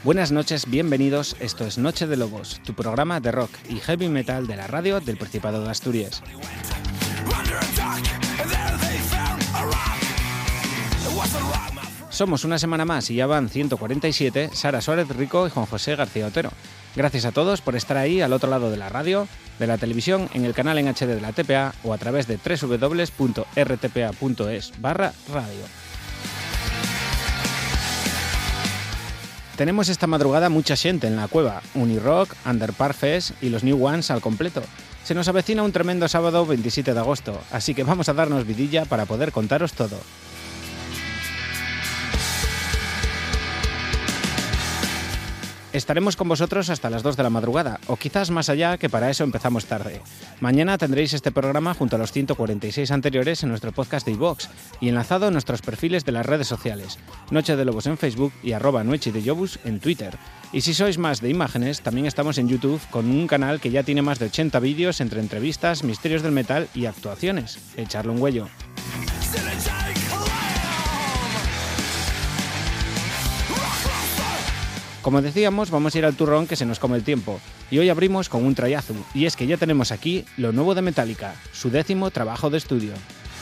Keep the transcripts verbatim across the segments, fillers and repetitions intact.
Buenas noches, bienvenidos, esto es Noche de Lobos, tu programa de rock y heavy metal de la radio del Principado de Asturias. Somos una semana más y ya van ciento cuarenta y siete, Sara Suárez Rico y Juan José García Otero. Gracias a todos por estar ahí al otro lado de la radio, de la televisión, en el canal en H D de la T P A o a través de doble u doble u doble u punto r t p a punto es barra radio. Tenemos esta madrugada mucha xente en la cueva, Unirock, Underpar Fest y los New Ones al completo. Se nos avecina un tremendo sábado veintisiete de agosto, así que vamos a darnos vidilla para poder contaros todo. Estaremos con vosotros hasta las dos de la madrugada, o quizás más allá, que para eso empezamos tarde. Mañana tendréis este programa junto a los ciento cuarenta y seis anteriores en nuestro podcast de iVoox y enlazado en nuestros perfiles de las redes sociales, Noche de Lobos en Facebook y arroba Noche de Lobos en Twitter. Y si sois más de imágenes, también estamos en YouTube con un canal que ya tiene más de ochenta vídeos entre entrevistas, misterios del metal y actuaciones. Echarle un huello. Como decíamos, vamos a ir al turrón que se nos come el tiempo, y hoy abrimos con un trayazo, y es que ya tenemos aquí lo nuevo de Metallica, su décimo trabajo de estudio.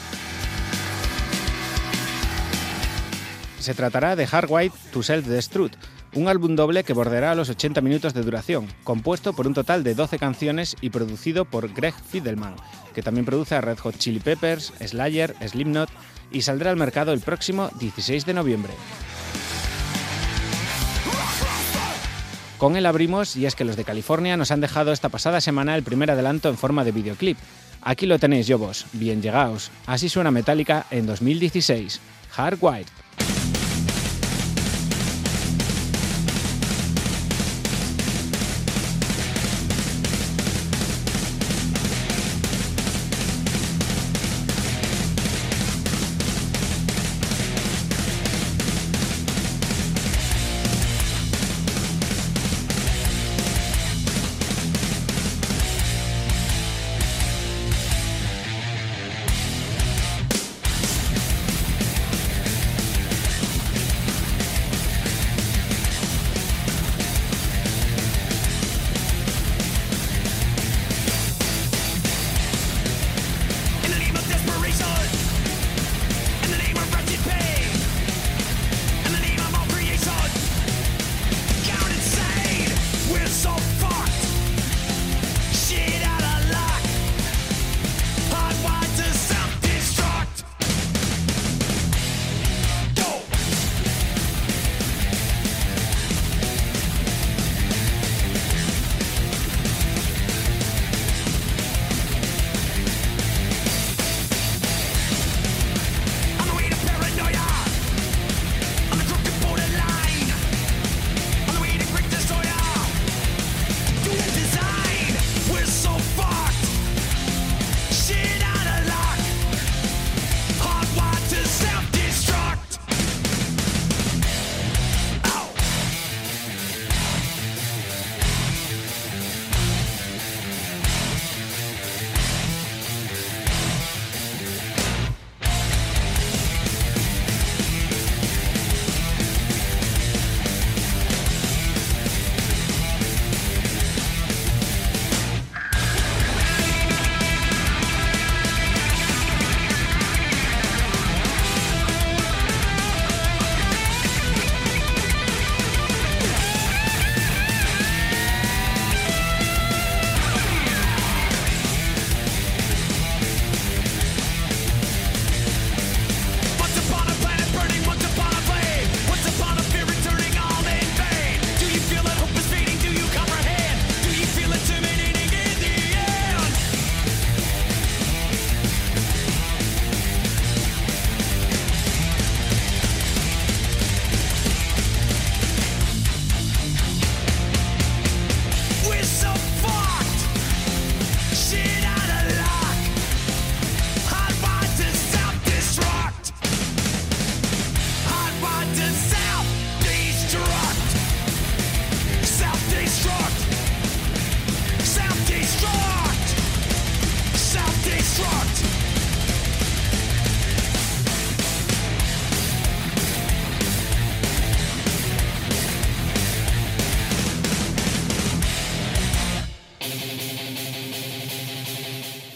Se tratará de Hard Wired to Self-Destruct, un álbum doble que bordeará los ochenta minutos de duración, compuesto por un total de doce canciones y producido por Greg Fidelman, que también produce a Red Hot Chili Peppers, Slayer, Slipknot, y saldrá al mercado el próximo dieciséis de noviembre. Con él abrimos, y es que los de California nos han dejado esta pasada semana el primer adelanto en forma de videoclip. Aquí lo tenéis, Yobos, bien llegaos. Así suena Metallica en dos mil dieciséis. Hard Wired.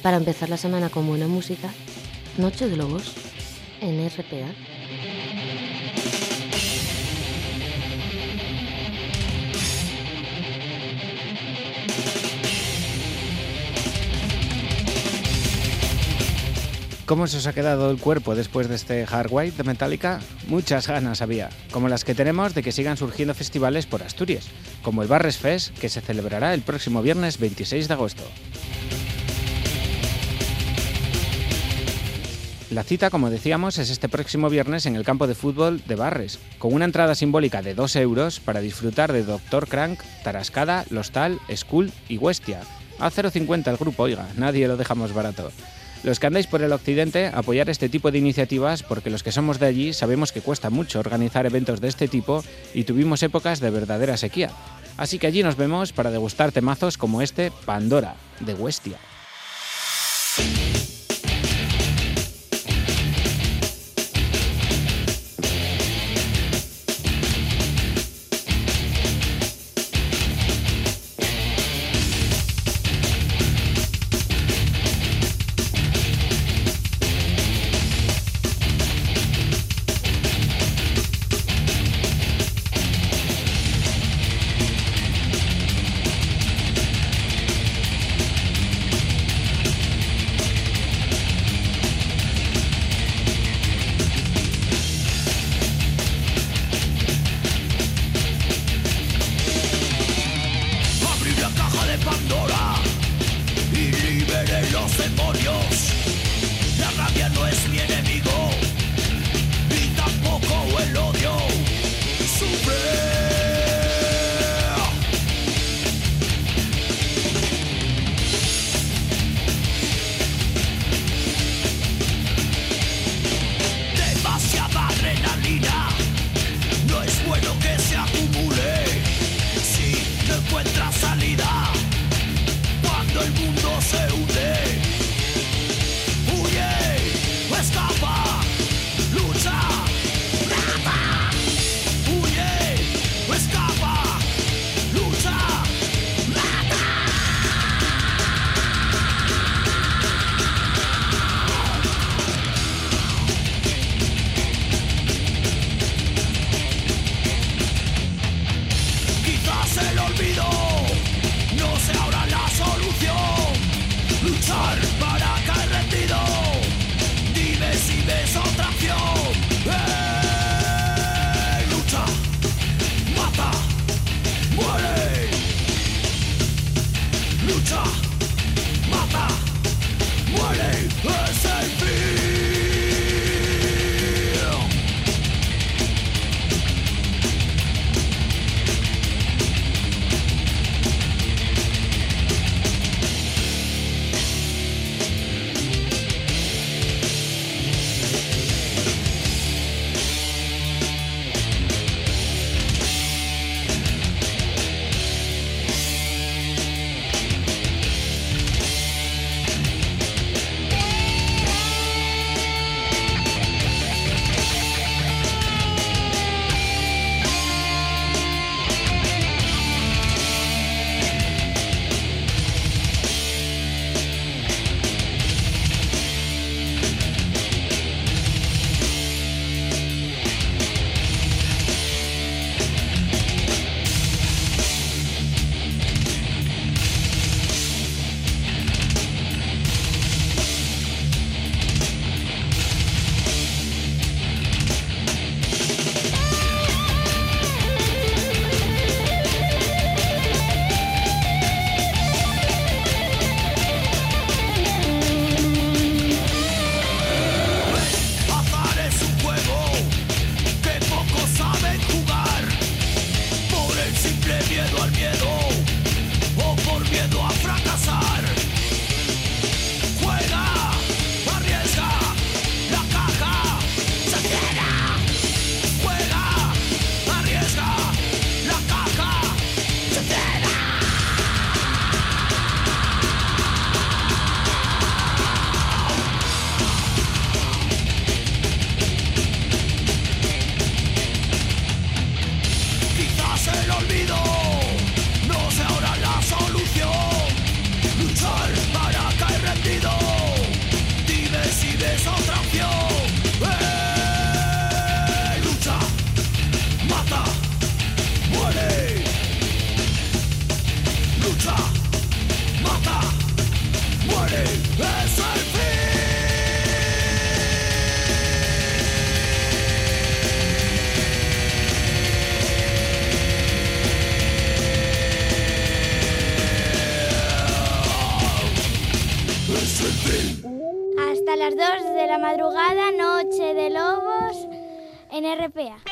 Para empezar la semana con buena música, Noche de Lobos en R P A. ¿Cómo se os ha quedado el cuerpo después de este Hard White de Metallica? Muchas ganas había, como las que tenemos de que sigan surgiendo festivales por Asturias, como el Barres Fest, que se celebrará el próximo viernes veintiséis de agosto. La cita, como decíamos, es este próximo viernes en el campo de fútbol de Barres, con una entrada simbólica de dos euros para disfrutar de Doctor Crank, Tarascada, Lostal, Skull y Huestia. A cero cincuenta el grupo, oiga, nadie lo dejamos barato. Los que andáis por el occidente, apoyar este tipo de iniciativas porque los que somos de allí sabemos que cuesta mucho organizar eventos de este tipo y tuvimos épocas de verdadera sequía. Así que allí nos vemos para degustar temazos como este Pandora, de Huestia. Hasta las dos de la madrugada, Noche de Lobos en R P A.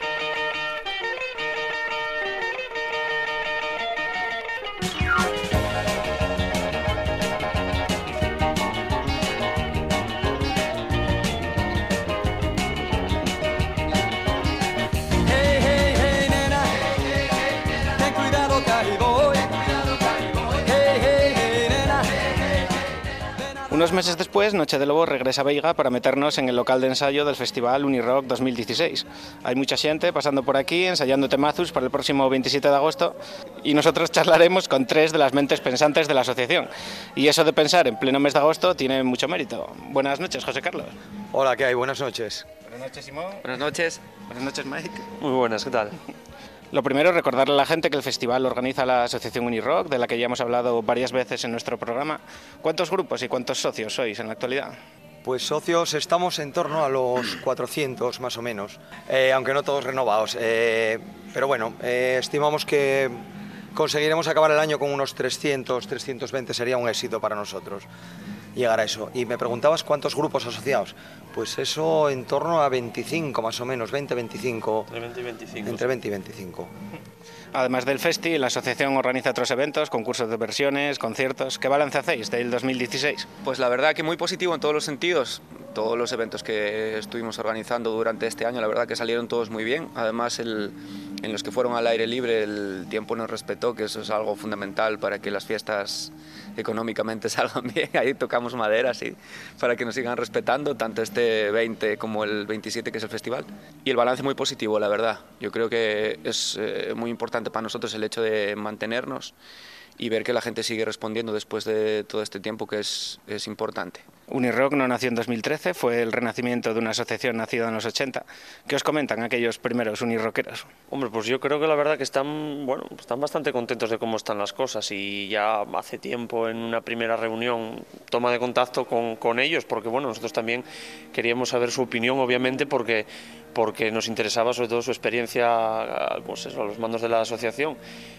Unos meses después, Noche de Lobos regresa a Veiga para meternos en el local de ensayo del Festival Unirock dos mil dieciséis. Hay mucha xente pasando por aquí, ensayando temazos para el próximo veintisiete de agosto, y nosotros charlaremos con tres de las mentes pensantes de la asociación. Y eso de pensar en pleno mes de agosto tiene mucho mérito. Buenas noches, José Carlos. Hola, ¿qué hay? Buenas noches. Buenas noches, Simón. Buenas noches. Buenas noches, Mike. Muy buenas, ¿qué tal? Lo primero, recordarle a la gente que el festival lo organiza la Asociación Unirock, de la que ya hemos hablado varias veces en nuestro programa. ¿Cuántos grupos y cuántos socios sois en la actualidad? Pues socios estamos en torno a los cuatrocientos más o menos, eh, aunque no todos renovados. Eh, pero bueno, eh, estimamos que conseguiremos acabar el año con unos trescientos, trescientos veinte, sería un éxito para nosotros llegar a eso. Y me preguntabas cuántos grupos asociados. Pues eso en torno a veinticinco más o menos, veinte, veinticinco. Entre veinte y veinticinco. Entre veinte y veinticinco. Además del festi, la asociación organiza otros eventos, concursos de versiones, conciertos. ¿Qué balance hacéis del dos mil dieciséis? Pues la verdad que muy positivo en todos los sentidos. Todos los eventos que estuvimos organizando durante este año, la verdad que salieron todos muy bien. Además, el, en los que fueron al aire libre, el tiempo nos respetó, que eso es algo fundamental para que las fiestas económicamente salgan bien. Ahí tocamos madera, sí, para que nos sigan respetando, tanto este veinte como el veintisiete, que es el festival. Y el balance muy positivo, la verdad. Yo creo que es eh, muy importante para nosotros el hecho de mantenernos y ver que la gente sigue respondiendo después de todo este tiempo, que es, es importante. Unirock no nació en dos mil trece, fue el renacimiento de una asociación nacida en los ochenta. ¿Qué os comentan aquellos primeros unirrockeros? Hombre, pues yo creo que la verdad que están, bueno, están bastante contentos de cómo están las cosas, y ya hace tiempo en una primera reunión toma de contacto con, con ellos, porque bueno, nosotros también queríamos saber su opinión, obviamente, porque, porque nos interesaba sobre todo su experiencia, pues eso, a los mandos de la asociación.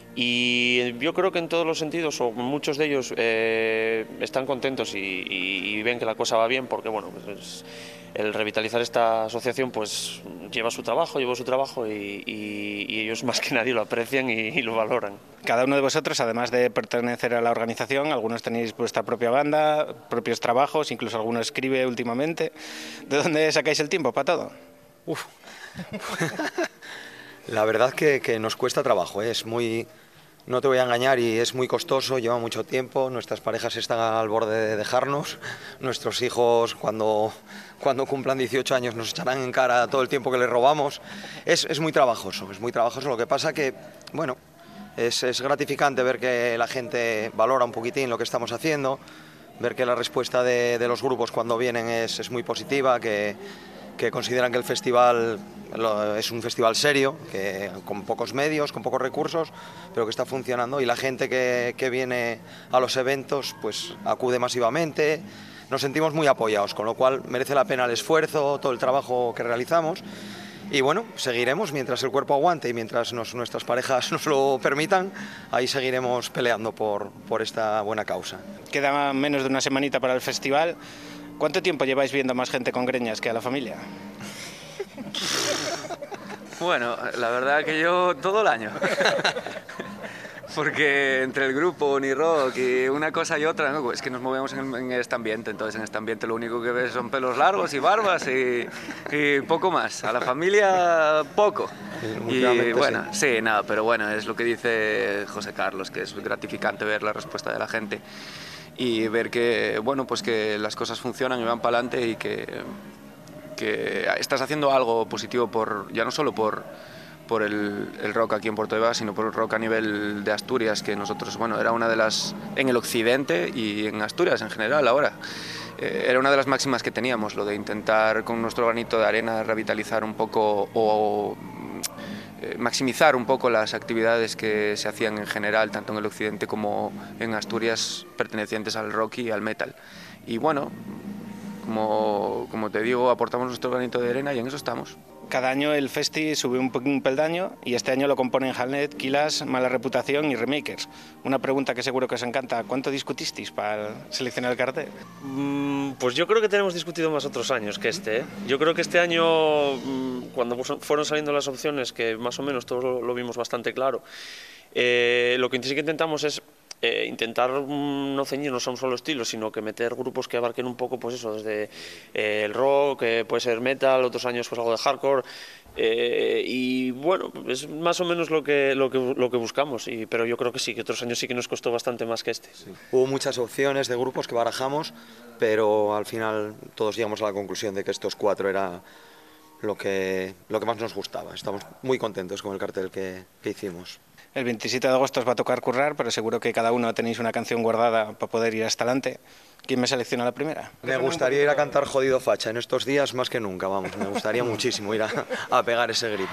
Y yo creo que en todos los sentidos, o muchos de ellos, eh, están contentos y, y, y ven que la cosa va bien, porque bueno, pues el revitalizar esta asociación pues lleva su trabajo, lleva su trabajo y, y, y ellos más que nadie lo aprecian y, y lo valoran. Cada uno de vosotros, además de pertenecer a la organización, algunos tenéis vuestra propia banda, propios trabajos, incluso alguno escribe últimamente. ¿De dónde sacáis el tiempo para todo? Uf. La verdad que, que nos cuesta trabajo, ¿eh? Es muy... No te voy a engañar, y es muy costoso, lleva mucho tiempo, nuestras parejas están al borde de dejarnos, nuestros hijos cuando, cuando cumplan dieciocho años nos echarán en cara todo el tiempo que les robamos. Es, es muy trabajoso, es muy trabajoso, lo que pasa que, bueno, es, es gratificante ver que la gente valora un poquitín lo que estamos haciendo, ver que la respuesta de, de los grupos cuando vienen es, es muy positiva, que, que consideran que el festival es un festival serio, que con pocos medios, con pocos recursos, pero que está funcionando, y la gente que, que viene a los eventos pues acude masivamente. Nos sentimos muy apoyados, con lo cual merece la pena el esfuerzo, todo el trabajo que realizamos. Y bueno, seguiremos mientras el cuerpo aguante y mientras nos, nuestras parejas nos lo permitan, ahí seguiremos peleando por, por esta buena causa. Queda menos de una semanita para el festival. ¿Cuánto tiempo lleváis viendo más gente con greñas que a la familia? Bueno, la verdad que yo todo el año. Porque entre el grupo Unirock y una cosa y otra, ¿no? Es que nos movemos en, en este ambiente, entonces en este ambiente lo único que ves son pelos largos y barbas y, y poco más. A la familia, poco. Y bueno, sí. sí, nada, pero bueno, es lo que dice José Carlos, que es gratificante ver la respuesta de la gente y ver que, bueno, pues que las cosas funcionan y van para adelante, y que, que estás haciendo algo positivo por, ya no solo por por el, el rock aquí en Puerto de Vega, sino por el rock a nivel de Asturias, que nosotros, bueno, era una de las, en el occidente y en Asturias en general ahora, eh, era una de las máximas que teníamos, lo de intentar con nuestro granito de arena revitalizar un poco o, o eh, maximizar un poco las actividades que se hacían en general, tanto en el occidente como en Asturias, pertenecientes al rock y al metal. Y bueno, como, como te digo, aportamos nuestro granito de arena y en eso estamos. Cada año el festi sube un, un peldaño y este año lo componen Halnet, Quilas, Mala Reputación y Remakers. Una pregunta que seguro que os encanta, ¿cuánto discutisteis para seleccionar el cartel? Mm, pues yo creo que tenemos discutido más otros años que este, ¿eh? Yo creo que este año, mm, cuando fueron saliendo las opciones, que más o menos todos lo, lo vimos bastante claro, eh, lo que sí que intentamos es Eh, intentar mm, no ceñirnos a un solo estilo, sino que meter grupos que abarquen un poco, pues eso, desde eh, el rock, eh, puede ser metal, otros años pues algo de hardcore, eh, y bueno, es más o menos lo que, lo que, lo que buscamos, y, pero yo creo que sí, que otros años sí que nos costó bastante más que este. Sí. Hubo muchas opciones de grupos que barajamos, pero al final todos llegamos a la conclusión de que estos cuatro era lo que, lo que más nos gustaba. Estamos muy contentos con el cartel que, que hicimos. El veintisiete de agosto os va a tocar currar, pero seguro que cada uno tenéis una canción guardada para poder ir hasta adelante. ¿Quién me selecciona la primera? Me gustaría ir a cantar Jodido Facha en estos días más que nunca, vamos. Me gustaría muchísimo ir a, a pegar ese grito.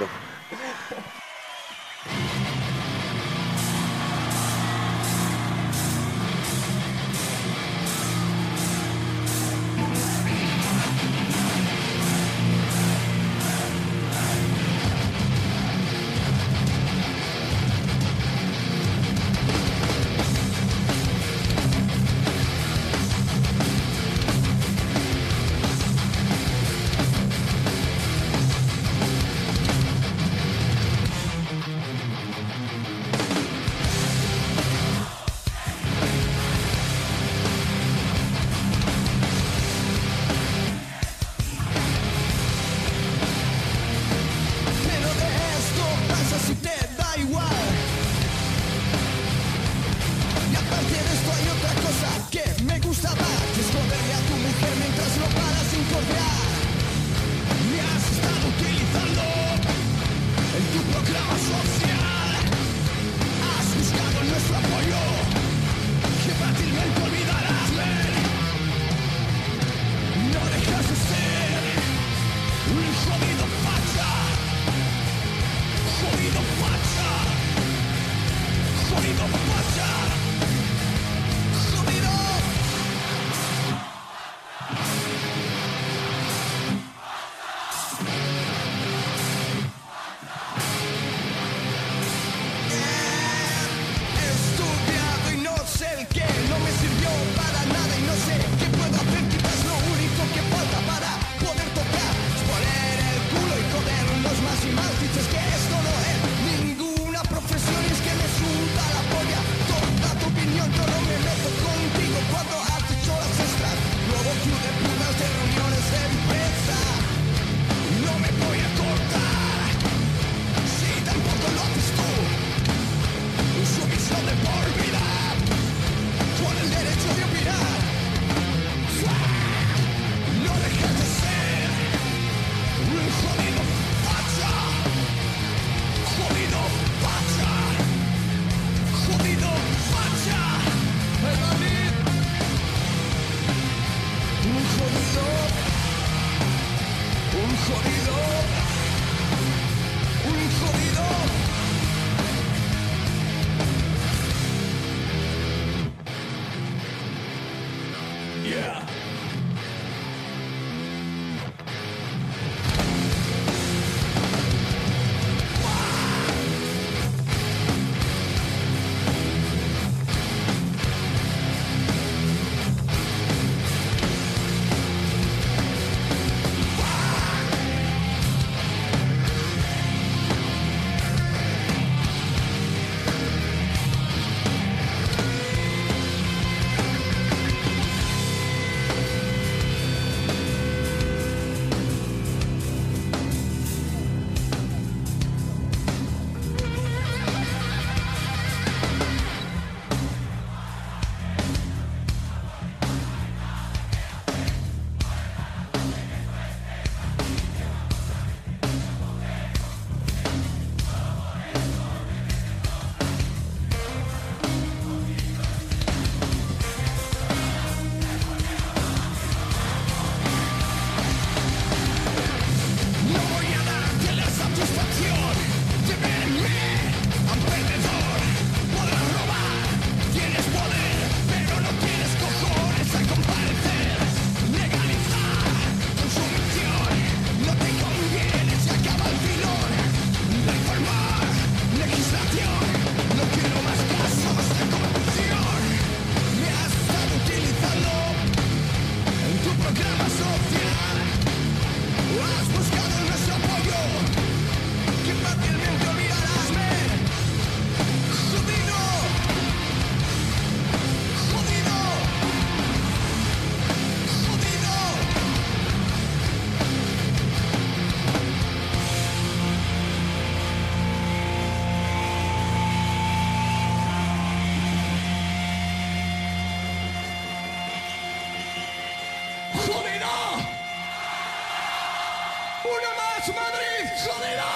Rock Madrid, ¡jodida!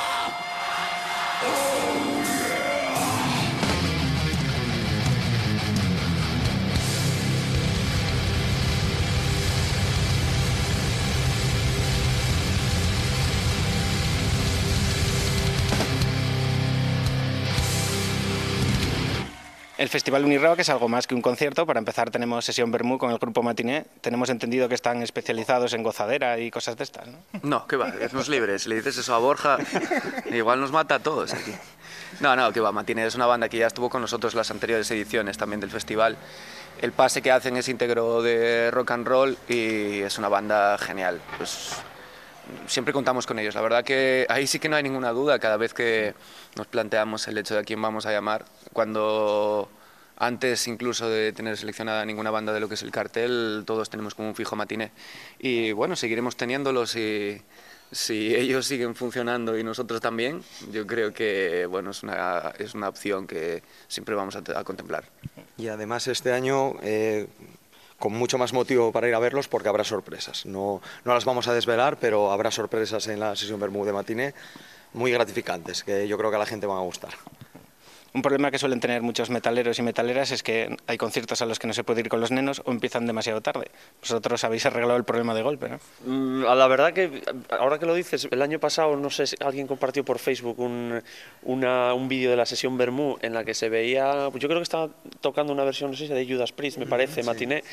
El Festival Unirock es algo más que un concierto. Para empezar tenemos sesión vermú con el grupo Matiné. Tenemos entendido que están especializados en gozadera y cosas de estas, ¿no? No, qué va, déjanos libres. Si le dices eso a Borja, igual nos mata a todos aquí. No, no, qué va, Matiné es una banda que ya estuvo con nosotros en las anteriores ediciones también del festival. El pase que hacen es íntegro de rock and roll y es una banda genial. Pues siempre contamos con ellos. La verdad que ahí sí que no hay ninguna duda cada vez que nos planteamos el hecho de a quién vamos a llamar. Cuando antes incluso de tener seleccionada ninguna banda de lo que es el cartel, todos tenemos como un fijo Matiné. Y bueno, seguiremos teniéndolos y si ellos siguen funcionando y nosotros también, yo creo que bueno, es una, es una opción que siempre vamos a, a contemplar. Y además este año eh, con mucho más motivo para ir a verlos porque habrá sorpresas. No, no las vamos a desvelar, pero habrá sorpresas en la sesión Bermú de Matiné muy gratificantes, que yo creo que a la gente van a gustar. Un problema que suelen tener muchos metaleros y metaleras es que hay conciertos a los que no se puede ir con los nenos o empiezan demasiado tarde. Vosotros habéis arreglado el problema de golpe, ¿no? Mm, la verdad que, ahora que lo dices, el año pasado, no sé, si alguien compartió por Facebook un, una, un vídeo de la sesión Bermú en la que se veía, yo creo que estaba tocando una versión, no sé si de Judas Priest, me parece, sí. Matiné,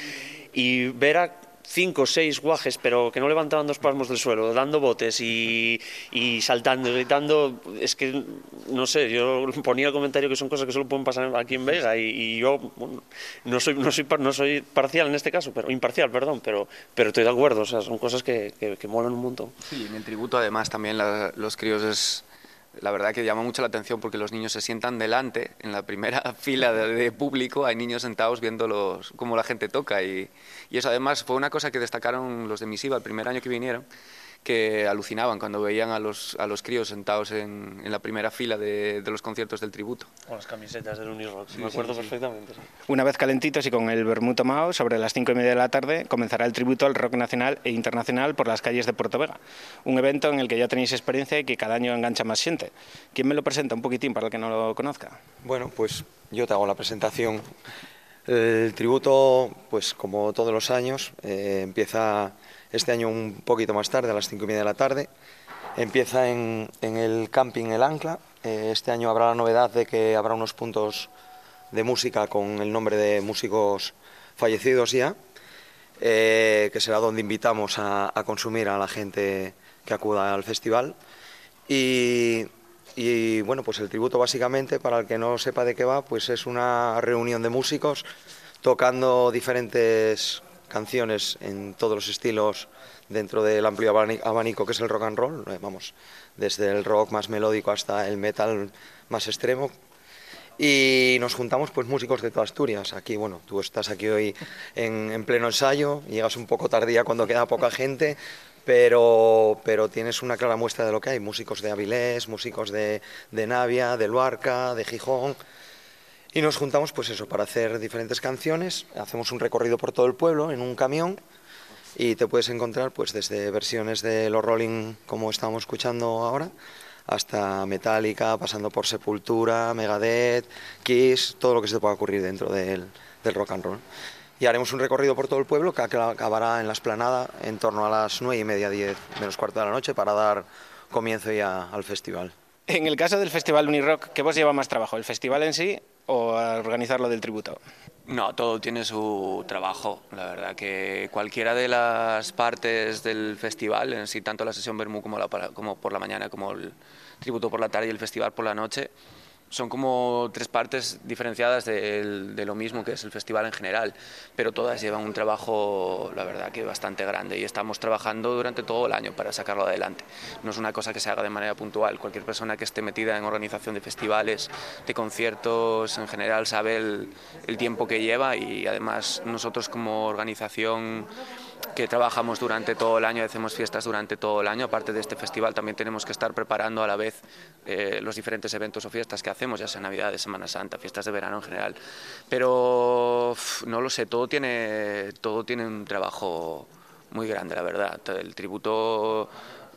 y ver a cinco o seis guajes, pero que no levantaban dos palmos del suelo, dando botes y, y saltando, gritando, es que, no sé, yo ponía el comentario que son cosas que solo pueden pasar aquí en Vega y, y yo bueno, no, soy, no, soy, no soy parcial en este caso, pero imparcial, perdón, pero, pero estoy de acuerdo, o sea, son cosas que, que, que molan un montón. Sí, en el tributo además también la, los críos es... La verdad que llama mucho la atención porque los niños se sientan delante, en la primera fila de, de público, hay niños sentados viendo los, cómo la gente toca y, y eso además fue una cosa que destacaron los de Misiva el primer año que vinieron, que alucinaban cuando veían a los, a los críos sentados en, en la primera fila de, de los conciertos del tributo. Con las camisetas del Unirock, sí, me acuerdo sí, sí. perfectamente. Sí. Una vez calentitos y con el vermú tomado, sobre las cinco y media de la tarde comenzará el tributo al rock nacional e internacional por las calles de Puerto Vega. Un evento en el que ya tenéis experiencia y que cada año engancha más gente. ¿Quién me lo presenta un poquitín para el que no lo conozca? Bueno, pues yo te hago la presentación. El tributo, pues como todos los años, eh, empieza este año un poquito más tarde, a las cinco y media de la tarde. Empieza en, en el camping El Ancla. Eh, este año habrá la novedad de que habrá unos puntos de música con el nombre de músicos fallecidos ya, eh, que será donde invitamos a, a consumir a la gente que acuda al festival. Y, y bueno, pues el tributo básicamente, para el que no sepa de qué va, pues es una reunión de músicos tocando diferentes canciones en todos los estilos dentro del amplio abanico que es el rock and roll, vamos, desde el rock más melódico hasta el metal más extremo. Y nos juntamos pues músicos de toda Asturias. Aquí, bueno, tú estás aquí hoy en, en pleno ensayo, llegas un poco tardía cuando queda poca gente, pero, pero tienes una clara muestra de lo que hay. Músicos de Avilés, músicos de, de Navia, de Luarca, de Gijón. Y nos juntamos pues eso, para hacer diferentes canciones. Hacemos un recorrido por todo el pueblo en un camión y te puedes encontrar pues desde versiones de los Rolling, como estamos escuchando ahora, hasta Metallica, pasando por Sepultura, Megadeth, Kiss, todo lo que se te pueda ocurrir dentro del, del rock and roll. Y haremos un recorrido por todo el pueblo que acabará en la explanada en torno a las nueve y media, diez menos cuarto de la noche, para dar comienzo ya al festival. En el caso del Festival Unirock, ¿qué vos lleva más trabajo, el festival en sí o organizar lo del tributo? No, todo tiene su trabajo. La verdad que cualquiera de las partes del festival, en sí, tanto la sesión Bermú como, la, como por la mañana, como el tributo por la tarde y el festival por la noche, son como tres partes diferenciadas de, de lo mismo que es el festival en general, pero todas llevan un trabajo, la verdad, que bastante grande y estamos trabajando durante todo el año para sacarlo adelante. No es una cosa que se haga de manera puntual. Cualquier persona que esté metida en organización de festivales, de conciertos en general, sabe el, el tiempo que lleva y además nosotros como organización que trabajamos durante todo el año, hacemos fiestas durante todo el año, aparte de este festival también tenemos que estar preparando a la vez eh, los diferentes eventos o fiestas que hacemos, ya sea Navidad, Semana Santa, fiestas de verano en general, pero uf, no lo sé, todo tiene, todo tiene un trabajo muy grande, la verdad. El tributo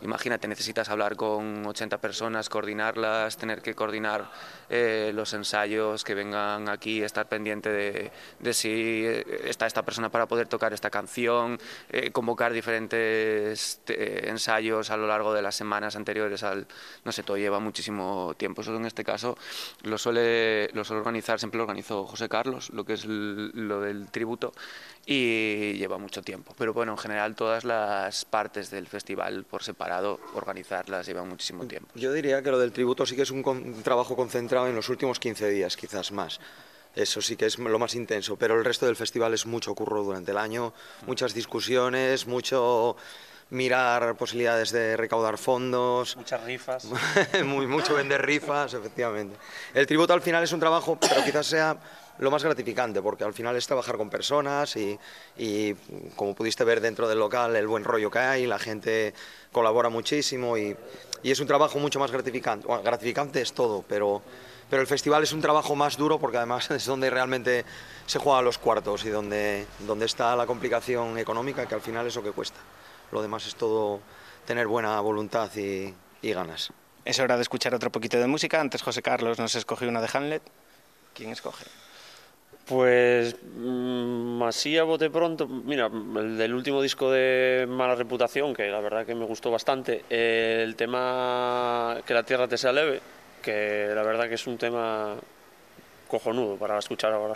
imagínate, necesitas hablar con ochenta personas, coordinarlas, tener que coordinar eh, los ensayos, que vengan aquí, estar pendiente de, de si está esta persona para poder tocar esta canción, eh, convocar diferentes eh, ensayos a lo largo de las semanas anteriores al, no sé, todo lleva muchísimo tiempo. Eso en este caso lo suele, lo suele organizar, siempre lo organizó José Carlos, lo que es el, lo del tributo, y lleva mucho tiempo. Pero bueno, en general todas las partes del festival por separado, organizarlas lleva muchísimo tiempo. Yo diría que lo del tributo sí que es un, con, un trabajo concentrado en los últimos quince días, quizás más. Eso sí que es lo más intenso, pero el resto del festival es mucho curro durante el año, muchas discusiones, mucho mirar posibilidades de recaudar fondos. Muchas rifas. Muy, mucho vender rifas, efectivamente. El tributo al final es un trabajo, pero quizás sea lo más gratificante, porque al final es trabajar con personas y, y como pudiste ver dentro del local, el buen rollo que hay, la gente colabora muchísimo y, y es un trabajo mucho más gratificante. Bueno, gratificante es todo, pero, pero el festival es un trabajo más duro porque además es donde realmente se juegan los cuartos y donde, donde está la complicación económica, que al final es lo que cuesta. Lo demás es todo tener buena voluntad y, y ganas. Es hora de escuchar otro poquito de música. Antes José Carlos nos escogió una de Hamlet. ¿Quién escoge? Pues mmm, así a bote pronto, mira, el del último disco de Mala Reputación, que la verdad que me gustó bastante, eh, el tema Que la tierra te sea leve, que la verdad que es un tema cojonudo para escuchar ahora.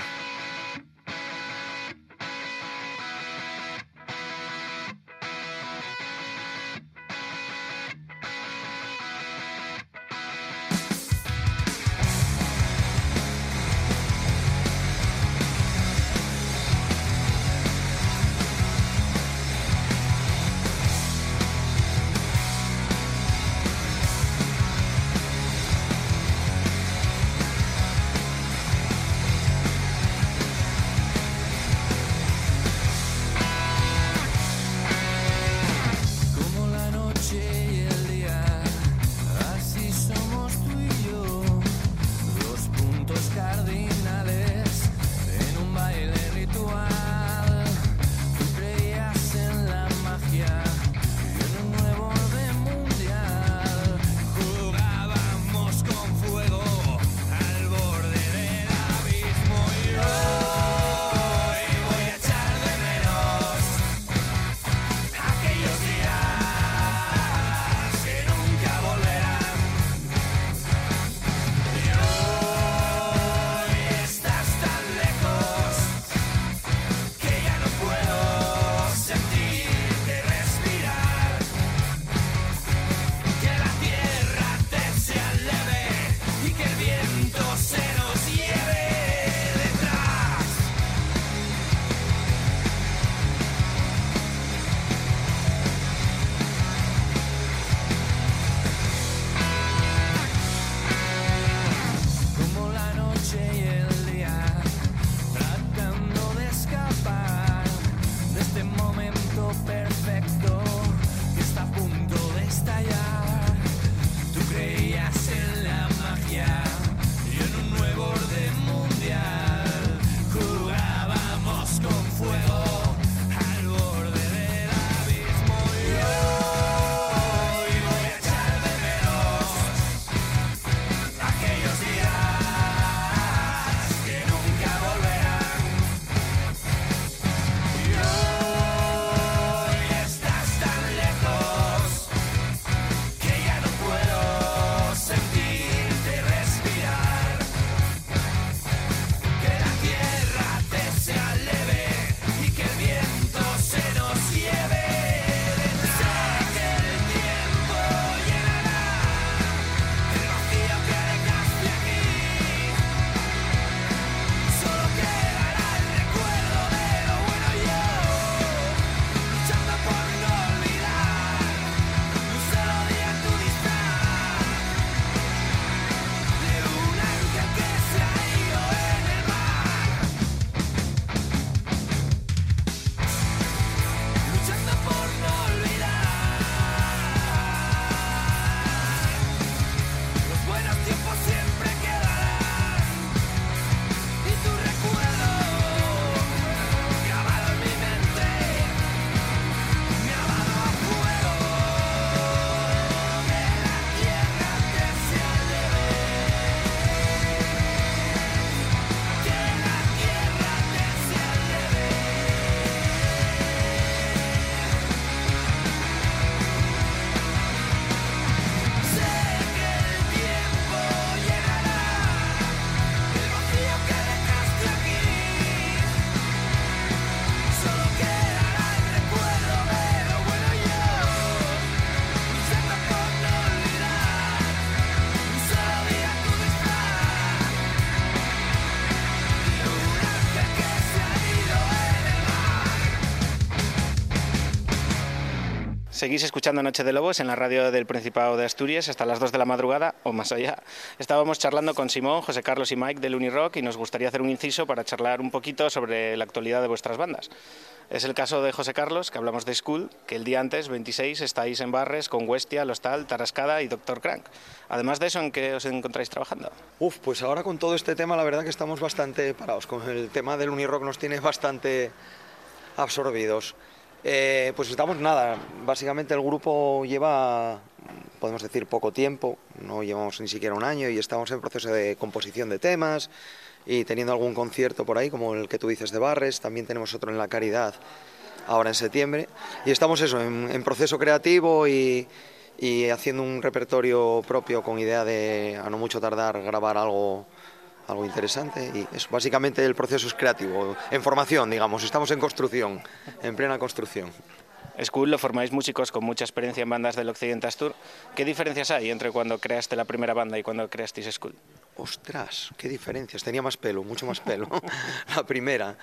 Seguís escuchando Noche de Lobos en la radio del Principado de Asturias hasta las dos de la madrugada o más allá. Estábamos charlando con Simón, José Carlos y Mike del Unirock y nos gustaría hacer un inciso para charlar un poquito sobre la actualidad de vuestras bandas. Es el caso de José Carlos, que hablamos de School, que el día antes, veintiséis, estáis en Barres con Huestia, Lostal, Tarascada y Doctor Crank. Además de eso, ¿en qué os encontráis trabajando? Uf, pues ahora con todo este tema la verdad que estamos bastante parados. Con el tema del Unirock nos tiene bastante absorbidos. Eh, pues estamos nada, básicamente el grupo lleva, podemos decir, poco tiempo, no llevamos ni siquiera un año y estamos en proceso de composición de temas y teniendo algún concierto por ahí, como el que tú dices de Barres, también tenemos otro en La Caridad ahora en septiembre y estamos eso, en, en proceso creativo y, y haciendo un repertorio propio con idea de, a no mucho tardar, grabar algo algo interesante y eso, básicamente el proceso es creativo, en formación, digamos, estamos en construcción, en plena construcción. School lo formáis músicos con mucha experiencia en bandas del Occidente Astur. ¿Qué diferencias hay entre cuando creaste la primera banda y cuando creasteis School? Ostras, qué diferencias, tenía más pelo, mucho más pelo, la primera.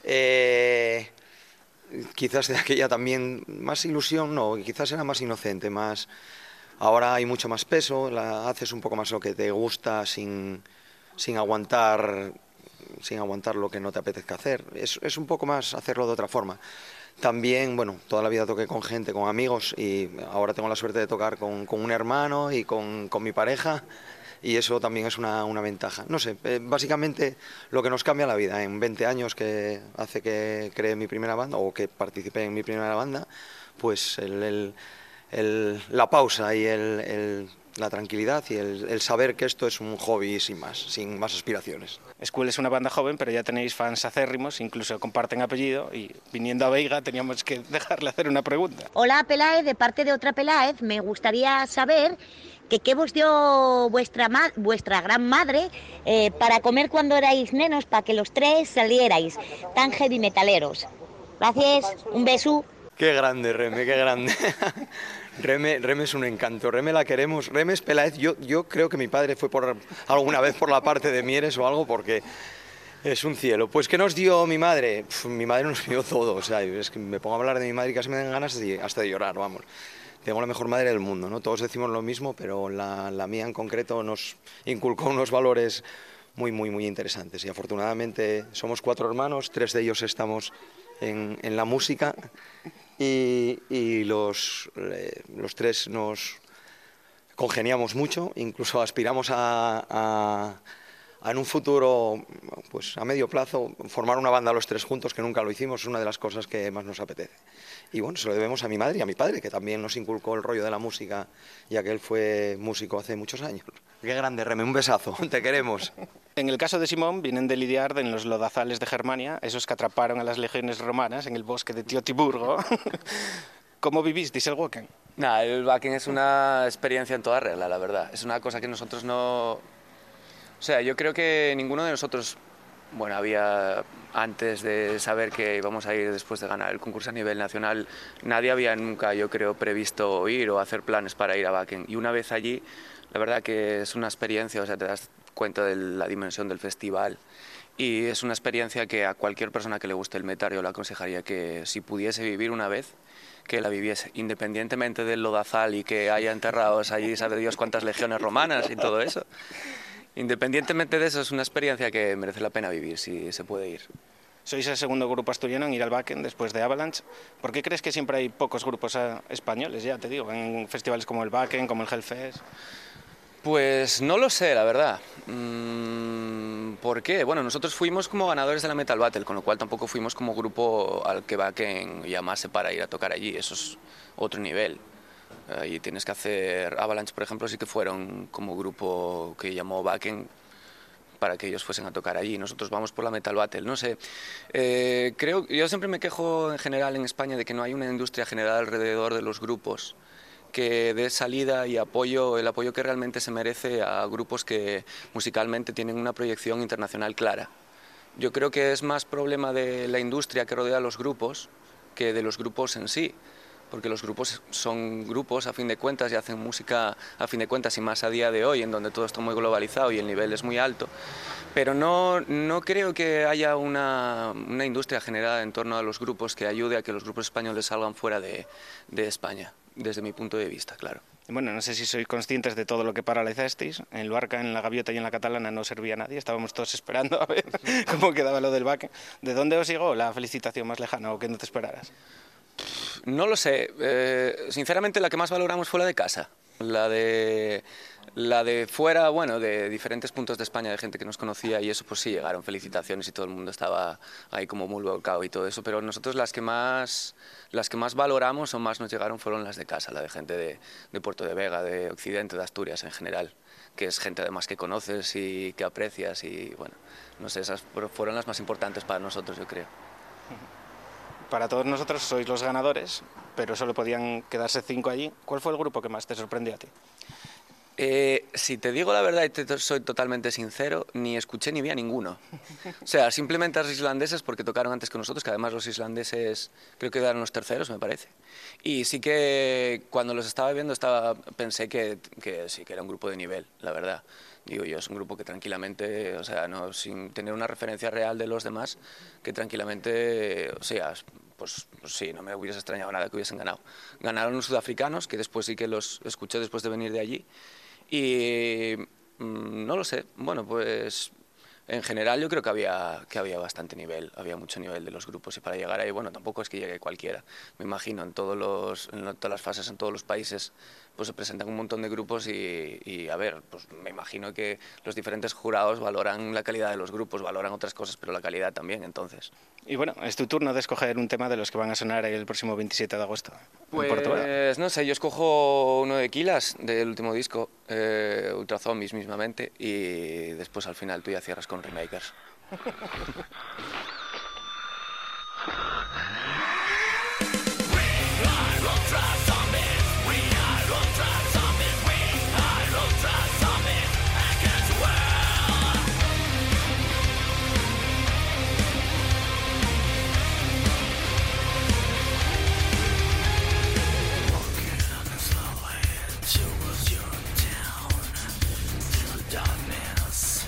Eh, quizás de aquella también, más ilusión, no, quizás era más inocente, más... Ahora hay mucho más peso, la, haces un poco más lo que te gusta sin... sin aguantar sin aguantar lo que no te apetezca hacer. Es, es un poco más hacerlo de otra forma. También, bueno, toda la vida toqué con gente, con amigos y ahora tengo la suerte de tocar con, con un hermano y con, con mi pareja y eso también es una, una ventaja. No sé, eh, básicamente lo que nos cambia la vida en veinte años que hace que creé mi primera banda o que participé en mi primera banda, pues el, el, el, la pausa y el... el la tranquilidad y el, el saber que esto es un hobby sin más, sin más aspiraciones. School es una banda joven, pero ya tenéis fans acérrimos, incluso comparten apellido y viniendo a Veiga teníamos que dejarle hacer una pregunta. Hola Peláez, de parte de otra Peláez, me gustaría saber que qué vos dio vuestra, ma vuestra gran madre eh, para comer cuando erais nenos, para que los tres salierais tan heavy metaleros. Gracias, un beso. Qué grande, Reme, qué grande. Reme, Reme es un encanto, Reme la queremos, Reme es Peláez, yo, yo creo que mi padre fue por alguna vez por la parte de Mieres o algo porque es un cielo. Pues ¿qué nos dio mi madre? Pff, mi madre nos dio todo, o sea, es que me pongo a hablar de mi madre y casi me dan ganas de, hasta de llorar, vamos. Tengo la mejor madre del mundo, ¿no? Todos decimos lo mismo, pero la, la mía en concreto nos inculcó unos valores muy, muy, muy interesantes y afortunadamente somos cuatro hermanos, tres de ellos estamos en, en la música. Y, y los, eh, los tres nos congeniamos mucho, incluso aspiramos a, a, a en un futuro, pues a medio plazo, formar una banda los tres juntos, que nunca lo hicimos, es una de las cosas que más nos apetece. Y bueno, se lo debemos a mi madre y a mi padre, que también nos inculcó el rollo de la música, ya que él fue músico hace muchos años. Qué grande, Reme, un besazo, te queremos. En el caso de Simón, vienen de lidiar en los lodazales de Germania, esos que atraparon a las legiones romanas en el bosque de Teutoburgo. ¿Cómo vivís Dieselwagen? Nah, el Wacken es una experiencia en toda regla, la verdad. Es una cosa que nosotros no... O sea, yo creo que ninguno de nosotros... Bueno, había, antes de saber que íbamos a ir después de ganar el concurso a nivel nacional, nadie había nunca, yo creo, previsto ir o hacer planes para ir a Wacken. Y una vez allí, la verdad que es una experiencia, o sea, te das cuenta de la dimensión del festival y es una experiencia que a cualquier persona que le guste el metal yo le aconsejaría que si pudiese vivir una vez, que la viviese, independientemente del lodazal y que haya enterrados allí, sabe Dios cuántas legiones romanas y todo eso. Independientemente de eso, es una experiencia que merece la pena vivir, si se puede ir. Sois el segundo grupo asturiano en ir al Wacken después de Avalanche. ¿Por qué crees que siempre hay pocos grupos eh, españoles, ya te digo, en festivales como el Wacken, como el Hellfest? Pues no lo sé, la verdad. Mm, ¿Por qué? Bueno, nosotros fuimos como ganadores de la Metal Battle, con lo cual tampoco fuimos como grupo al que Wacken llamase para ir a tocar allí. Eso es otro nivel. Y tienes que hacer... Avalanche, por ejemplo, sí que fueron como grupo que llamó Wacken para que ellos fuesen a tocar allí. Nosotros vamos por la Metal Battle, no sé. Eh, creo, yo siempre me quejo en general en España de que no hay una industria general alrededor de los grupos que dé salida y apoyo, el apoyo que realmente se merece a grupos que musicalmente tienen una proyección internacional clara. Yo creo que es más problema de la industria que rodea a los grupos que de los grupos en sí, porque los grupos son grupos a fin de cuentas y hacen música a fin de cuentas y más a día de hoy en donde todo está muy globalizado y el nivel es muy alto, pero no, no creo que haya una, una industria generada en torno a los grupos que ayude a que los grupos españoles salgan fuera de, de España, desde mi punto de vista, claro. Bueno, no sé si sois conscientes de todo lo que paralizasteis. En el Barca, en la Gaviota y en la Catalana no servía nadie. Estábamos todos esperando a ver cómo quedaba lo del baque. ¿De dónde os llegó la felicitación más lejana o que no te esperaras? No lo sé. Eh, sinceramente, la que más valoramos fue la de casa. La de, la de fuera, bueno, de diferentes puntos de España, de gente que nos conocía, y eso pues sí, llegaron felicitaciones y todo el mundo estaba ahí como muy volcado y todo eso, pero nosotros las que más, las que más valoramos o más nos llegaron fueron las de casa, la de gente de, de Puerto de Vega, de Occidente, de Asturias en general, que es gente además que conoces y que aprecias y bueno, no sé, esas fueron las más importantes para nosotros, yo creo. Para todos nosotros sois los ganadores, pero solo podían quedarse cinco allí. ¿Cuál fue el grupo que más te sorprendió a ti? Eh, si te digo la verdad y te soy totalmente sincero, ni escuché ni vi a ninguno. O sea, simplemente a los islandeses porque tocaron antes que nosotros, que además los islandeses creo que eran los terceros, me parece. Y sí que cuando los estaba viendo estaba, pensé que, que sí, que era un grupo de nivel, la verdad. Digo yo, es un grupo que tranquilamente, o sea, no, sin tener una referencia real de los demás, que tranquilamente, o sea, pues, pues sí, no me hubiese extrañado nada que hubiesen ganado. Ganaron los sudafricanos, que después sí que los escuché después de venir de allí, y mmm, no lo sé, bueno, pues en general yo creo que había, que había bastante nivel, había mucho nivel de los grupos y para llegar ahí, bueno, tampoco es que llegue cualquiera. Me imagino, en, todos los, en todas las fases, en todos los países, pues se presentan un montón de grupos y, y, a ver, pues me imagino que los diferentes jurados valoran la calidad de los grupos, valoran otras cosas, pero la calidad también, entonces. Y bueno, es tu turno de escoger un tema de los que van a sonar el próximo veintisiete de agosto pues, en Portugal. Pues no sé, yo escojo uno de Quilas, del último disco, eh, Ultra Zombies mismamente, y después al final tú ya cierras con Remakers.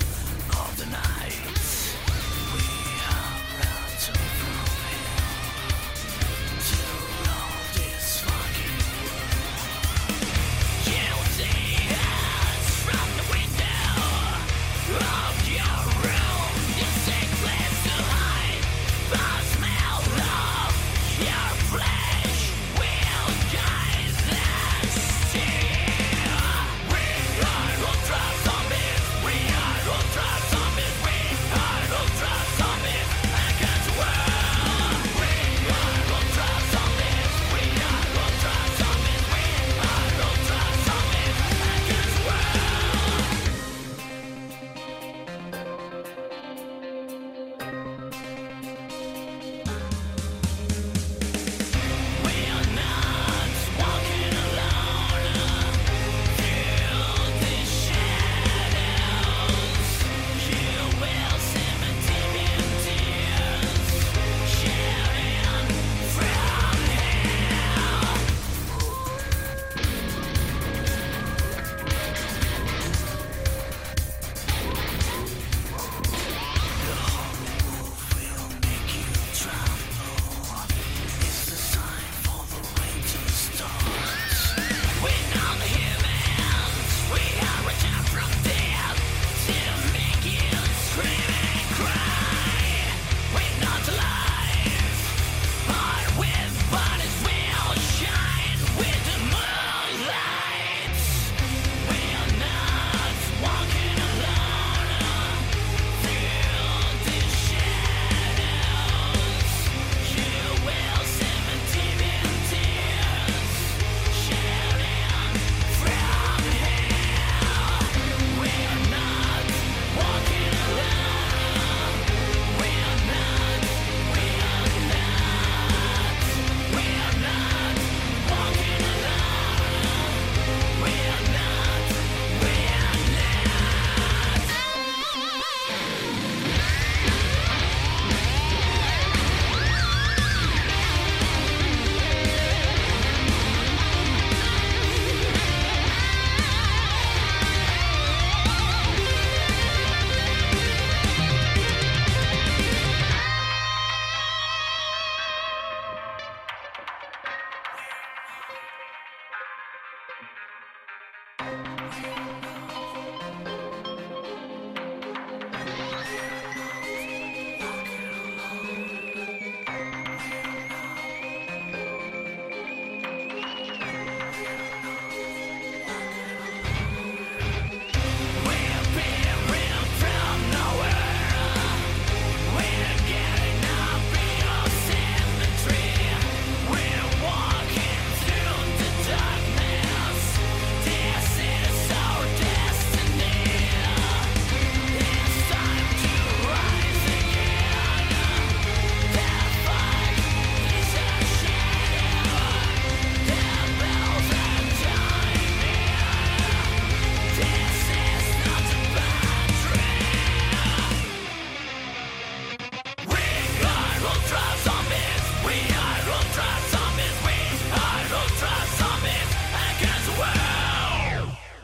Of the night, we are proud to prove it.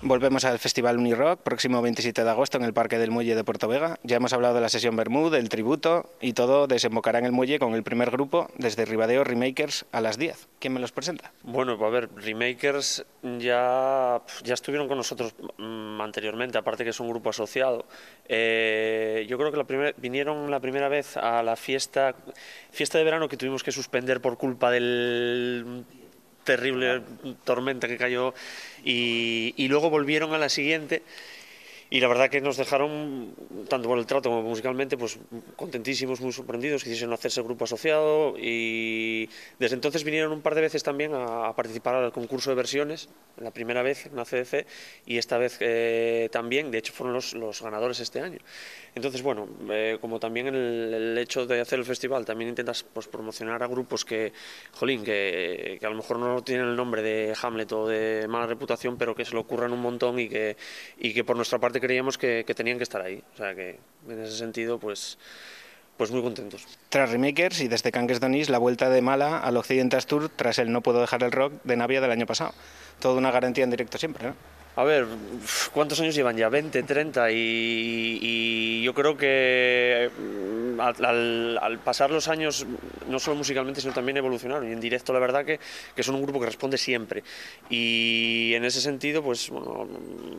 Volvemos al Festival Unirock, próximo veintisiete de agosto en el Parque del Muelle de Portovega. Ya hemos hablado de la sesión Bermud, del tributo, y todo desembocará en el muelle con el primer grupo, desde Ribadeo Remakers a las diez. ¿Quién me los presenta? Bueno, a ver, Remakers ya, ya estuvieron con nosotros mmm, anteriormente, aparte que es un grupo asociado. Eh, yo creo que la primer, vinieron la primera vez a la fiesta, fiesta de verano que tuvimos que suspender por culpa del terrible tormenta que cayó, y, y luego volvieron a la siguiente, y la verdad que nos dejaron, tanto por el trato como musicalmente, pues contentísimos, muy sorprendidos. Quisieron hacerse grupo asociado, y desde entonces vinieron un par de veces también a, a participar al concurso de versiones, la primera vez en la C D C, y esta vez eh, también, de hecho fueron los, los ganadores este año. Entonces, bueno, eh, como también el, el hecho de hacer el festival, también intentas pues, promocionar a grupos que, jolín, que, que a lo mejor no tienen el nombre de Hamlet o de mala reputación, pero que se lo ocurran un montón, y que, y que por nuestra parte creíamos que, que tenían que estar ahí. O sea que en ese sentido, pues, pues muy contentos. Tras Remakers y desde Canques d'Onís, la vuelta de Mala al Occidentals Tour tras el No puedo dejar el rock de Navia del año pasado. Toda una garantía en directo siempre, ¿no? A ver, ¿cuántos años llevan ya? veinte, treinta, y, y yo creo que al, al, al pasar los años, no solo musicalmente, sino también evolucionaron, y en directo la verdad que, que son un grupo que responde siempre, y en ese sentido, pues bueno,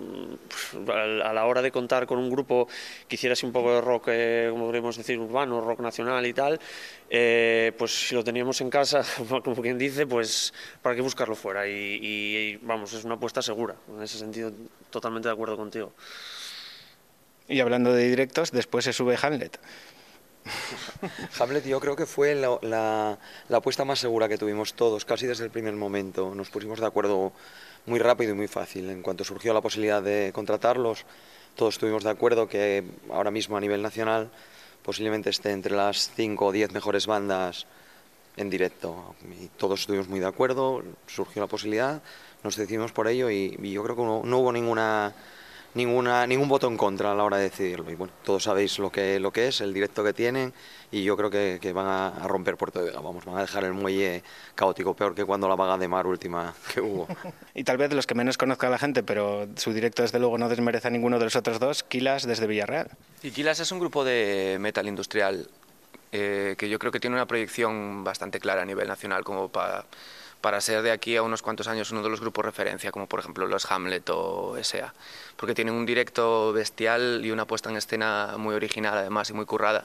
a la hora de contar con un grupo que hiciera así un poco de rock, eh, como podríamos decir, urbano, rock nacional y tal, eh, pues si lo teníamos en casa, como quien dice, pues para qué buscarlo fuera, y, y vamos, es una apuesta segura. En ese sentido, totalmente de acuerdo contigo. Y hablando de directos, después se sube Hamlet. Hamlet yo creo que fue la, la, la apuesta más segura que tuvimos todos, casi desde el primer momento. Nos pusimos de acuerdo muy rápido y muy fácil. En cuanto surgió la posibilidad de contratarlos, todos estuvimos de acuerdo que ahora mismo a nivel nacional posiblemente esté entre las cinco o diez mejores bandas en directo. Y todos estuvimos muy de acuerdo, surgió la posibilidad, nos decidimos por ello, y, y yo creo que no, no hubo ninguna, ninguna, ningún voto en contra a la hora de decidirlo. Y bueno, todos sabéis lo que, lo que es, el directo que tienen, y yo creo que, que van a, a romper Portovega. Vamos, van a dejar el muelle caótico, peor que cuando la vaga de mar última que hubo. Y tal vez los que menos conozca a la gente, pero su directo desde luego no desmerece a ninguno de los otros dos, Quilas desde Villarreal. Y Quilas es un grupo de metal industrial eh, que yo creo que tiene una proyección bastante clara a nivel nacional, como para... para ser de aquí a unos cuantos años uno de los grupos referencia, como por ejemplo los Hamlet o S A, porque tienen un directo bestial y una puesta en escena muy original además y muy currada,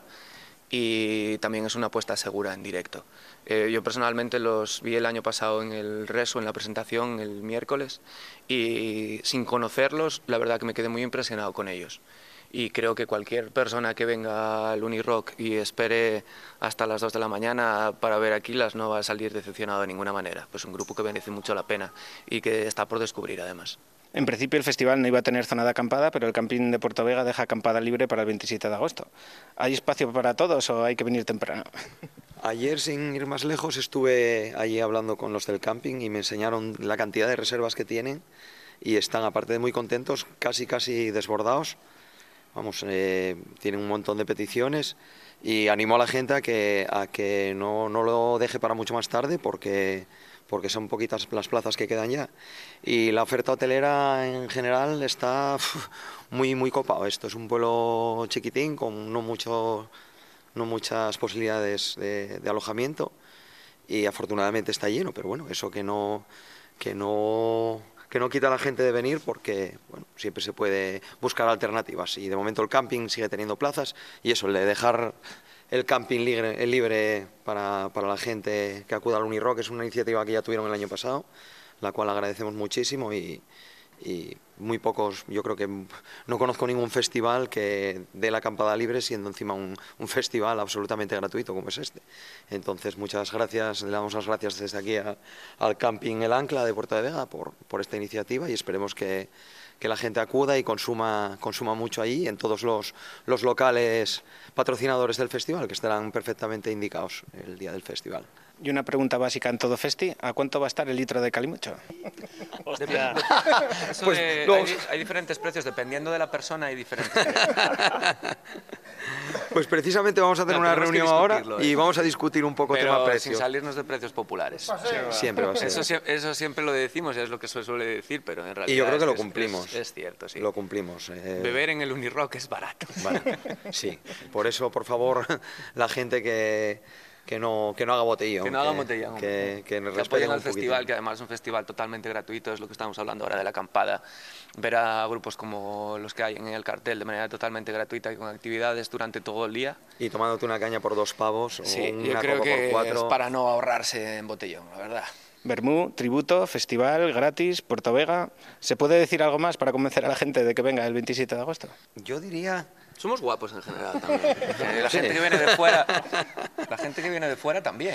y también es una apuesta segura en directo. Eh, yo personalmente los vi el año pasado en el Resu, en la presentación el miércoles, y sin conocerlos la verdad que me quedé muy impresionado con ellos. Y creo que cualquier persona que venga al Unirock y espere hasta las dos de la mañana para ver a Quilas no va a salir decepcionado de ninguna manera. Pues un grupo que merece mucho la pena y que está por descubrir además. En principio el festival no iba a tener zona de acampada, pero el camping de Portovega deja acampada libre para el veintisiete de agosto. ¿Hay espacio para todos o hay que venir temprano? Ayer, sin ir más lejos, estuve allí hablando con los del camping y me enseñaron la cantidad de reservas que tienen, y están, aparte de muy contentos, casi casi desbordados. Vamos, eh, tienen un montón de peticiones, y animo a la gente a que, a que no, no lo deje para mucho más tarde, porque, porque son poquitas las plazas que quedan ya. Y la oferta hotelera en general está uf, muy, muy copado. Esto es un pueblo chiquitín con no, mucho, no muchas posibilidades de, de alojamiento, y afortunadamente está lleno, pero bueno, eso que no... Que no que no quita a la gente de venir, porque bueno, siempre se puede buscar alternativas, y de momento el camping sigue teniendo plazas, y eso, el de dejar el camping libre, libre para, para la gente que acuda al Unirock es una iniciativa que ya tuvieron el año pasado, la cual agradecemos muchísimo, y, y muy pocos, yo creo que no conozco ningún festival que dé la acampada libre siendo encima un, un festival absolutamente gratuito como es este. Entonces, muchas gracias, le damos las gracias desde aquí a, al Camping El Ancla de Portovega por, por esta iniciativa, y esperemos que, que la gente acuda y consuma, consuma mucho allí, en todos los, los locales patrocinadores del festival, que estarán perfectamente indicados el día del festival. Y una pregunta básica en todo festi, ¿a cuánto va a estar el litro de calimocho? Hostia. Eso Pues, de- no. hay, di- hay diferentes precios, dependiendo de la persona hay diferentes precios. Pues precisamente vamos a tener No, una tenemos que reunión ahora discutirlo, y ¿eh? vamos a discutir un poco tema Pero sin precios. salirnos de precios populares. Siempre va a ser. Eso, sie- eso siempre lo decimos y es lo que se suele decir, pero en realidad Y yo creo que es lo es- cumplimos. Es, es cierto, sí. Lo cumplimos. eh, Beber en el Unirock es barato. Vale, sí. Por eso, por favor, la gente que, que, no, que no haga botellón. Que no hagan botellón. Que, que, Que respeten apoyen un al poquitín. festival, que además es un festival totalmente gratuito, es lo que estamos hablando ahora de la acampada. Ver a grupos como los que hay en el cartel de manera totalmente gratuita y con actividades durante todo el día. Y tomándote una caña por dos pavos o Sí, una yo creo copa que por cuatro. es para no ahorrarse en botellón, la verdad. Bermú, tributo, festival, gratis, Puerto Vega. ¿Se puede decir algo más para convencer a la gente de que venga el veintisiete de agosto? Yo diría... Somos guapos en general también. La Sí. gente que viene de fuera, la gente que viene de fuera también.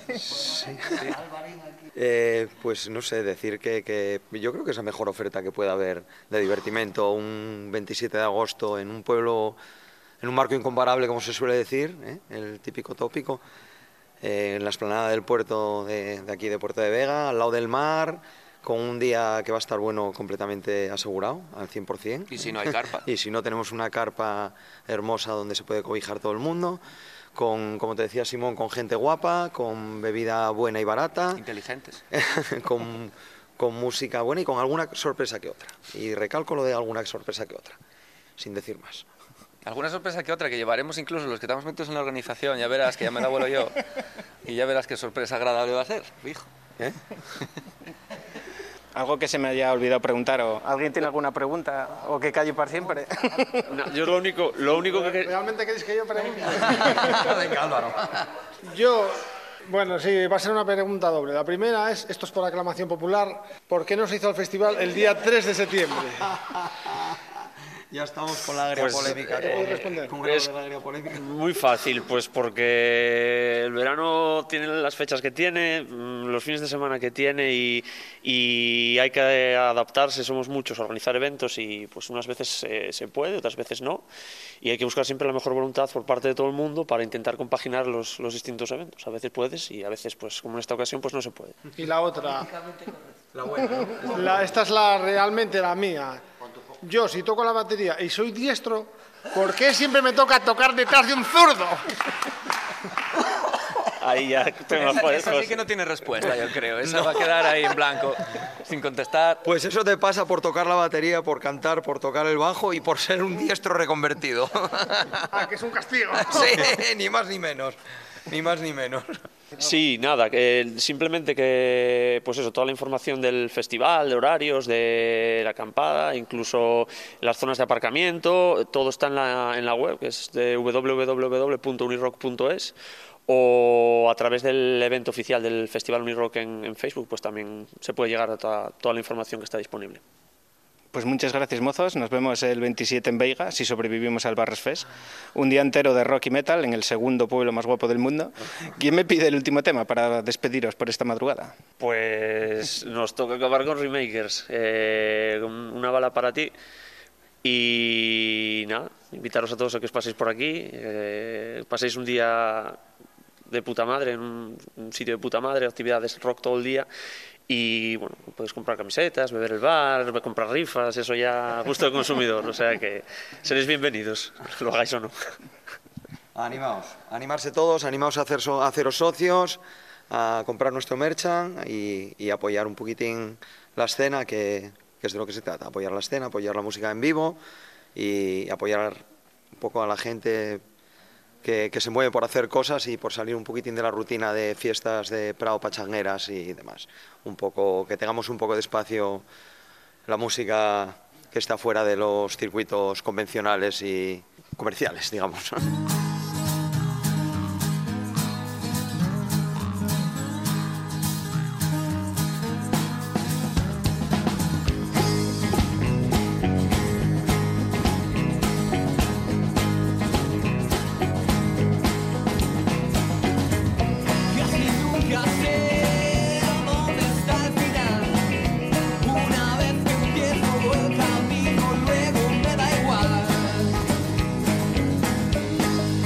Eh, pues no sé, decir que, que yo creo que es la mejor oferta que pueda haber de divertimento un veintisiete de agosto en un pueblo, en un marco incomparable, como se suele decir, ¿eh? El típico tópico, eh, en la explanada del puerto de, de aquí de Puerto de Vega, al lado del mar, con un día que va a estar bueno completamente asegurado, al cien por cien. Y si no hay carpa. Y si no, tenemos una carpa hermosa donde se puede cobijar todo el mundo, con, como te decía Simón, con gente guapa, con bebida buena y barata, Inteligentes. con, con música buena y con alguna sorpresa que otra. Y recalco lo de alguna sorpresa que otra, sin decir más. Alguna sorpresa que otra que llevaremos incluso los que estamos metidos en la organización, ya verás que ya me la vuelo yo. Y ya verás qué sorpresa agradable va a ser, fijo. ¿Eh? Algo que se me haya olvidado preguntar, o ¿alguien tiene alguna pregunta o que calle para siempre? No, yo lo único, lo único que... ¿Realmente queréis que yo pregunte? Venga, Álvaro. Yo, bueno, sí, va a ser una pregunta doble. La primera es, esto es por aclamación popular, ¿por qué no se hizo el festival el día tres de septiembre? Ya estamos con la agria Pues, polémica. ¿Te puedo responder? Con grado Es- de la agria polémica. Muy fácil, pues porque el verano tiene las fechas que tiene, mm, los fines de semana que tiene y, y hay que adaptarse, somos muchos a organizar eventos y pues unas veces eh, se puede, otras veces no, y hay que buscar siempre la mejor voluntad por parte de todo el mundo para intentar compaginar los, los distintos eventos. A veces puedes y a veces, pues como en esta ocasión, pues no se puede. Y la otra, La buena, ¿no? la, esta es la realmente la mía. Yo, si toco la batería y soy diestro, ¿por qué siempre me toca tocar detrás de un zurdo? Ahí ya tengo las Esa, cosas. esa sí que no tiene respuesta, yo creo. Esa va a quedar ahí en blanco, sin contestar. Pues eso te pasa por tocar la batería, por cantar, por tocar el bajo y por ser un diestro reconvertido. Ah, que es un castigo. Sí, ni más ni menos. Ni más ni menos. Sí, nada, que simplemente que, pues eso, toda la información del festival, de horarios, de la acampada, incluso las zonas de aparcamiento, todo está en la, en la web, que es de w w w punto unirock punto es, o a través del evento oficial del Festival Unirock en, en Facebook, pues también se puede llegar a toda, toda la información que está disponible. Pues muchas gracias, mozos. Nos vemos el veintisiete en Veiga, si sobrevivimos al Barres Fest. Un día entero de rock y metal en el segundo pueblo más guapo del mundo. ¿Quién me pide el último tema para despediros por esta madrugada? Pues nos toca acabar con Remakers, eh, una bala para ti. Y nada, invitaros a todos a que os paséis por aquí, eh, paséis un día de puta madre, en un, un sitio de puta madre, actividades rock todo el día. Y bueno, podéis comprar camisetas, beber el bar, comprar rifas, eso ya a gusto del consumidor. O sea que seréis bienvenidos, lo hagáis o no. Animaos, animarse todos, animaos a, hacer so- a haceros socios, a comprar nuestro merchan y, y apoyar un poquitín la escena, que, que es de lo que se trata, apoyar la escena, apoyar la música en vivo y apoyar un poco a la gente que, que se mueve por hacer cosas y por salir un poquitín de la rutina de fiestas de Prado, pachangueras y demás. Un poco, que tengamos un poco de espacio la música que está fuera de los circuitos convencionales y comerciales, digamos. Casi nunca sé dónde está el final. Una vez que empiezo el camino, luego me da igual.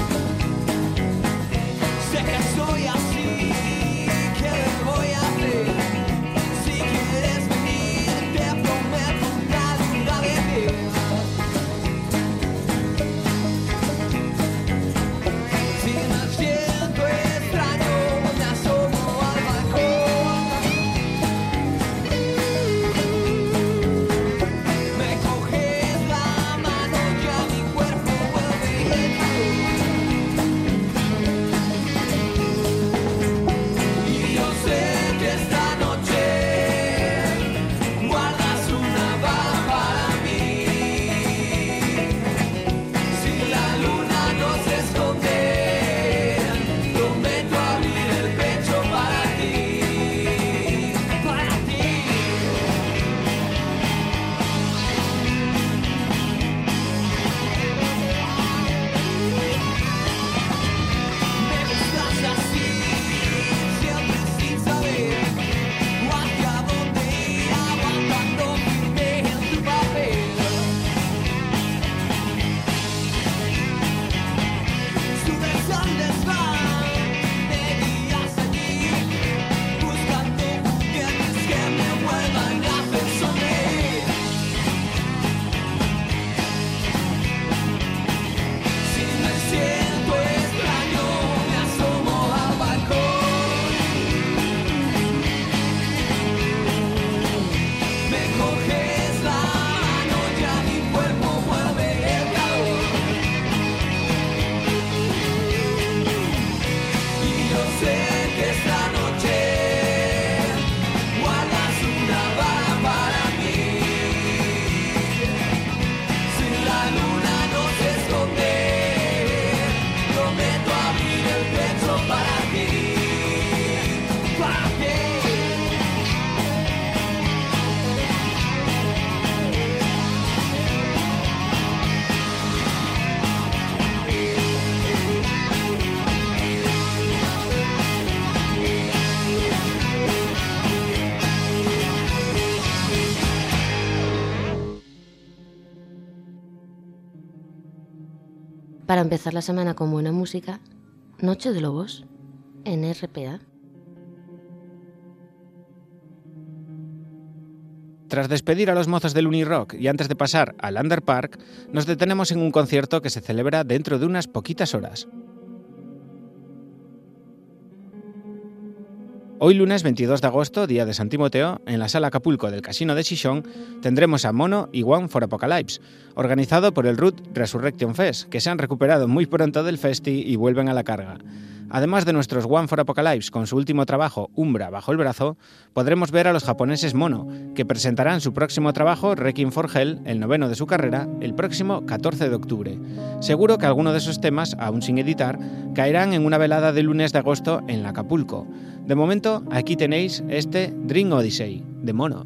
Para empezar la semana con buena música, Noche de Lobos en R P A. Tras despedir a los mozos del Unirock y antes de pasar al Under Park, nos detenemos en un concierto que se celebra dentro de unas poquitas horas. Hoy lunes veintidós de agosto, día de San Timoteo, en la Sala Acapulco del Casino de Xixón, tendremos a Mono y One for Apocalypse, organizado por el Root Resurrection Fest, que se han recuperado muy pronto del festi y vuelven a la carga. Además de nuestros One for Apocalypse con su último trabajo, Umbra, bajo el brazo, podremos ver a los japoneses Mono, que presentarán su próximo trabajo, Requiem for Hell, el noveno de su carrera, el próximo catorce de octubre. Seguro que alguno de esos temas, aún sin editar, caerán en una velada de lunes de agosto en la Acapulco. De momento, aquí tenéis este Dream Odyssey, de Mono.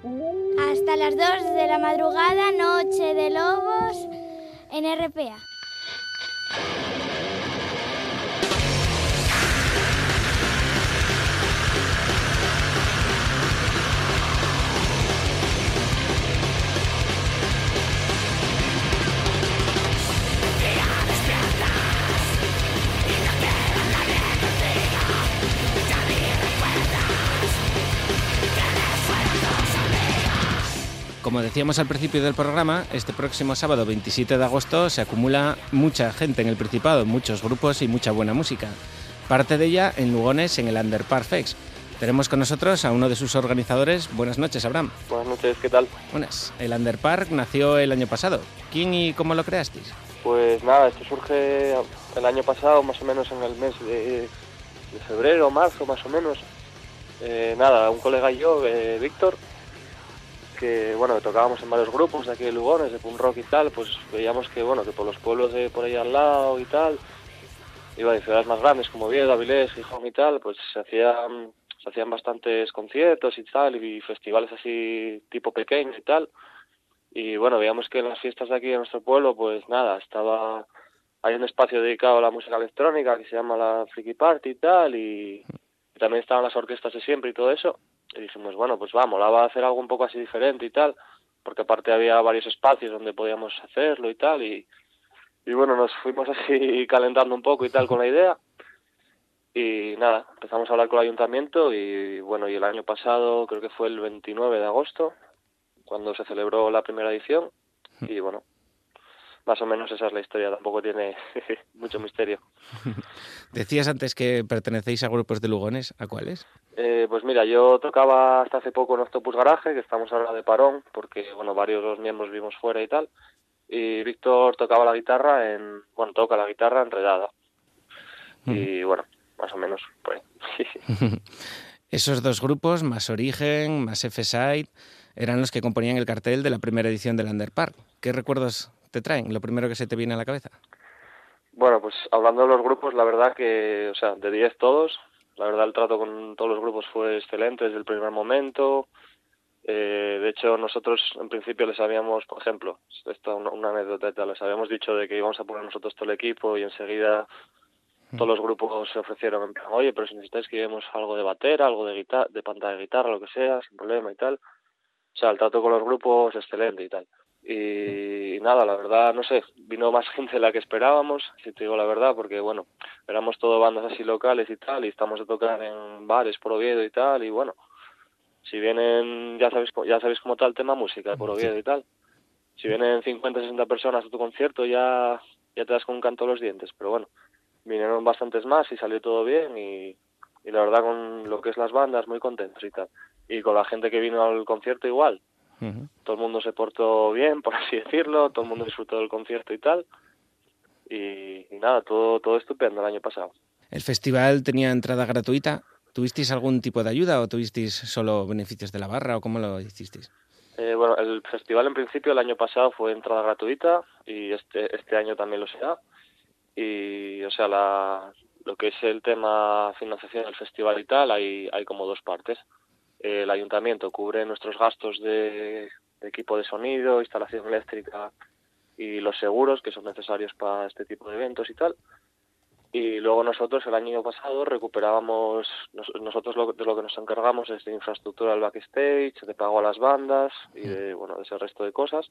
Hasta las dos de la madrugada, Noche de Lobos, en R P A. Como decíamos al principio del programa, este próximo sábado veintisiete de agosto se acumula mucha gente en el Principado, muchos grupos y mucha buena música. Parte de ella en Lugones, en el Underpark Fest. Tenemos con nosotros a uno de sus organizadores. Buenas noches, Abraham. Buenas noches, ¿qué tal? Buenas. El Underpark nació el año pasado. ¿Quién y cómo lo creasteis? Pues nada, esto surge el año pasado, más o menos en el mes de, de febrero, marzo, más o menos. Eh, nada, un colega y yo, eh, Víctor, que bueno, tocábamos en varios grupos de aquí de Lugones, de punk rock y tal, pues veíamos que bueno, que por los pueblos de por ahí al lado y tal, iba de ciudades más grandes como Oviedo, Avilés, Gijón y tal, pues se hacían, se hacían bastantes conciertos y tal, y festivales así tipo pequeños y tal, y bueno, veíamos que en las fiestas de aquí de nuestro pueblo, pues nada, estaba, hay un espacio dedicado a la música electrónica que se llama la Freaky Party y tal, y, y también estaban las orquestas de siempre y todo eso. Y dijimos, bueno, pues va, molaba hacer algo un poco así diferente y tal, porque aparte había varios espacios donde podíamos hacerlo y tal, y, y bueno, nos fuimos así calentando un poco y tal con la idea, y nada, empezamos a hablar con el ayuntamiento, y bueno, y el año pasado, creo que fue el veintinueve de agosto, cuando se celebró la primera edición, y bueno, más o menos esa es la historia, tampoco tiene mucho misterio. Decías antes que pertenecéis a grupos de Lugones, ¿a cuáles? Eh, pues mira, yo tocaba hasta hace poco en Octopus Garage, que estamos ahora de parón, porque bueno, varios de los miembros vivimos fuera y tal, y Víctor tocaba la guitarra en, bueno, toca la guitarra enredada, y bueno, más o menos, pues. Esos dos grupos, más Origen, más F-Side, eran los que componían el cartel de la primera edición del Underpark. ¿Qué recuerdos te traen? Lo primero que se te viene a la cabeza. Bueno, pues hablando de los grupos, la verdad que, o sea, de diez todos, la verdad el trato con todos los grupos fue excelente desde el primer momento. Eh, de hecho, nosotros en principio les habíamos, por ejemplo, esto es una, una anécdota, les habíamos dicho de que íbamos a poner nosotros todo el equipo, y enseguida todos los grupos se ofrecieron en plan, oye, pero si necesitáis que llevemos algo de batera, algo de guitarra, de pantalla de guitarra, lo que sea, sin problema y tal. O sea, el trato con los grupos excelente y tal. Y, y nada, la verdad, no sé, vino más gente de la que esperábamos, si te digo la verdad, porque bueno, éramos todo bandas así locales y tal, y estamos a tocar en bares por Oviedo y tal, y bueno, si vienen, ya sabéis, ya sabéis cómo está el tema música por Oviedo y tal, si vienen cincuenta, sesenta personas a tu concierto ya, ya te das con un canto a los dientes, pero bueno, vinieron bastantes más y salió todo bien, y, y la verdad con lo que es las bandas muy contentos y tal, y con la gente que vino al concierto igual. Uh-huh. Todo el mundo se portó bien, por así decirlo, todo el mundo disfrutó del concierto y tal, y, y nada, todo, todo estupendo el año pasado. ¿El festival tenía entrada gratuita? ¿Tuvisteis algún tipo de ayuda o tuvisteis solo beneficios de la barra o cómo lo hicisteis? Eh, bueno, el festival en principio el año pasado fue entrada gratuita y este, este año también lo será, y o sea, la, lo que es el tema financiación del festival y tal, hay, hay como dos partes. El ayuntamiento cubre nuestros gastos de, de equipo de sonido, instalación eléctrica y los seguros que son necesarios para este tipo de eventos y tal. Y luego nosotros el año pasado recuperábamos, nosotros lo, de lo que nos encargamos es de infraestructura del backstage, de pago a las bandas y de, bueno, de ese resto de cosas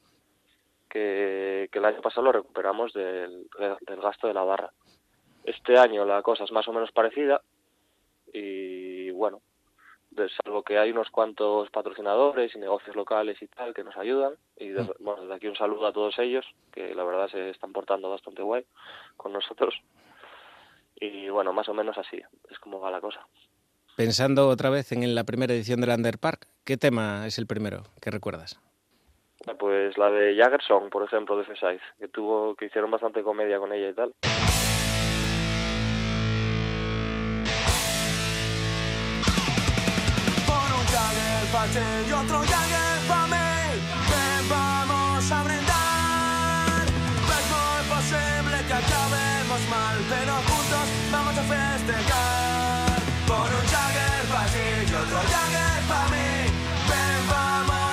que, que el año pasado lo recuperamos del, del gasto de la barra. Este año la cosa es más o menos parecida y bueno, de, salvo que hay unos cuantos patrocinadores y negocios locales y tal que nos ayudan, y de, bueno, desde aquí un saludo a todos ellos, que la verdad se están portando bastante guay con nosotros, y bueno, más o menos así es como va la cosa. Pensando otra vez en la primera edición del Underpark, ¿qué tema es el primero que recuerdas? Pues la de Jagger Song, por ejemplo, de F-Side, que tuvo, que hicieron bastante comedia con ella y tal. Y otro Jagger pa' mí, ven, vamos a brindar. Es muy posible que acabemos mal, pero juntos vamos a festejar. Por un Jagger pa' ti y otro Jagger pa' mí, ven, vamos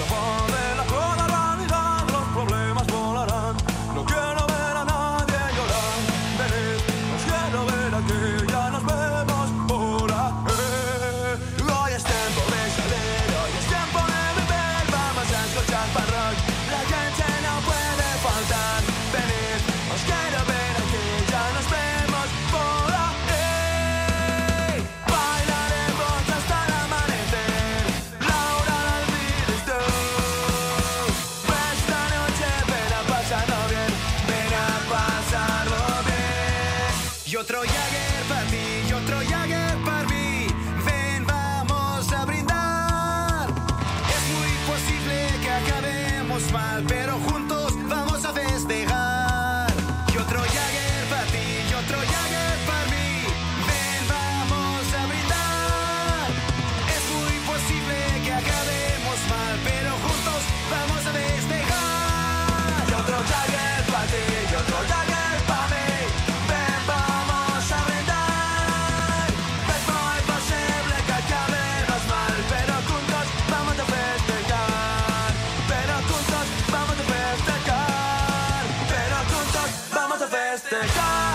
escapar de la cruda realidad, los problemas volarán. No quiero ver a nadie llorar. Venid, os quiero ver aquí, ya nos vemos por ahí. Hoy es tiempo de salir, hoy es tiempo de beber, vamos a escuchar punk rock, la gente no puede faltar. Venid, os quiero ver aquí, ya nos vemos por ahí. Bailaremos hasta el amanecer, Laura la olvides tú. Esta noche ven a pasarlo bien, ven a pasarlo bien. Y otro Jagger para ti, y otro Jagger para mí. Ven, vamos a brindar. Es muy posible que acabemos mal, pero juntos vamos a festejar. Y otro Jagger para ti, y otro Jagger para mí. Ven, vamos a brindar. Es muy posible que acabemos mal, pero juntos vamos a festejar. Y otro Jagger para ti, y otro Jagger para mí. Ven, vamos a brindar. Es muy posible que acabemos mal, pero juntos vamos a festejar. Pero juntos vamos a festejar. Pero juntos vamos a festejar.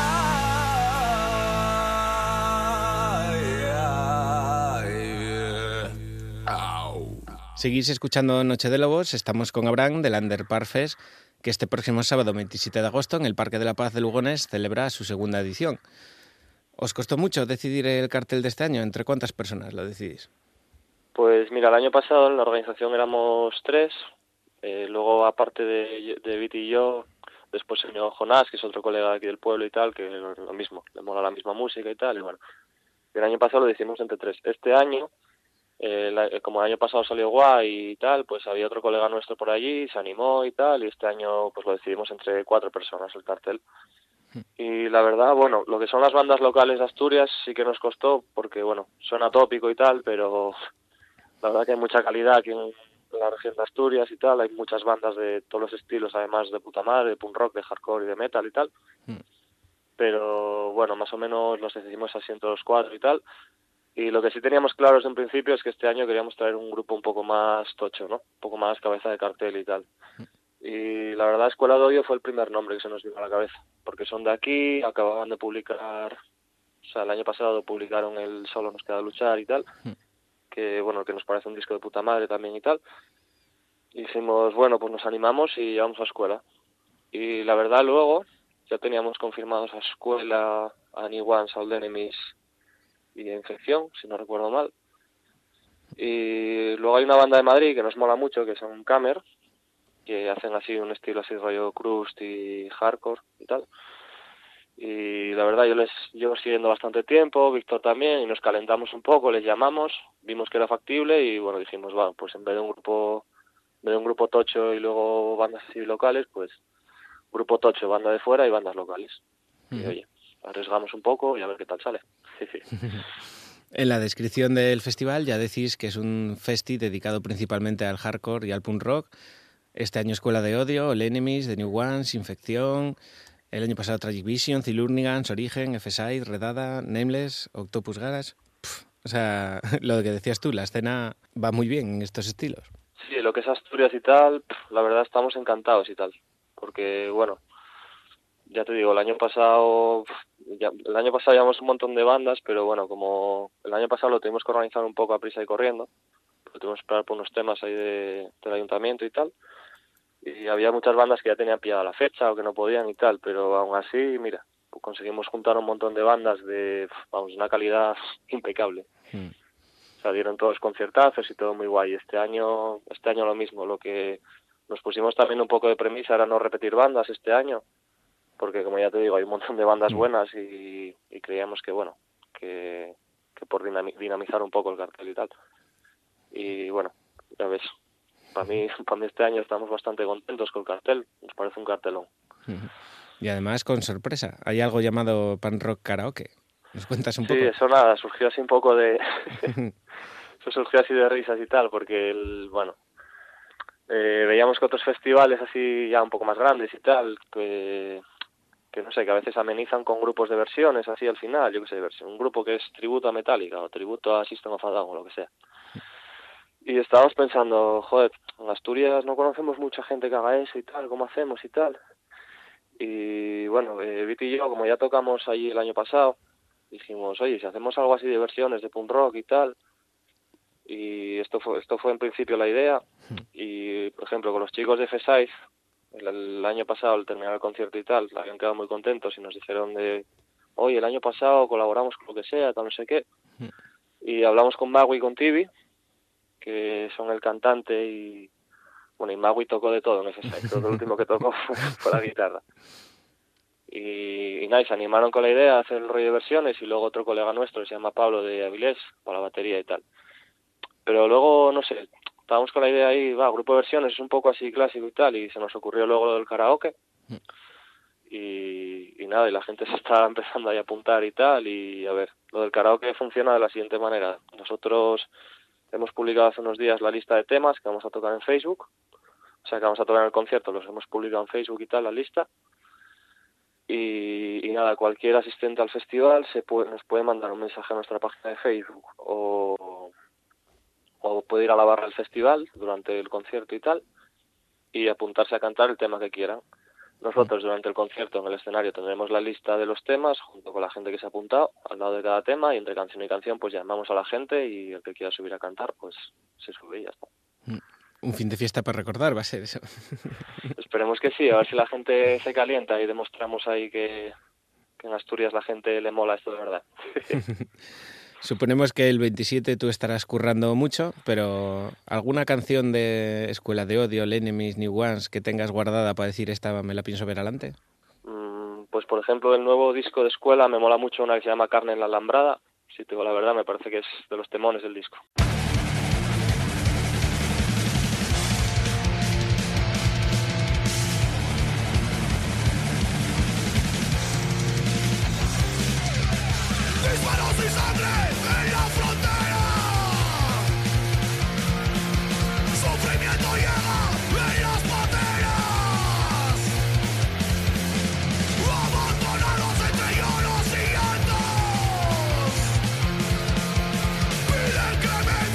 Au. Seguís escuchando Noche de Lobos, estamos con Abraham del Under Parfest, que este próximo sábado veintisiete de agosto en el Parque de la Paz de Lugones celebra su segunda edición. ¿Os costó mucho decidir el cartel de este año? ¿Entre cuántas personas lo decidís? Pues mira, el año pasado en la organización éramos tres, eh, luego aparte de, de Viti y yo, después se unió Jonás, que es otro colega aquí del pueblo y tal, que lo, lo mismo, le mola la misma música y tal, y bueno, el año pasado lo decidimos entre tres. Este año, eh, la, como el año pasado salió guay y tal, pues había otro colega nuestro por allí, se animó y tal, y este año pues lo decidimos entre cuatro personas el cartel. Y la verdad, bueno, lo que son las bandas locales de Asturias sí que nos costó, porque bueno, suena tópico y tal, pero la verdad que hay mucha calidad aquí en la región de Asturias y tal, hay muchas bandas de todos los estilos, además de puta madre, de punk rock, de hardcore y de metal y tal, pero bueno, más o menos nos decidimos así entre los cuatro y tal, y lo que sí teníamos claro desde un principio es que este año queríamos traer un grupo un poco más tocho, ¿no? Un poco más cabeza de cartel y tal. Y la verdad, Escuela de Odio fue el primer nombre que se nos vino a la cabeza, porque son de aquí, acababan de publicar, o sea, el año pasado publicaron el Solo nos queda luchar y tal, que bueno, que nos parece un disco de puta madre también y tal. Y dijimos, bueno, pues nos animamos y llevamos a Escuela. Y la verdad, luego ya teníamos confirmados a Escuela, a Anyone, Soul Enemies y a Infección, si no recuerdo mal. Y luego hay una banda de Madrid que nos mola mucho, que son Camer, que hacen así un estilo así rollo crust y hardcore y tal. Y la verdad yo les llevo siguiendo bastante tiempo, Víctor también, y nos calentamos un poco, les llamamos, vimos que era factible y bueno, dijimos, bueno, pues en vez de un grupo en vez de un grupo tocho y luego bandas así locales, pues grupo tocho, banda de fuera y bandas locales. Y oye, arriesgamos un poco y a ver qué tal sale. En la descripción del festival ya decís que es un festi dedicado principalmente al hardcore y al punk rock. Este año Escuela de Odio, All Enemies, The New Ones, Infección, el año pasado Tragic Vision, Zilurnigans, Origen, F S I, Redada, Nameless, Octopus Garage. Pff, o sea, lo que decías tú, la escena va muy bien en estos estilos. Sí, lo que es Asturias y tal, pff, la verdad estamos encantados y tal, porque bueno, ya te digo, el año pasado, ya, el año pasado llevamos un montón de bandas, pero bueno, como el año pasado lo tuvimos que organizar un poco a prisa y corriendo, porque tuvimos que esperar por unos temas ahí de, del ayuntamiento y tal, y había muchas bandas que ya tenían pillada la fecha o que no podían y tal, pero aún así, mira, pues conseguimos juntar un montón de bandas de, vamos, una calidad impecable. Mm. O sea, dieron todos conciertazos y todo muy guay. Este año, este año lo mismo, lo que nos pusimos también un poco de premisa era no repetir bandas este año, porque como ya te digo, hay un montón de bandas buenas y, y creíamos que, bueno, que, que por dinamizar un poco el cartel y tal. Y bueno, ya ves, para mí, para mí este año estamos bastante contentos con el cartel, nos parece un cartelón. Y además con sorpresa, hay algo llamado Punk Rock Karaoke. ¿Nos cuentas un sí, poco? Sí, eso nada, surgió así un poco de... eso surgió así de risas y tal, porque, el, bueno, eh, veíamos que otros festivales así ya un poco más grandes y tal, que, que no sé, que a veces amenizan con grupos de versiones así al final, yo qué sé, versión, un grupo que es tributo a Metallica o tributo a System of a Down o lo que sea. Y estábamos pensando, joder, en Asturias no conocemos mucha gente que haga eso y tal, ¿cómo hacemos y tal? Y bueno, eh, Viti y yo, como ya tocamos allí el año pasado, dijimos, oye, si hacemos algo así de versiones de punk rock y tal, y esto fue esto fue en principio la idea, y por ejemplo con los chicos de F-Size, el, el año pasado al terminar el concierto y tal, habían quedado muy contentos y nos dijeron de, oye, el año pasado colaboramos con lo que sea, tal no sé qué, y hablamos con Magui y con Tibi, que son el cantante y... Bueno, y Magui tocó de todo en ese set, creo que lo último que tocó fue, fue la guitarra. Y, y nada, y se animaron con la idea de hacer el rollo de versiones, y luego otro colega nuestro, se llama Pablo de Avilés, para la batería y tal. Pero luego, no sé, estábamos con la idea ahí, va, grupo de versiones es un poco así clásico y tal, y se nos ocurrió luego lo del karaoke. Y, y nada, y la gente se está empezando ahí a apuntar y tal, y a ver, lo del karaoke funciona de la siguiente manera. Nosotros hemos publicado hace unos días la lista de temas que vamos a tocar en Facebook. O sea, que vamos a tocar en el concierto, los hemos publicado en Facebook y tal, la lista. Y, y nada, cualquier asistente al festival se puede, nos puede mandar un mensaje a nuestra página de Facebook o, o puede ir a la barra del festival durante el concierto y tal y apuntarse a cantar el tema que quieran. Nosotros durante el concierto en el escenario tendremos la lista de los temas junto con la gente que se ha apuntado al lado de cada tema, y entre canción y canción pues llamamos a la gente y el que quiera subir a cantar pues se sube y ya está. Un fin de fiesta para recordar va a ser eso. Esperemos que sí, a ver si la gente se calienta y demostramos ahí que, que en Asturias la gente le mola esto de verdad. Suponemos que el veintisiete tú estarás currando mucho, pero ¿alguna canción de Escuela de Odio, El Enemies, New Ones que tengas guardada para decir esta me la pienso ver adelante? Mm, pues por ejemplo el nuevo disco de Escuela me mola mucho una que se llama Carne en la Alambrada. Si te digo la verdad, me parece que es de los temones del disco. Disparos y sangre en la frontera. Sufrimiento llega en las pateras. Abandonados entre lloros y llantos. Piden que me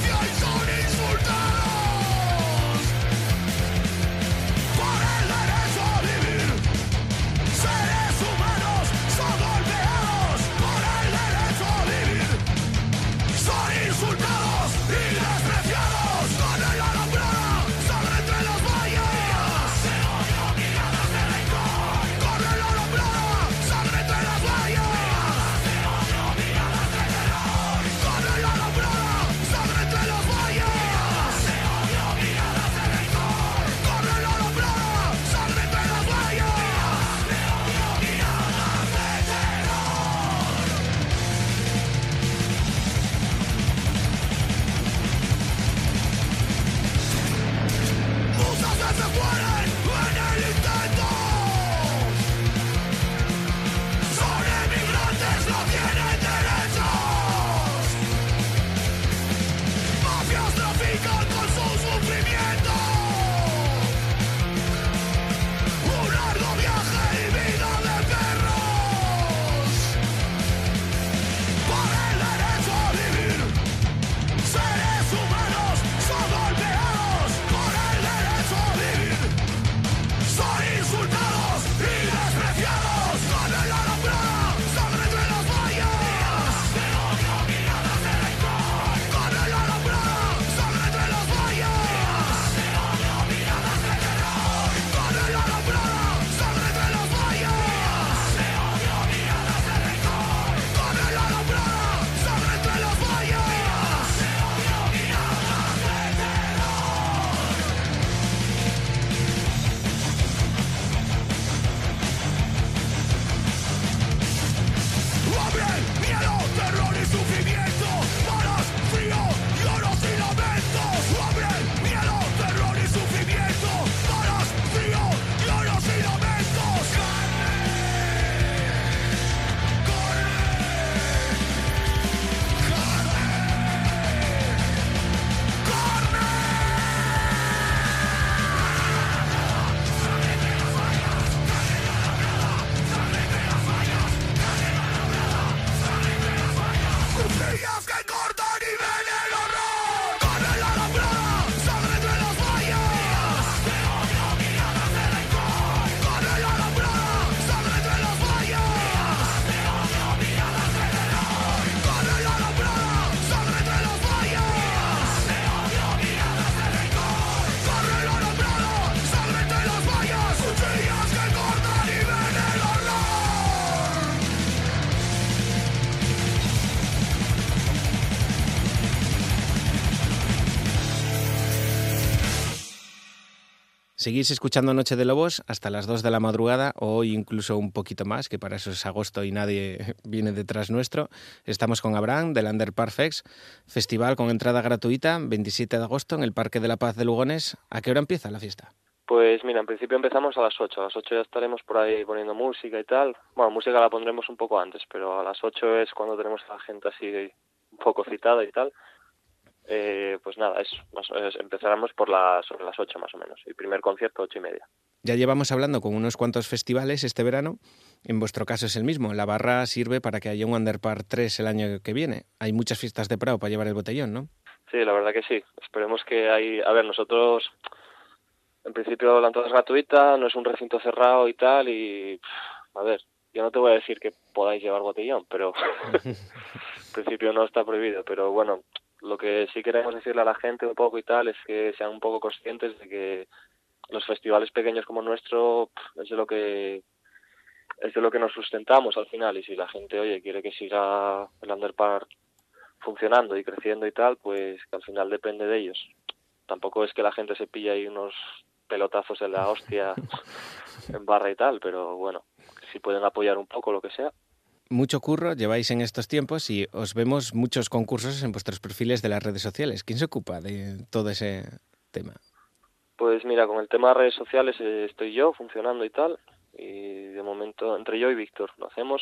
Seguís escuchando Noche de Lobos hasta las dos de la madrugada, o hoy incluso un poquito más, que para eso es agosto y nadie viene detrás nuestro. Estamos con Abraham, del Under Parfex, festival con entrada gratuita, veintisiete de agosto, en el Parque de la Paz de Lugones. ¿A qué hora empieza la fiesta? Pues mira, en principio empezamos a las ocho. A las ocho ya estaremos por ahí poniendo música y tal. Bueno, música la pondremos un poco antes, pero a las ocho es cuando tenemos a la gente así un poco citada y tal. Eh, pues nada, es, es empezaremos por las, sobre las ocho más o menos. Y primer concierto, ocho y media. Ya llevamos hablando con unos cuantos festivales este verano. En vuestro caso es el mismo. La barra sirve para que haya un Underpar tres el año que viene. Hay muchas fiestas de Prado para llevar el botellón, ¿no? Sí, la verdad que sí. Esperemos que hay... A ver, nosotros... En principio la entrada es gratuita, no es un recinto cerrado y tal. Y... A ver, yo no te voy a decir que podáis llevar botellón, pero... en principio no está prohibido, pero bueno... Lo que sí queremos decirle a la gente un poco y tal es que sean un poco conscientes de que los festivales pequeños como el nuestro es de lo que es de lo que nos sustentamos al final, y si la gente, oye, quiere que siga el Underpar funcionando y creciendo y tal, pues que al final depende de ellos. Tampoco es que la gente se pille ahí unos pelotazos en la hostia en barra y tal, pero bueno, si pueden apoyar un poco lo que sea. Mucho curro lleváis en estos tiempos y os vemos muchos concursos en vuestros perfiles de las redes sociales. ¿Quién se ocupa de todo ese tema? Pues mira, con el tema de redes sociales eh, estoy yo funcionando y tal, y de momento entre yo y Víctor lo hacemos.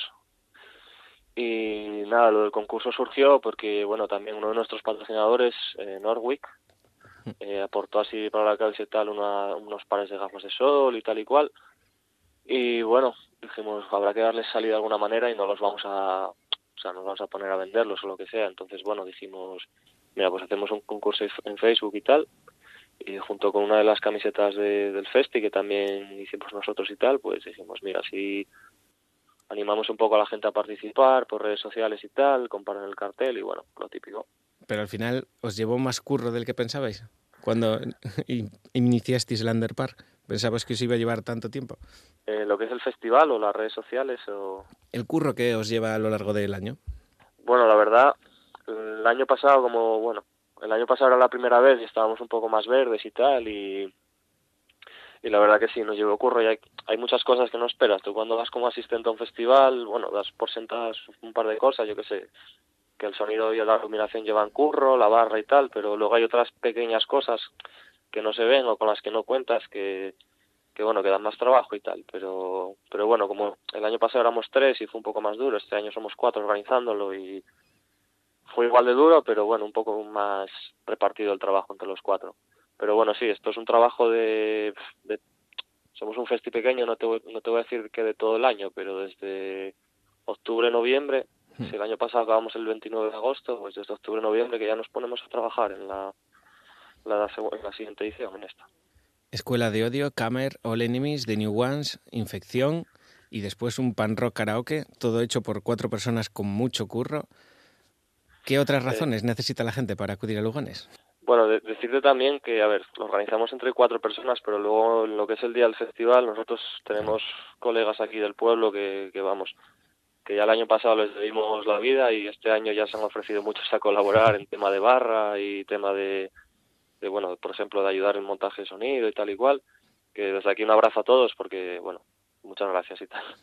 Y nada, lo del concurso surgió porque, bueno, también uno de nuestros patrocinadores, eh, Norwick, eh, aportó así para la causa y tal una, unos pares de gafas de sol y tal y cual. Y bueno, dijimos, habrá que darles salida de alguna manera y no los vamos a, o sea, nos vamos a poner a venderlos o lo que sea. Entonces, bueno, dijimos, mira, pues hacemos un concurso en Facebook y tal, y junto con una de las camisetas de, del festi que también hicimos nosotros y tal, pues dijimos, mira, si animamos un poco a la gente a participar por redes sociales y tal, comparan el cartel y bueno, lo típico. Pero al final, ¿os llevó más curro del que pensabais cuando iniciasteis el Underpar? ¿Pensabas que os iba a llevar tanto tiempo? Eh, ¿Lo que es el festival o las redes sociales? O... ¿El curro que os lleva a lo largo del año? Bueno, la verdad, el año pasado, como, bueno, el año pasado era la primera vez y estábamos un poco más verdes y tal, y, y la verdad que sí, nos llevó curro y hay, hay muchas cosas que no esperas. Tú cuando vas como asistente a un festival, bueno, das por sentadas un par de cosas, yo qué sé, que el sonido y la iluminación llevan curro, la barra y tal, pero luego hay otras pequeñas cosas que no se ven o con las que no cuentas que, que bueno, que dan más trabajo y tal, pero pero bueno, como el año pasado éramos tres y fue un poco más duro, este año somos cuatro organizándolo y fue igual de duro, pero bueno, un poco más repartido el trabajo entre los cuatro. Pero bueno, sí, esto es un trabajo de... de somos un festi pequeño, no te, voy, no te voy a decir que de todo el año, pero desde octubre, noviembre, hmm. si el año pasado acabamos el veintinueve de agosto, pues desde octubre, noviembre que ya nos ponemos a trabajar en la... La, la siguiente edición en esta. Escuela de Odio, Camer, All Enemies, The New Ones, Infección y después un pan rock karaoke, todo hecho por cuatro personas con mucho curro. ¿Qué otras razones eh, necesita la gente para acudir a Lugones? Bueno, de, decirte también que, a ver, lo organizamos entre cuatro personas, pero luego en lo que es el día del festival, nosotros tenemos colegas aquí del pueblo que, que vamos, que ya el año pasado les dimos la vida y este año ya se han ofrecido muchos a colaborar en tema de barra y tema de... de bueno, por ejemplo, de ayudar en montaje de sonido y tal y cual, que desde aquí un abrazo a todos porque, bueno, muchas gracias y tal.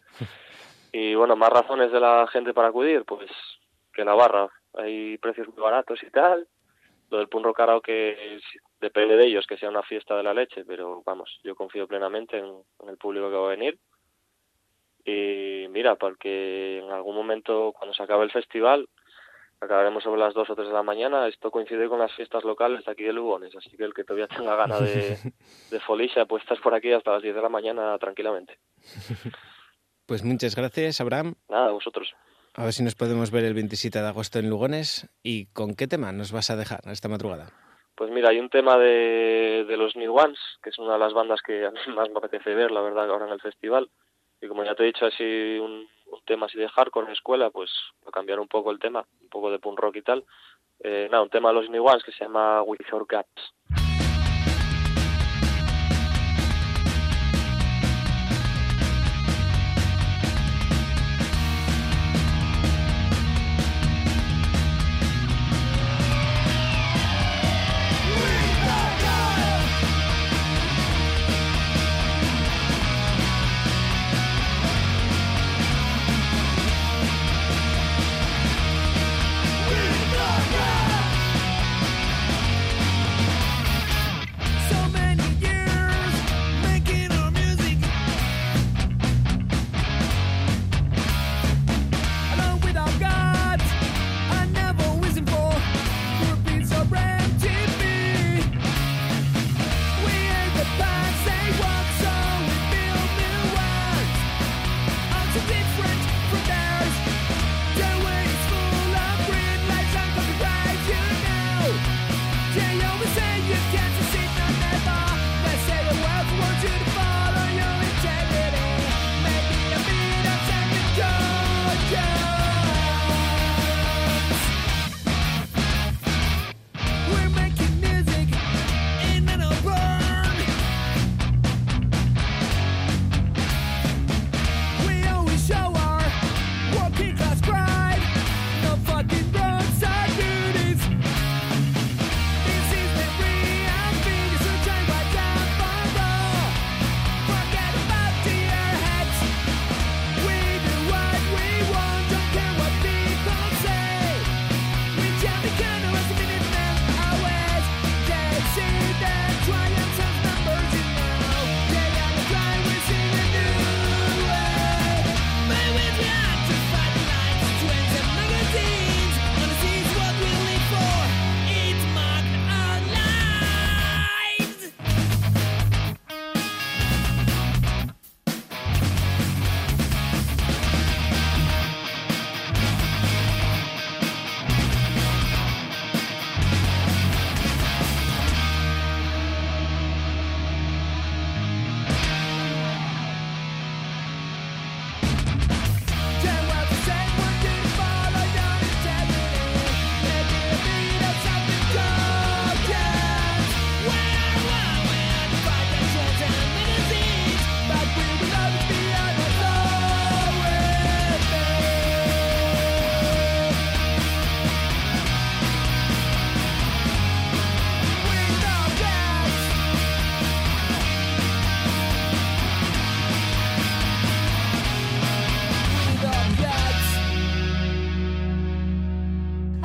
Y bueno, más razones de la gente para acudir, pues que la barra hay precios muy baratos y tal, lo del punk rock karaoke depende de ellos, que sea una fiesta de la leche, pero vamos, yo confío plenamente en, en el público que va a venir. Y mira, porque en algún momento cuando se acabe el festival, acabaremos sobre las dos o tres de la mañana. Esto coincide con las fiestas locales de aquí de Lugones, así que el que todavía tenga ganas de, de folicia, pues estás por aquí hasta las diez de la mañana tranquilamente. Pues muchas gracias, Abraham. Nada, a vosotros. A ver si nos podemos ver el veintisiete de agosto en Lugones. ¿Y con qué tema nos vas a dejar esta madrugada? Pues mira, hay un tema de, de los New Ones, que es una de las bandas que a mí más me apetece ver, la verdad, ahora en el festival. Y como ya te he dicho, así un... un tema así de hardcore en escuela, pues a cambiar un poco el tema, un poco de punk rock y tal. Eh, nada, un tema de los New Ones que se llama With Your Guts.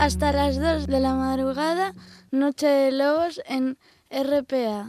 hasta las dos de la madrugada, Noche de Lobos en R P A.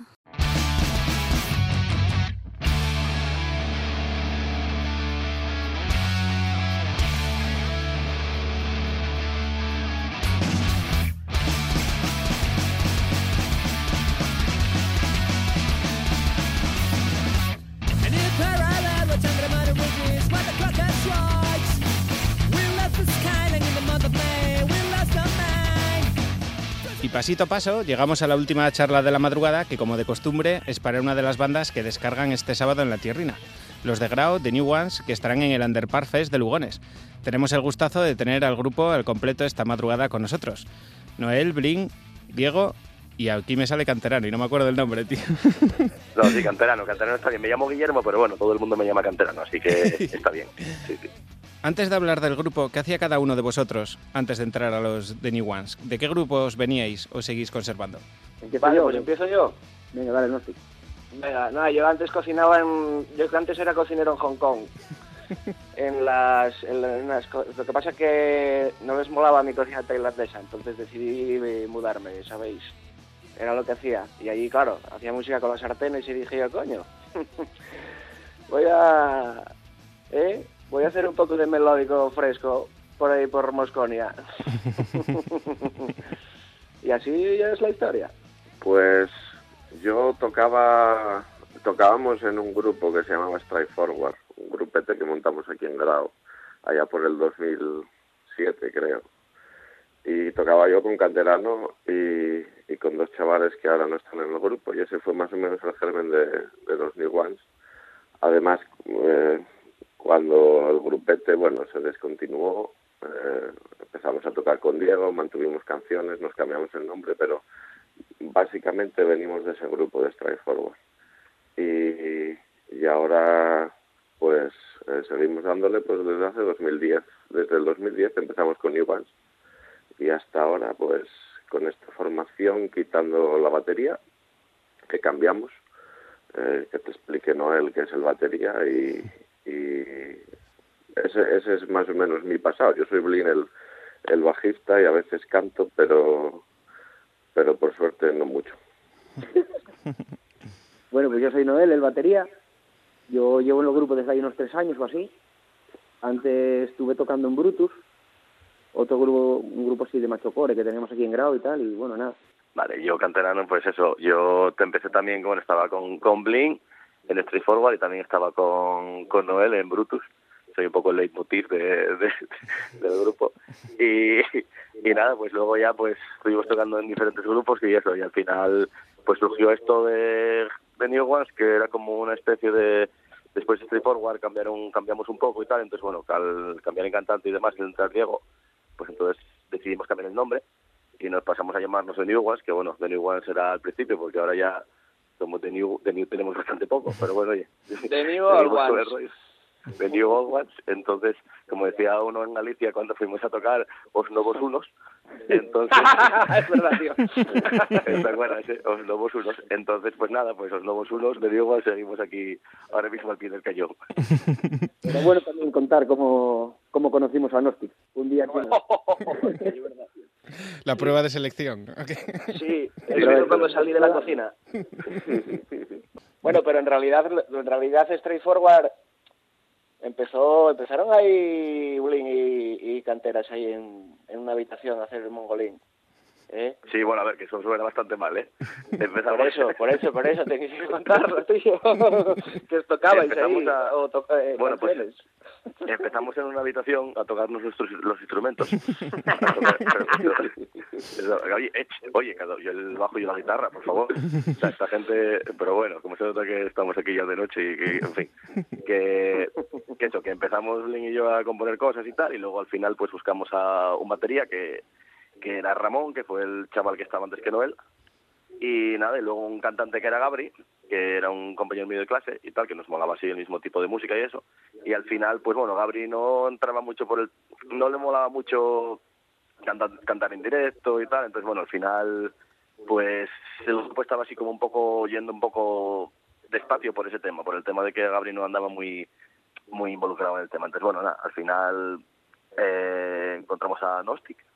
Y pasito a paso llegamos a la última charla de la madrugada, que como de costumbre es para una de las bandas que descargan este sábado en la tierrina, los de Grau, The New Ones, que estarán en el Underpark Fest de Lugones. Tenemos el gustazo de tener al grupo al completo esta madrugada con nosotros. Noel, Blin, Diego y aquí me sale Canterano y no me acuerdo el nombre, tío. No, sí, Canterano, Canterano está bien. Me llamo Guillermo, pero bueno, todo el mundo me llama Canterano, así que está bien. Sí, sí. Antes de hablar del grupo, ¿qué hacía cada uno de vosotros antes de entrar a los The New Ones? ¿De qué grupos veníais o seguís conservando? Vale, pues empiezo yo. Venga, dale, no sé. Venga, nada, yo antes cocinaba en... Yo antes era cocinero en Hong Kong. en, las, en, la, en las... Lo que pasa es que no les molaba mi cocina tailandesa, entonces decidí mudarme, ¿sabéis? Era lo que hacía. Y allí, claro, hacía música con las sartenes y dije yo, coño, voy a... ¿Eh? Voy a hacer un poco de melódico fresco por ahí por Mosconia. Y así ya es la historia. Pues yo tocaba, tocábamos en un grupo que se llamaba Strike Forward, un grupete que montamos aquí en Grau, allá por el dos mil siete creo. Y tocaba yo con Canterano y, y con dos chavales que ahora no están en el grupo, y ese fue más o menos el germen de, de los New Ones. Además, eh, cuando el grupete, bueno, se descontinuó, eh, empezamos a tocar con Diego, mantuvimos canciones, nos cambiamos el nombre, pero básicamente venimos de ese grupo de Strike Forward. Y, y ahora, pues, eh, seguimos dándole pues desde hace dos mil diez. Desde el dos mil diez empezamos con New Ones y hasta ahora, pues, con esta formación, quitando la batería, que cambiamos, eh, que te explique Noel que es el batería y... y ese, ese es más o menos mi pasado. Yo soy Blin, el, el bajista, y a veces canto, pero pero por suerte no mucho. Bueno, pues yo soy Noel, el batería. Yo llevo en los grupos desde hace unos tres años o así. Antes estuve tocando en Brutus, otro grupo, un grupo así de machocore que tenemos aquí en Grau y tal, y bueno, nada. Vale, yo Canterano, pues eso, yo te empecé también, bueno, estaba con, con Blin en Street Forward y también estaba con, con Noel en Brutus. Soy un poco el leitmotiv de, de, de, del grupo. Y, y nada, pues luego ya pues estuvimos tocando en diferentes grupos y eso, y al final pues surgió esto de, de New Ones, que era como una especie de... Después de Street Forward cambiaron, cambiamos un poco y tal, entonces bueno, al cambiar en cantante y demás, y entrar Diego, pues entonces decidimos cambiar el nombre y nos pasamos a llamarnos The New Ones, que bueno, The New Ones era al principio, porque ahora ya somos The New, The New tenemos bastante poco, pero bueno, oye. The New Ones. The New Ones, entonces, como decía uno en Galicia cuando fuimos a tocar, Os Novos Unos, entonces... es verdad, tío. ¿Te acuerdas, eh? Os Novos Unos. Entonces, pues nada, pues Os Novos Unos, The New Ones, seguimos aquí ahora mismo al pie del cañón. Pero bueno también contar cómo, cómo conocimos a Gnostic. Un día aquí... La prueba de selección. Okay. Sí, el cuando salí de la cocina. Bueno, pero en realidad, en realidad Straight Forward empezó, empezaron ahí Blin y, y Canteras ahí en, en una habitación a hacer el mongolín. ¿Eh? Sí, bueno, a ver, que eso suena bastante mal, ¿eh? Empezamos... Por eso, por eso, por eso, tenéis que contarlo, tío. Que os tocabais ahí, a... o to... eh, bueno, canciones. Pues empezamos en una habitación a tocarnos nuestros, los instrumentos. Oye, eh, oye, yo el bajo y la guitarra, por favor. O sea, esta gente... Pero bueno, como se nota que estamos aquí ya de noche y que, en fin, que, que eso, que empezamos Blin y yo a componer cosas y tal, y luego al final pues buscamos a un batería que... que era Ramón, que fue el chaval que estaba antes que Noel, y nada, y luego un cantante que era Gabri, que era un compañero mío de clase y tal, que nos molaba así el mismo tipo de música y eso, y al final, pues bueno, Gabri no entraba mucho por el... no le molaba mucho cantar, cantar en directo y tal, entonces bueno, al final, pues el grupo estaba así como un poco, yendo un poco despacio por ese tema, por el tema de que Gabri no andaba muy, muy involucrado en el tema, entonces bueno, nada, al final... Eh, encontramos a Gnostic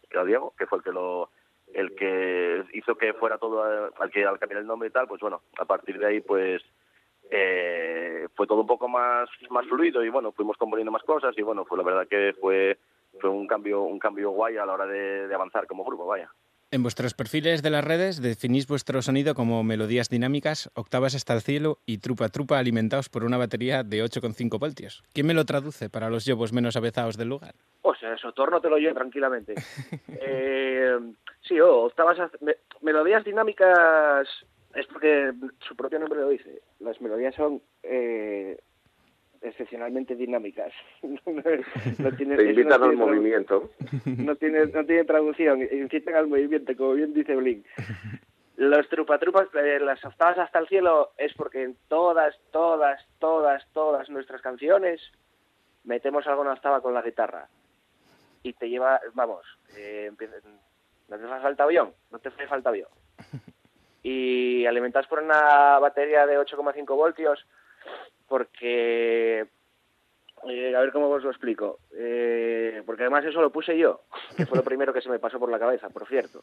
que a Diego, que fue el que lo el que hizo que fuera todo a- al que al cambiar el nombre y tal, pues bueno, a partir de ahí pues eh, fue todo un poco más más fluido y bueno, fuimos componiendo más cosas y bueno, pues la verdad que fue fue un cambio un cambio guay a la hora de, de avanzar como grupo, vaya. En vuestros perfiles de las redes definís vuestro sonido como melodías dinámicas, octavas hasta el cielo y trupa trupa alimentados por una batería de ocho coma cinco voltios. ¿Quién me lo traduce para los yobos menos avezados del lugar? O sea, eso torno te lo yo tranquilamente. eh, sí, o octavas, hasta- me- melodías dinámicas es porque su propio nombre lo dice. Las melodías son eh, excepcionalmente dinámicas. no tiene, Te eso invitan no al tiene tradu- movimiento. No tiene, no tiene traducción, incitan al movimiento, como bien dice Blink. Los trupatrupas, eh, las octavas hasta el cielo, es porque en todas, todas, todas, todas nuestras canciones metemos alguna octava con la guitarra. Y te lleva, vamos, eh, empieza- no te hace falta avión, no te hace falta avión. Y alimentados por una batería de ocho coma cinco voltios, porque, eh, a ver cómo os lo explico, eh, porque además eso lo puse yo, que fue lo primero que se me pasó por la cabeza, por cierto.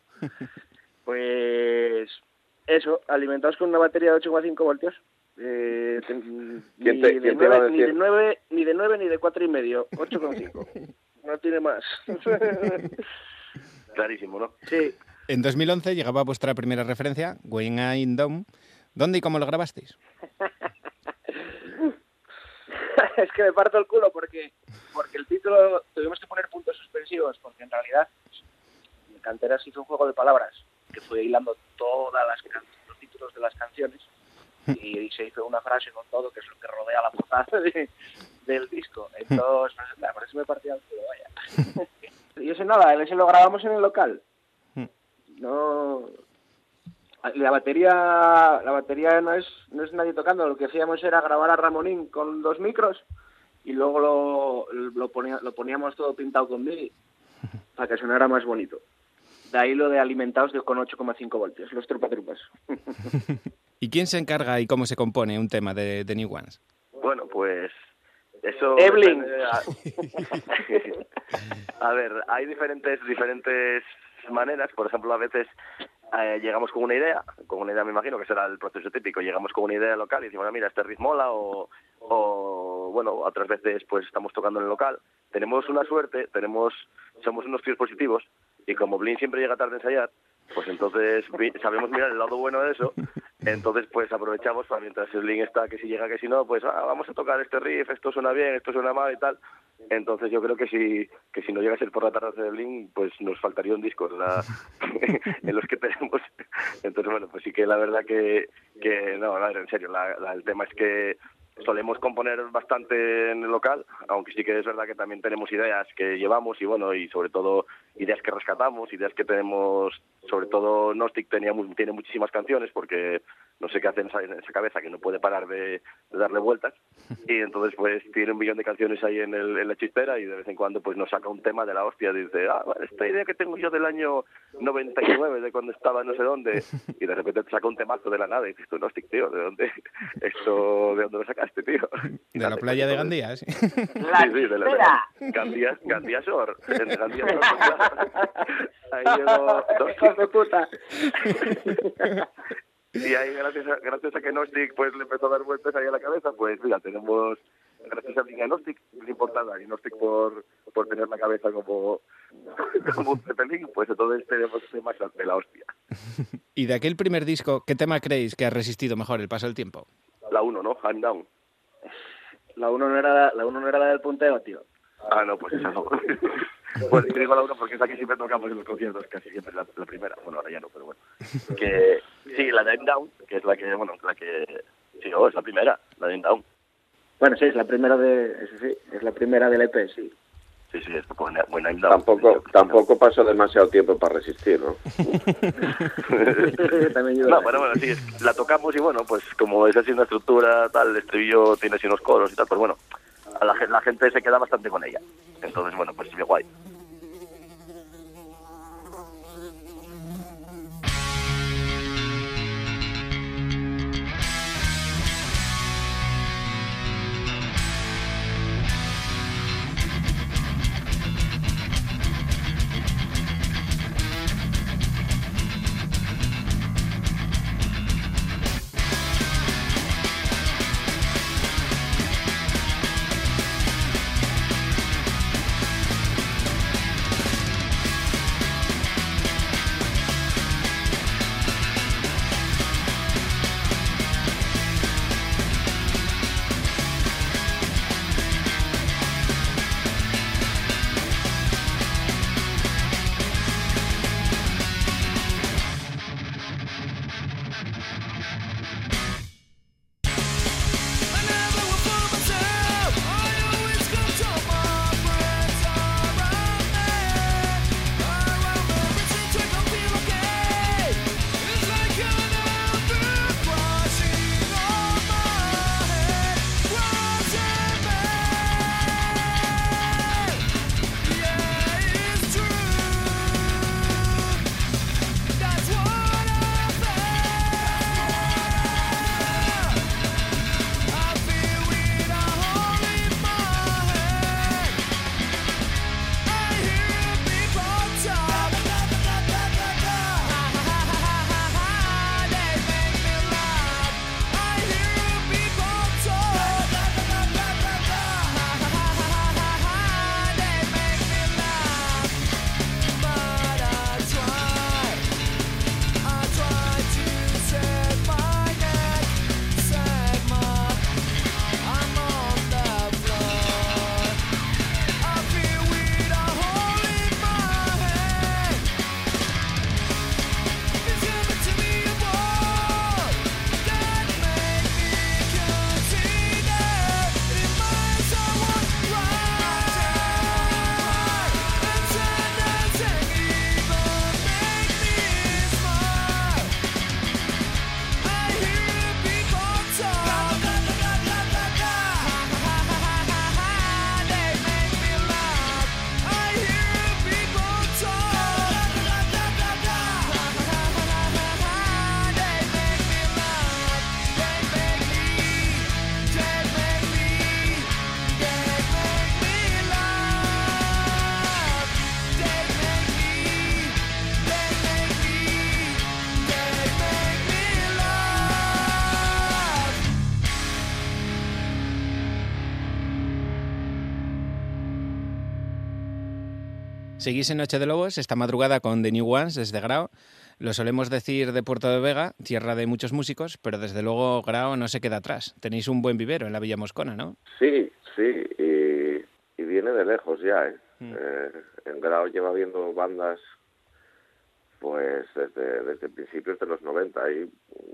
Pues eso, alimentados con una batería de ocho coma cinco voltios, eh, te- ni, ¿Quién te- de quién te iba a nueve, ni decir? de nueve, ni de nueve ni de cuatro y medio, ocho coma cinco. No tiene más. Clarísimo, ¿no? Sí. En dos mil once llegaba vuestra primera referencia, When I'm Down. ¿Dónde y cómo lo grabasteis? Es que me parto el culo porque porque el título tuvimos que poner puntos suspensivos porque en realidad Canteras hizo un juego de palabras que fue hilando todas las can- los títulos de las canciones y se hizo una frase con todo que es lo que rodea la portada de- del disco. Entonces, pues, nada, por eso me partía el culo, vaya. Y eso nada, ese lo grabamos en el local. No, la batería la batería no es no es nadie tocando, lo que hacíamos era grabar a Ramonín con dos micros y luego lo lo, ponía- lo poníamos todo pintado con MIDI para que sonara más bonito. De ahí lo de alimentados de, con ocho coma cinco voltios, los trupatrupas. ¿Y quién se encarga y cómo se compone un tema de, de New Ones? Bueno, pues eso Evelyn. depende a... a ver, hay diferentes diferentes maneras. Por ejemplo, a veces eh, llegamos con una idea, con una idea me imagino que será el proceso típico, llegamos con una idea local y decimos, "Ah, mira, este riff mola", o, o bueno, otras veces pues estamos tocando en el local. Tenemos una suerte, tenemos somos unos tíos positivos y como Blin siempre llega tarde a ensayar, pues entonces vi- sabemos mirar el lado bueno de eso. Entonces pues aprovechamos para mientras Blin está, que si llega, que si no, pues ah, vamos a tocar este riff, esto suena bien, esto suena mal y tal. Entonces yo creo que si que si no llega a ser por la tarde de Blin, pues nos faltaría un disco en, la, en los que tenemos. Entonces bueno, pues sí que la verdad que, que no, a ver, en serio, la, la- el tema es que solemos componer bastante en el local, aunque sí que es verdad que también tenemos ideas que llevamos y bueno, y sobre todo ideas que rescatamos, ideas que tenemos, sobre todo Gnostic tenía mu- tiene muchísimas canciones porque no sé qué hace en esa, en esa cabeza que no puede parar de, de darle vueltas y entonces pues tiene un millón de canciones ahí en, el, en la chistera y de vez en cuando pues nos saca un tema de la hostia y dice, ah, bueno, esta idea que tengo yo del año noventa y nueve de cuando estaba no sé dónde y de repente te saca un temazo de la nada y dices tú, Gnostic, tío, ¿de dónde esto, de dónde lo sacaste, tío? De la playa de Gandía, sí. Sí, sí, de la, de la Gandía, Gandía Shore, en Gandía Shore, claro. Ahí llegó ¡Hijos de puta! Y ahí gracias a, gracias a que Gnostic pues le empezó a dar vueltas ahí a la cabeza, pues mira, tenemos, gracias a Blink y a Gnostic, es importante, y Gnostic por, por tener la cabeza como, como un cepelín, pues entonces tenemos temas de la hostia. Y de aquel primer disco, ¿qué tema creéis que ha resistido mejor el paso del tiempo? La uno, ¿no? I'm Down. La uno no era la uno no era la del punteo, tío. Ah, no, pues esa no. Pues te digo la uno porque es la que siempre tocamos en los conciertos, casi siempre la, la primera. Bueno, ahora ya no, pero bueno. Que sí, la de I'm Down, que es la que, bueno, la que... Sí, oh, es la primera, la de I'm Down. Bueno, sí, es la primera de eso sí, es la primera del E P, sí. Sí, sí, es buena, buena I'm Down. Tampoco, tampoco pasó demasiado tiempo para resistir, ¿no? No, bueno, bueno, sí, es- la tocamos y bueno, pues como es así una estructura tal, el estribillo tiene así unos coros y tal, pues bueno, a la, gen- la gente se queda bastante con ella. Entonces, bueno, pues sí, guay. Seguís en Noche de Lobos esta madrugada con The New Ones desde Grao. Lo solemos decir de Puerto de Vega, tierra de muchos músicos, pero desde luego Grao no se queda atrás. Tenéis un buen vivero en la Villa Moscona, ¿no? Sí, sí, y, y viene de lejos ya, ¿eh? Mm. eh en Grao lleva viendo bandas pues desde, desde principios de los noventa. Hay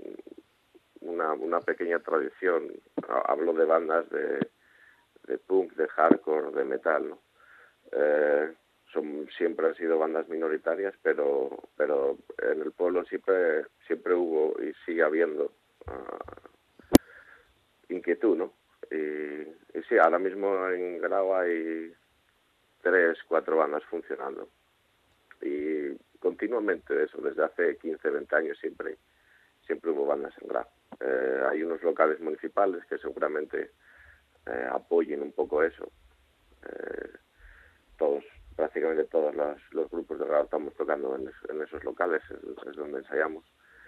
una, una pequeña tradición, hablo de bandas de, de punk, de hardcore, de metal, ¿no? Eh, son siempre han sido bandas minoritarias, pero pero en el pueblo siempre siempre hubo y sigue habiendo uh, inquietud, ¿no? Y, y sí, ahora mismo en Grao hay tres, cuatro bandas funcionando y continuamente eso, desde hace quince, veinte años siempre siempre hubo bandas en Grao. Eh, hay unos locales municipales que seguramente eh, apoyen un poco eso. Eh, todos prácticamente todos los, los grupos de Grao estamos tocando en, en esos locales, es, es donde ensayamos.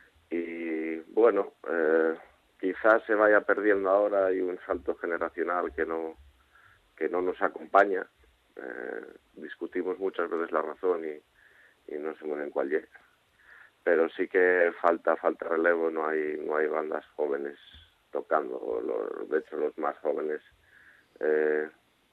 Y bueno, eh, quizás se vaya perdiendo ahora, hay un salto generacional que no que no nos acompaña. Eh, discutimos muchas veces la razón y, y no sé muy bien cuál llega. Pero sí que falta falta relevo, no hay no hay bandas jóvenes tocando. Los, de hecho, los más jóvenes eh,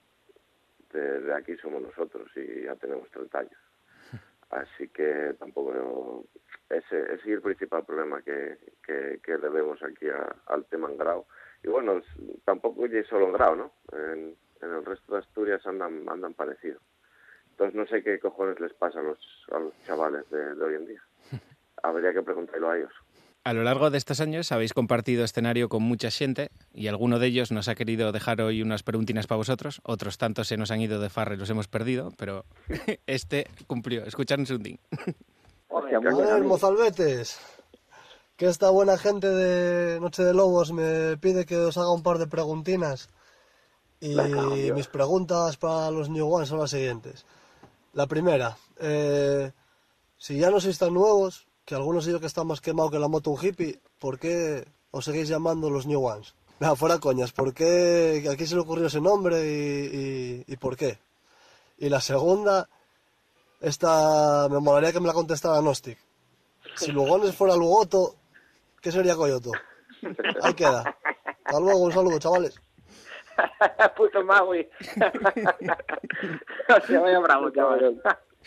De, de aquí somos nosotros y ya tenemos treinta años. Así que tampoco... Ese, ese es el principal problema que, que, que le vemos aquí a, al tema en Grao. Y bueno, tampoco es solo en Grao, ¿no? En, en el resto de Asturias andan andan parecido. Entonces no sé qué cojones les pasa a los, a los chavales de, de hoy en día. Habría que preguntarlo a ellos. A lo largo de estos años habéis compartido escenario con mucha xente y alguno de ellos nos ha querido dejar hoy unas preguntinas para vosotros, otros tantos se nos han ido de farra y los hemos perdido, pero este cumplió. Escuchadnos un ding. A ver, mozalbetes, que esta buena gente de Noche de Lobos me pide que os haga un par de preguntinas y mis preguntas para los New Ones son las siguientes. La primera, eh, si ya no sois tan nuevos, que algunos de ellos que están más quemados que la moto un hippie, ¿por qué os seguís llamando los New Ones? Nada, fuera coñas, ¿por qué? ¿A quién se le ocurrió ese nombre y, y, y por qué? Y la segunda, esta me molaría que me la contestara Gnostic. Si Lugones fuera Lugoto, ¿qué sería Coyoto? Ahí queda. Hasta luego, un saludo, chavales. Puto Maui. Se vaya bravo, chaval.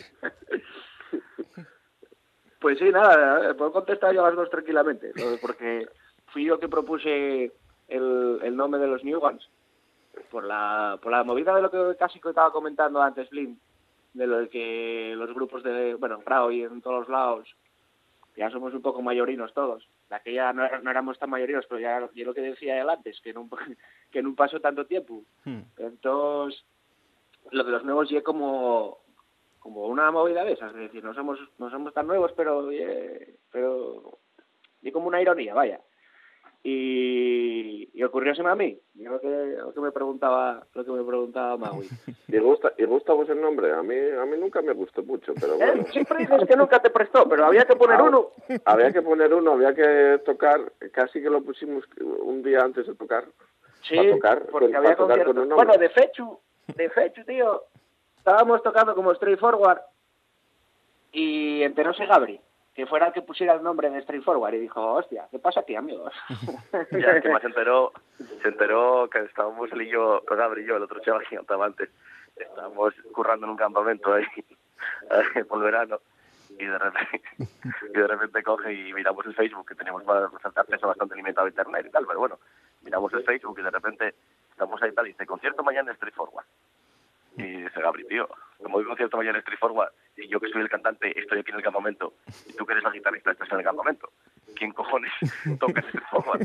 Pues sí, nada, puedo contestar yo a las dos tranquilamente, ¿no? Porque fui yo que propuse el, el nombre de los New Ones, por la por la movida de lo que casi que estaba comentando antes, Lynn, de lo de que los grupos de, bueno, Grao y en todos los lados, ya somos un poco mayorinos todos, de aquella no, no éramos tan mayorinos, pero ya yo lo que decía él antes, que en un, que en un paso tanto tiempo, hmm. Entonces, lo de los nuevos ya como... como una movida de esas, es decir, no somos no somos tan nuevos, pero eh, pero y como una ironía, vaya. Y, y ocurrióseme a mí, yo lo que lo que me preguntaba, lo que me preguntaba Maui. ¿Y gusta y gusta vos el nombre? A mí a mí nunca me gustó mucho, pero bueno. ¿Eh? Siempre dices que nunca te prestó, pero había que poner uno. Había que poner uno, había que tocar, casi que lo pusimos un día antes de tocar. Sí, para tocar, porque con, había para tocar concierto. con un Bueno, de fechu, de fechu, tío. Estábamos tocando como Straightforward y enteróse Gabri, que fuera el que pusiera el nombre de Straightforward, y dijo, hostia, ¿qué pasa aquí, amigos? Ya, que más se enteró, se enteró que estábamos él y yo, con Gabri y yo, el otro chaval que estaba antes, estábamos currando en un campamento ahí, por el verano, y de repente, y de repente coge y miramos el Facebook, que teníamos acceso bastante limitado a internet y tal, pero bueno, miramos el Facebook y de repente estamos ahí tal, y dice, concierto mañana en Straightforward. Y dice Gabri, tío, como hay concierto mañana en Straightforward y yo que soy el cantante estoy aquí en el campamento y tú que eres la guitarrista estás en el campamento, ¿quién cojones toca en Straightforward?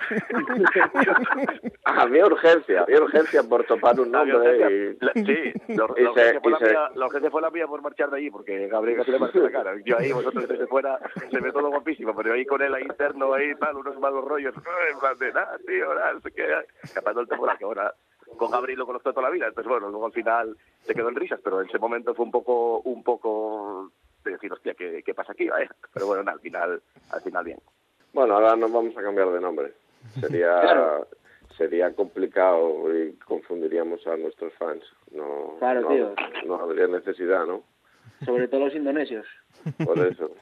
Había urgencia, había urgencia por topar un nombre. Y... La, sí, lo, y la, se, urgencia fue la, se... mía, la urgencia fue la mía por marchar de allí, porque Gabriel casi le marchó la cara. Yo ahí, vosotros desde fuera, se ve todo guapísimo, pero ahí con él ahí interno, ahí tal, unos malos rollos, en plan de nada, tío, nada, no sé qué, escapando el temporal, que ahora con Gabriel lo conozco toda la vida, entonces bueno, luego al final se quedó en risas, pero en ese momento fue un poco, un poco de decir, hostia, ¿qué, qué pasa aquí? ¿Eh? Pero bueno, no, al final, al final bien. Bueno, ahora nos vamos a cambiar de nombre. Sería, claro. sería complicado y confundiríamos a nuestros fans. No, claro, no, tío. no habría necesidad, ¿no? Sobre todo los indonesios. Por eso.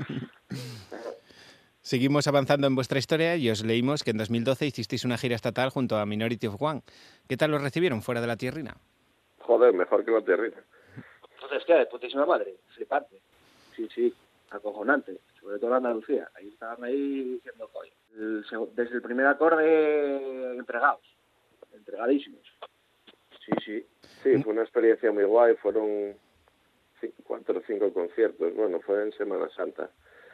Seguimos avanzando en vuestra historia y os leímos que en dos mil doce hicisteis una gira estatal junto a Minority of One. ¿Qué tal os recibieron fuera de la tierrina? Joder, mejor que la tierrina. Entonces, ¿qué? De putísima madre, flipante. Sí, sí, acojonante. Sobre todo en Andalucía. Ahí estaban ahí diciendo coño. El, desde el primer acorde, entregados. Entregadísimos. Sí, sí. Sí, fue una experiencia muy guay. Fueron cinco, cuatro o cinco conciertos. Bueno, fue en Semana Santa.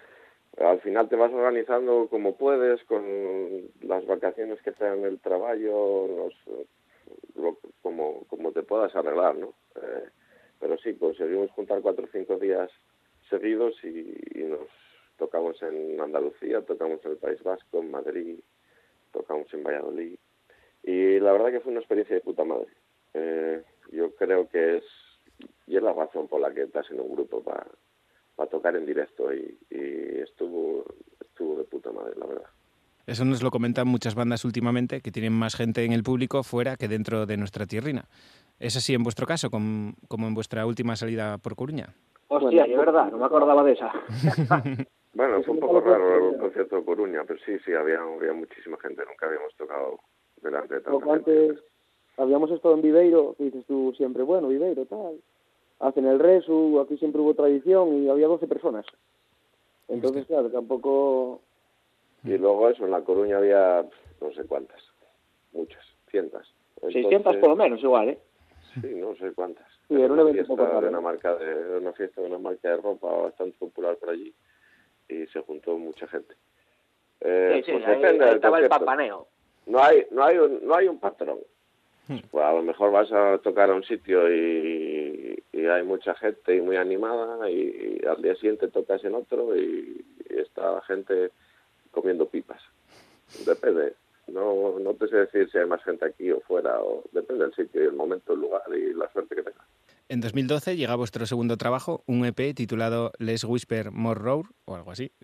Al final te vas organizando como puedes, con las vacaciones que te dan el trabajo, los, lo, como, como te puedas arreglar, ¿no? Eh, pero sí, conseguimos juntar cuatro o cinco días seguidos y, y nos tocamos en Andalucía, tocamos en el País Vasco, en Madrid, tocamos en Valladolid. Y la verdad que fue una experiencia de puta madre. Eh, yo creo que es, y es la razón por la que estás en un grupo para para tocar en directo y, y estuvo estuvo de puta madre, la verdad. Eso nos lo comentan muchas bandas últimamente, que tienen más gente en el público fuera que dentro de nuestra tierrina. ¿Es así en vuestro caso, com, como en vuestra última salida por Coruña? Hostia, es verdad, no me acordaba de esa. Bueno, fue un poco raro el concierto de Coruña, pero sí, sí, había, había muchísima gente, nunca habíamos tocado delante de tanta Poco gente. antes habíamos estado en Viveiro, que dices tú siempre, bueno, Viveiro, tal... Hacen el resu, aquí siempre hubo tradición y había doce personas. Entonces, claro, tampoco... Y luego eso, en La Coruña había no sé cuántas, muchas, cientas. Entonces, seiscientas por lo menos, igual, ¿eh? Sí, no sé cuántas. Sí, era un evento fiesta poco de raro. una marca de, era una fiesta de una marca de ropa bastante popular por allí y se juntó mucha gente. Eh, Sí, sí, pues ahí, depende ahí del estaba el concierto. papaneo. No hay, no hay un, no hay un patrón. Pues a lo mejor vas a tocar a un sitio y, y hay mucha gente y muy animada y, y al día siguiente tocas en otro y, y está la gente comiendo pipas. Depende. No, no te sé decir si hay más gente aquí o fuera. O, depende del sitio y el momento, el lugar y la suerte que tengas. En dos mil doce llega vuestro segundo trabajo, un E P titulado Less Whisper, More Roar, o algo así.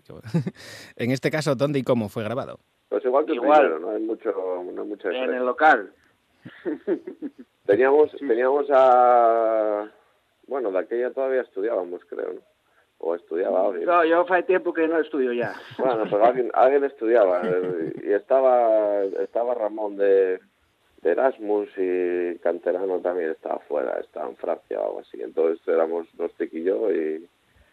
En este caso, ¿dónde y cómo fue grabado? Pues igual que el Igual. primero, no hay mucho, no hay mucha En diferencia. el local. Teníamos, teníamos a... Bueno, de aquella todavía estudiábamos, creo, ¿no? O estudiaba alguien. No, yo hace tiempo que no estudio ya. Bueno, pero alguien, alguien estudiaba. eh, Y estaba estaba Ramón de, de Erasmus y Canterano también estaba fuera, estaba en Francia o algo así. Entonces éramos dos y yo y,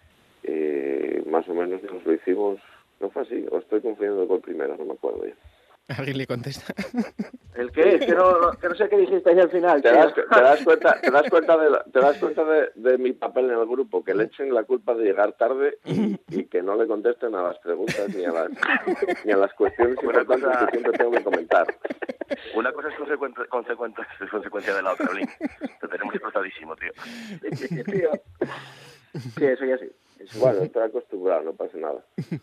y más o menos nos lo hicimos... No fue así, o estoy confundiendo con el primero, no me acuerdo ya. ¿Alguien le contesta? ¿El qué? Es que no, no, que no sé qué dijiste ahí al final. ¿Te tío. das, te das cuenta, te das cuenta, de, la- te das cuenta de, de mi papel en el grupo? Que le echen la culpa de llegar tarde y, y que no le contesten a las preguntas ni a las, ni a las cuestiones Una importantes cosa- que siempre tengo que comentar. Una cosa es consecuencia, consecuencia, es consecuencia de la otra, Blin. Te tenemos explotadísimo, tío. Tío. Sí, eso ya sí. Eso. Bueno, estoy acostumbrado, no pasa nada.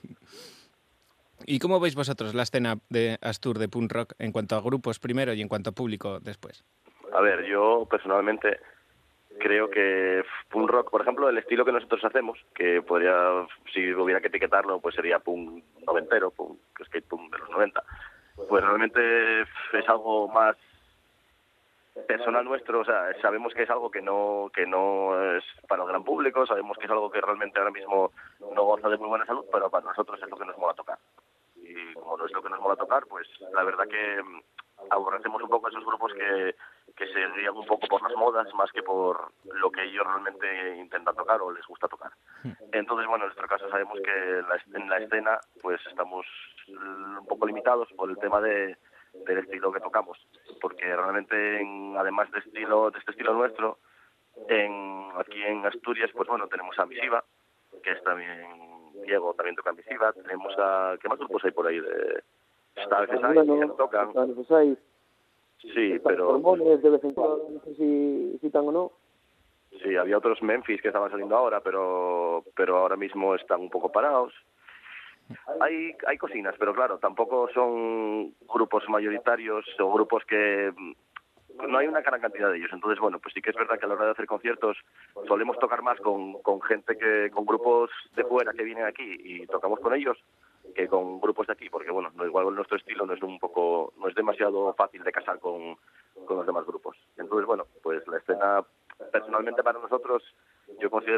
¿Y cómo veis vosotros la escena de Astur de punk rock en cuanto a grupos primero y en cuanto a público después? A ver, yo personalmente creo que punk rock, por ejemplo, el estilo que nosotros hacemos, que podría, si hubiera que etiquetarlo, pues sería punk noventero, punk, skate punk de los noventa, pues realmente es algo más personal nuestro, o sea, sabemos que es algo que no que no es para el gran público, sabemos que es algo que realmente ahora mismo no goza de muy buena salud, pero para nosotros es lo que nos mola tocar. Y como no es lo que nos mola tocar, pues la verdad que mm, aborrecemos un poco esos grupos que, que se guían un poco por las modas más que por lo que ellos realmente intentan tocar o les gusta tocar. Entonces, bueno, en nuestro caso sabemos que la, en la escena pues estamos mm, un poco limitados por el tema de del estilo que tocamos, porque realmente en, además de estilo de este estilo nuestro, en aquí en Asturias, pues bueno, tenemos a Misiva, que es también Diego, también toca en Misiva, tenemos a... ¿qué más grupos hay por ahí? De está a veces hay, que tocan. A veces hay Sí, pero hormones de vez en cuando, no sé si citan o no. sí, había otros Memphis que estaban saliendo ahora, pero pero ahora mismo están un poco parados. Hay hay cocinas, pero claro, tampoco son grupos mayoritarios o grupos que no hay una gran cantidad de ellos. Entonces, bueno, pues sí que es verdad que a la hora de hacer conciertos solemos tocar más con, con gente que con grupos de fuera que vienen aquí y tocamos con ellos que con grupos de aquí, porque bueno, no igual nuestro estilo no es un poco no es demasiado fácil de casar con, con los demás grupos. Entonces, bueno, pues la escena personalmente para nosotros yo considero que bueno, que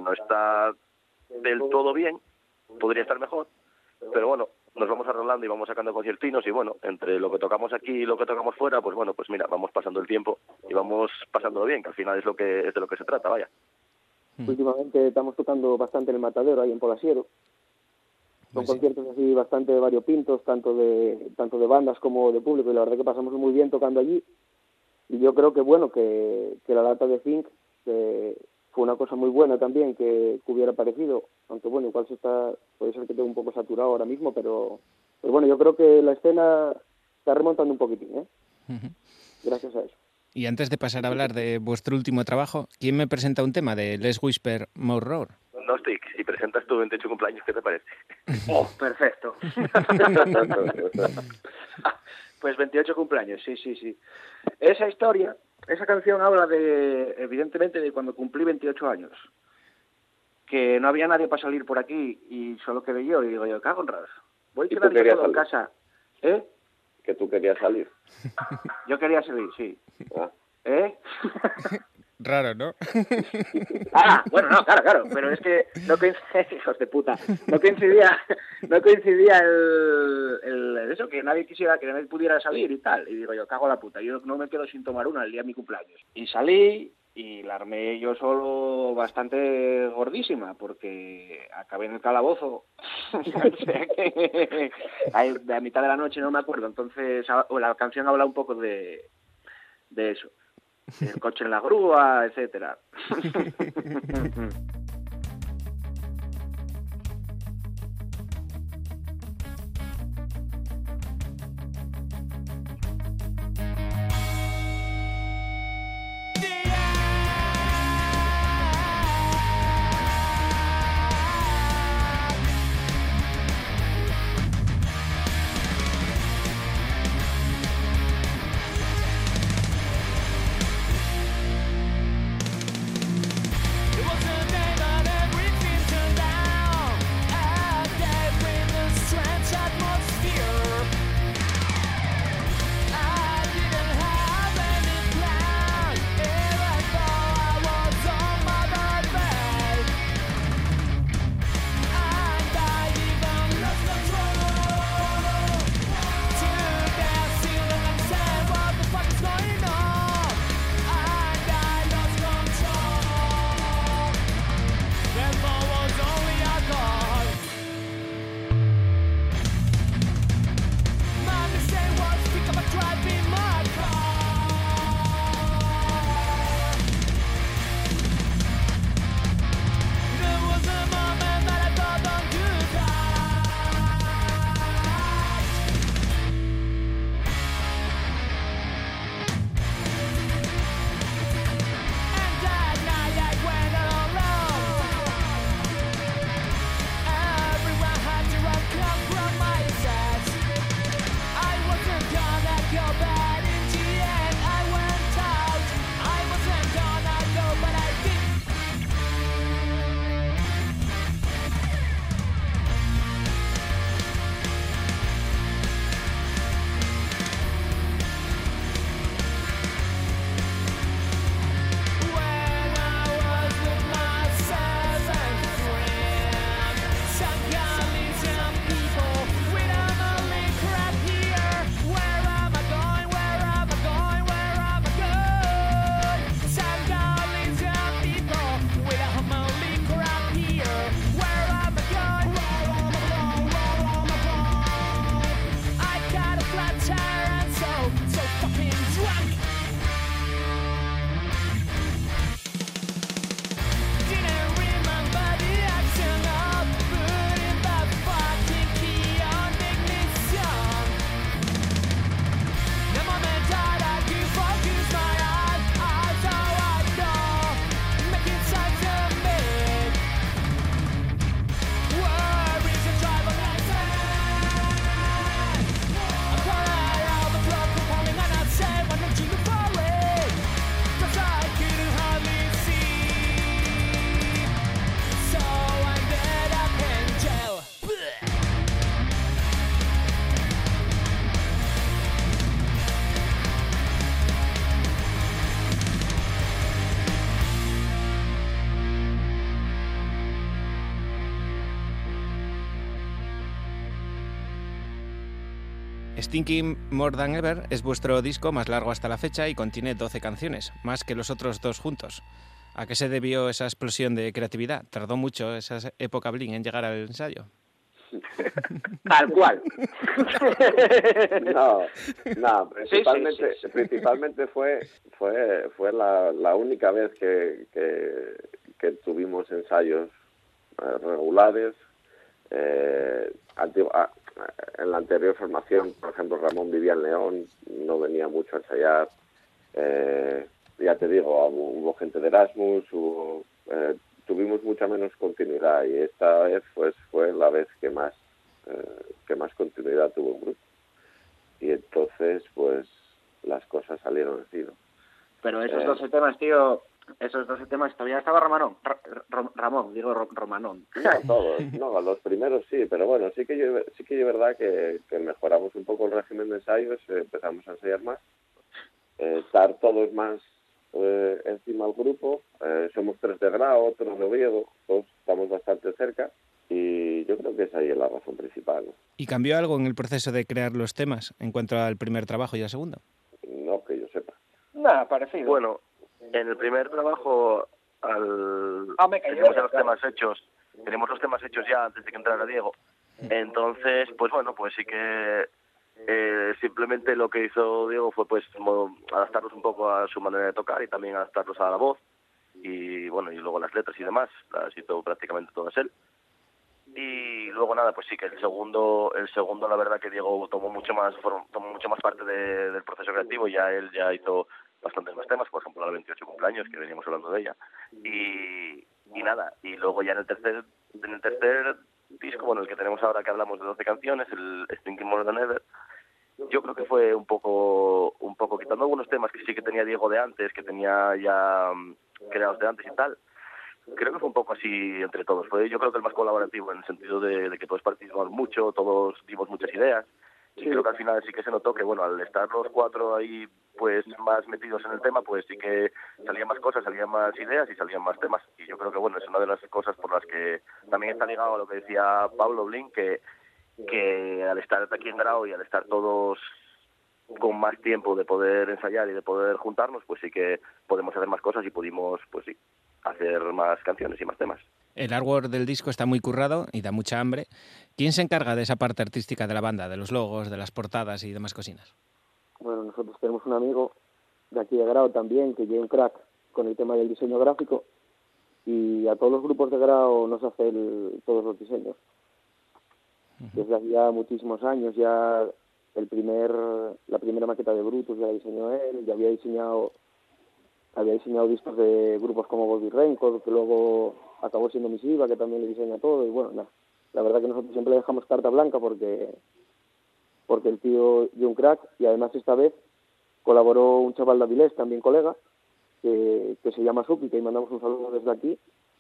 que no está del todo bien, podría estar mejor, pero bueno, nos vamos arreglando y vamos sacando conciertinos y bueno, entre lo que tocamos aquí y lo que tocamos fuera, pues bueno, pues mira, vamos pasando el tiempo y vamos pasándolo bien, que al final es lo que es de lo que se trata, vaya. Últimamente estamos tocando bastante en el Matadero, ahí en Polasiero. Son conciertos así bastante variopintos, tanto de tanto de bandas como de público, y la verdad que pasamos muy bien tocando allí. Y yo creo que bueno, que, que la data de Think que fue una cosa muy buena también que, que hubiera aparecido, aunque bueno, igual se está, puede ser que esté un poco saturado ahora mismo, pero, pero bueno, yo creo que la escena está remontando un poquitín, ¿eh? Uh-huh. Gracias a eso. Y antes de pasar a hablar de vuestro último trabajo, ¿quién me presenta un tema de Let's Whisper More Roar? Gnostic, si presentas tu veintiocho cumpleaños, ¿qué te parece? Oh, perfecto. Pues veintiocho cumpleaños, sí, sí, sí. Esa historia, esa canción habla de, evidentemente, de cuando cumplí veintiocho años. Que no había nadie para salir por aquí y solo quedé yo. Y digo yo, cago en ras. Voy a quedar yo solo en casa. ¿Eh? Que tú querías salir. Yo quería salir, sí. Ah. ¿Eh? Raro, ¿no? Ah, bueno, no, claro, claro, pero es que no coincidía, hijos de puta, no coincidía, no coincidía el, el, eso, que nadie quisiera, que nadie pudiera salir y tal, y digo yo, cago la puta, yo no me quedo sin tomar una el día de mi cumpleaños. Y salí y la armé yo solo bastante gordísima, porque acabé en el calabozo, o sea que a mitad de la noche no me acuerdo, entonces la canción habla un poco de, de eso. El coche en la grúa, etcétera. It was a day Stinking More Than Ever es vuestro disco más largo hasta la fecha y contiene doce canciones, más que los otros dos juntos. ¿A qué se debió esa explosión de creatividad? ¿Tardó mucho esa época Blink en llegar al ensayo? Tal cual. No, no, principalmente, Sí, sí, sí. principalmente fue fue fue la, la única vez que, que, que tuvimos ensayos eh, regulares. Eh, antigua, ah, en la anterior formación, por ejemplo, Ramón vivía en León, no venía mucho a ensayar. Eh, ya te digo, hubo, hubo gente de Erasmus, hubo, eh, tuvimos mucha menos continuidad y esta vez pues fue la vez que más eh, que más continuidad tuvo un grupo. Y entonces pues las cosas salieron así, ¿no? Pero esos Eh, doce temas, tío, esos doce temas, todavía estaba Ramanón, Ra- Ra- Ramón, digo Ro- Romanón. No, todos, no, los primeros sí, pero bueno, sí que yo, sí que es verdad que, que mejoramos un poco el régimen de ensayos, eh, empezamos a ensayar más, eh, estar todos más eh, encima del grupo, eh, somos tres de Grao, otros de Oviedo, todos estamos bastante cerca y yo creo que esa ahí es la razón principal, ¿no? ¿Y cambió algo en el proceso de crear los temas en cuanto al primer trabajo y al segundo? No que yo sepa. Nada, parecido. Bueno, en el primer trabajo, al... Ah, me cayó, teníamos ya los claro. temas hechos, teníamos los temas hechos ya antes de que entrara Diego. Entonces, pues bueno, pues sí que eh, simplemente lo que hizo Diego fue pues mo- adaptarlos un poco a su manera de tocar y también adaptarlos a la voz. Y bueno, y luego las letras y demás, las hizo prácticamente todas él. Y luego nada, pues sí que el segundo, el segundo la verdad que Diego tomó mucho más, form- tomó mucho más parte de- del proceso creativo, ya él ya hizo bastantes más temas, por ejemplo la veintiocho cumpleaños que veníamos hablando de ella. Y, y nada, y luego ya en el tercer, en el tercer disco, bueno, el que tenemos ahora que hablamos de doce canciones, el Stinking More Than Ever, yo creo que fue un poco, un poco quitando algunos temas que sí que tenía Diego de antes, que tenía ya mm, creados de antes y tal. Creo que fue un poco así entre todos. Fue yo creo que el más colaborativo en el sentido de, de que todos participamos mucho, todos dimos muchas ideas. Y creo que al final sí que se notó que, bueno, al estar los cuatro ahí pues más metidos en el tema, pues sí que salían más cosas, salían más ideas y salían más temas. Y yo creo que, bueno, es una de las cosas por las que también está ligado a lo que decía Pablo Blink, que, que al estar aquí en Grau y al estar todos con más tiempo de poder ensayar y de poder juntarnos, pues sí que podemos hacer más cosas y pudimos, pues sí, hacer más canciones y más temas. El artwork del disco está muy currado y da mucha hambre. ¿Quién se encarga de esa parte artística de la banda, de los logos, de las portadas y demás cocinas? Bueno, nosotros tenemos un amigo de aquí de Grao también, que lleva un crack con el tema del diseño gráfico, y a todos los grupos de Grao nos hace el, todos los diseños. Desde hace ya muchísimos años, ya el primer, la primera maqueta de Brutus ya la diseñó él, ya había diseñado había diseñado discos de grupos como Bobby Raincourt, que luego acabó siendo Misiva, que también le diseña todo, y bueno, nada, la verdad que nosotros siempre le dejamos carta blanca porque porque el tío dio un crack, y además esta vez colaboró un chaval de Avilés, también colega, que, que se llama Suki, que le mandamos un saludo desde aquí,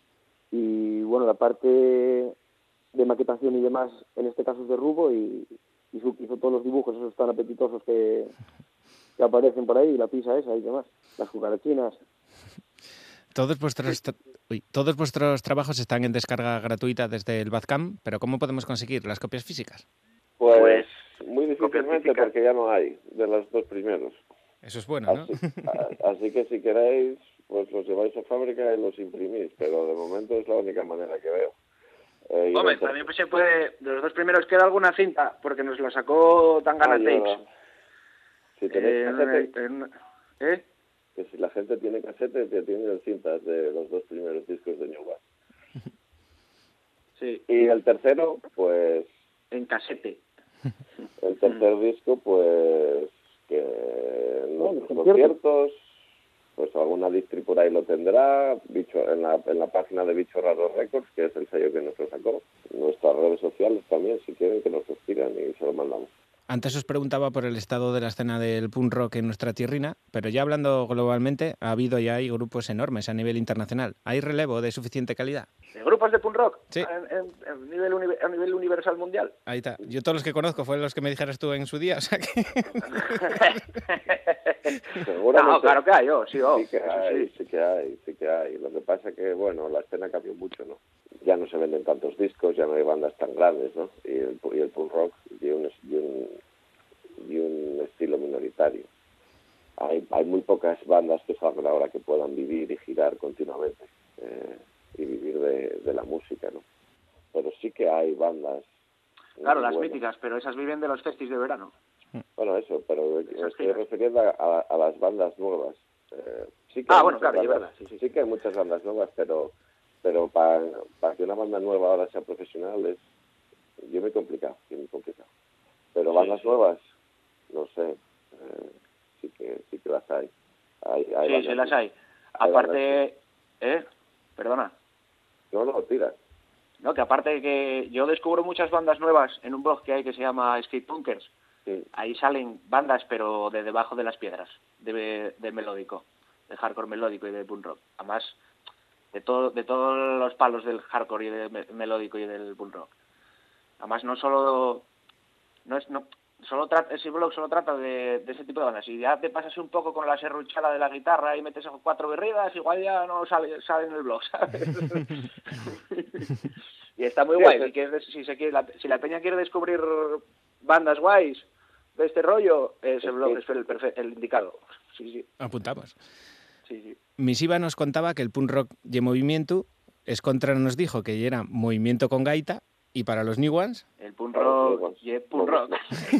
y bueno, la parte de maquetación y demás, en este caso es de Rubo, y, y Suki hizo todos los dibujos esos tan apetitosos que, que aparecen por ahí, y la pizza esa y demás, las cucarachinas. Todos vuestros, tra- uy, todos vuestros trabajos están en descarga gratuita desde el Bandcamp, pero ¿cómo podemos conseguir las copias físicas? Pues muy difícilmente porque ya no hay de los dos primeros. Eso es bueno, ¿no? Así, a- así que si queréis, pues los lleváis a fábrica y los imprimís, pero de momento es la única manera que veo. Eh, y Hombre, no sé- también pues se puede, de los dos primeros queda alguna cinta, porque nos la sacó Tangana Ah, yo Tapes. no. Si tenéis Eh, casete, en una- ¿Eh? que si la gente tiene casete, que tienen cintas de los dos primeros discos de New Wave. Sí. Y el tercero, pues... En casete. El tercer disco, pues... que en los los conciertos, pues alguna distri por ahí lo tendrá, bicho en la, en la página de Bicho Raro Records, que es el sello que nos lo sacó. Nuestras redes sociales también, si quieren, que nos los tiran y se lo mandamos. Antes os preguntaba por el estado de la escena del punk rock en nuestra tierrina, pero ya hablando globalmente, ha habido y hay grupos enormes a nivel internacional. ¿Hay relevo de suficiente calidad? ¿De grupos de punk rock? Sí. En, en- en nivel uni- a nivel universal mundial. Ahí está. Yo todos los que conozco fueron los que me dijeras tú en su día, o sea que... Seguramente. No, claro que hay, oh, sí, oh, sí que eso hay, sí. sí que hay, sí que hay. Lo que pasa que, bueno, la escena cambió mucho, ¿no? Ya no se venden tantos discos, ya no hay bandas tan grandes, ¿no? Y el, y el punk rock dio un, dio un, necesario. Hay, hay muy pocas bandas que salgan ahora que puedan vivir y girar continuamente eh, y vivir de, de la música, ¿no? Pero sí que hay bandas. Claro, las buenas. míticas, pero esas viven de los festis de verano. Bueno, eso, pero me estoy refiriendo a, a, a las bandas nuevas. Eh, sí que ah, hay bueno, muchas claro, bandas, es verdad. Sí, sí. sí que hay muchas bandas nuevas, pero pero para para que una banda nueva ahora sea profesional es yo me he complicado, yo me he complicado. Pero bandas sí, sí. nuevas, no sé, eh, sí que sí que las hay. hay, hay sí, bandas sí las hay. hay Aparte, ¿eh? Perdona. No, no, tira. No, que aparte que yo descubro muchas bandas nuevas en un blog que hay que se llama Skate Punkers. Sí. Ahí salen bandas, pero de debajo de las piedras, de, de melódico, de hardcore melódico y de punk rock. Además, de todo, de todos los palos del hardcore y del me- melódico y del punk rock. Además, no solo, no es, no, solo trata, ese blog solo trata de, de ese tipo de bandas. Si ya te pasas un poco con la serruchada de la guitarra y metes cuatro berridas, igual ya no sale, sale en el blog, ¿sabes? Y está muy Sí, guay. sí. Si, quieres, si, se quiere, la, si la peña quiere descubrir bandas guays de este rollo, ese Es blog que- es el, perfe- el indicado. Sí, sí, Apuntamos. sí, sí. Misiva nos contaba que el punk rock y movimiento, Escontra nos dijo que era movimiento con gaita, y para los New Ones, El punk Para los rock New Ones. y el punk rock.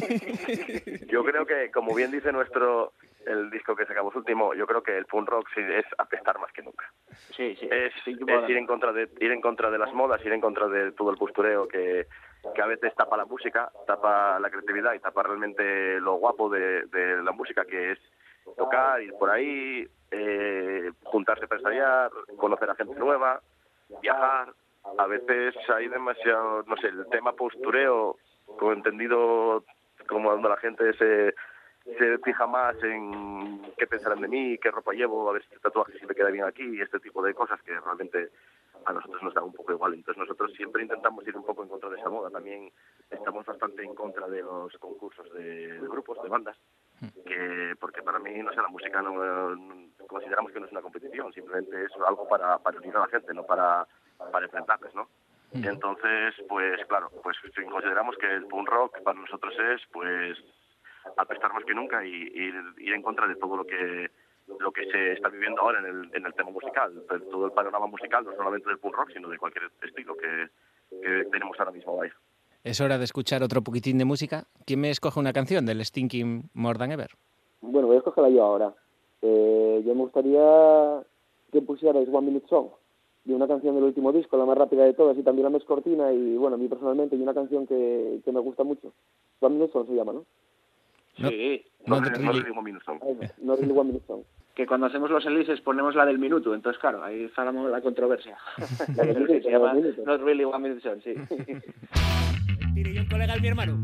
Yo creo que, como bien dice nuestro el disco que sacamos último, yo creo que el punk rock sí es apestar más que nunca. Sí, sí. Es, Sí, yo es puedo- ir en contra de ir en contra de las modas, ir en contra de todo el postureo que, que a veces tapa la música, tapa la creatividad y tapa realmente lo guapo de, de la música, que es tocar, ir por ahí, eh, juntarse para ensayar, conocer a gente nueva, viajar. A veces hay demasiado, no sé, el tema postureo, como entendido como cuando la gente se se fija más en qué pensarán de mí, qué ropa llevo, a ver si este tatuaje si me queda bien aquí, y este tipo de cosas que realmente a nosotros nos da un poco igual. Entonces nosotros siempre intentamos ir un poco en contra de esa moda. También estamos bastante en contra de los concursos de, de grupos, de bandas, que porque para mí, no sé, la música no, no- consideramos que no es una competición, simplemente es algo para, para unir a la gente, no para, para enfrentarles, ¿no? Y entonces, pues claro, pues consideramos que el punk rock para nosotros es, pues, apestar más que nunca y, y ir en contra de todo lo que lo que se está viviendo ahora en el, en el tema musical, de todo el panorama musical, no solamente del punk rock, sino de cualquier estilo que, que tenemos ahora mismo ahí. es hora de escuchar otro poquitín de música. ¿Quién me escoge una canción del Stinking More Than Ever? Bueno, voy a escogerla yo ahora. Eh, yo me gustaría que pusierais One Minute Song, de una canción del último disco, la más rápida de todas y también la más cortina, y bueno, a mí personalmente, y una canción que, que me gusta mucho. One Minute Song se llama, ¿no? Sí. No, No, really. no really one minute song. Ahí va, no really One Minute Song. Que cuando hacemos los elises ponemos la del minuto, entonces claro, ahí está la, la controversia. La del minuto, Se la del llama minuto. Not Really One Minute Song, sí. Diré yo un colega al mi hermano.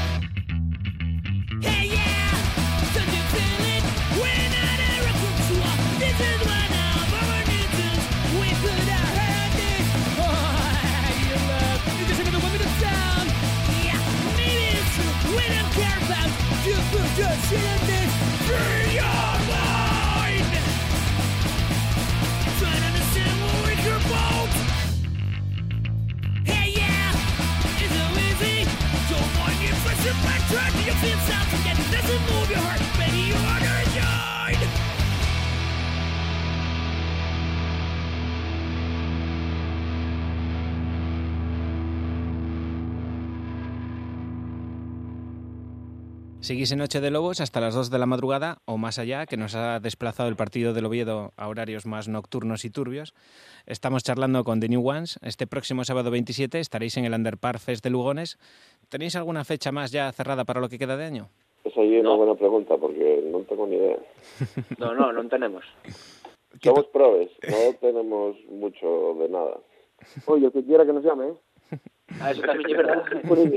Seguís en Noche de Lobos hasta las dos de la madrugada o más allá, que nos ha desplazado el partido del Oviedo a horarios más nocturnos y turbios. Estamos charlando con The New Ones. Este próximo sábado veintisiete estaréis en el Underpar Fest de Lugones. ¿Tenéis alguna fecha más ya cerrada para lo que queda de año? Esa es una buena pregunta porque no tengo ni idea. No, no, no tenemos. Somos probes, no tenemos mucho de nada. Oye, el que quiera que nos llame, ¿eh? Ah, eso también es verdad.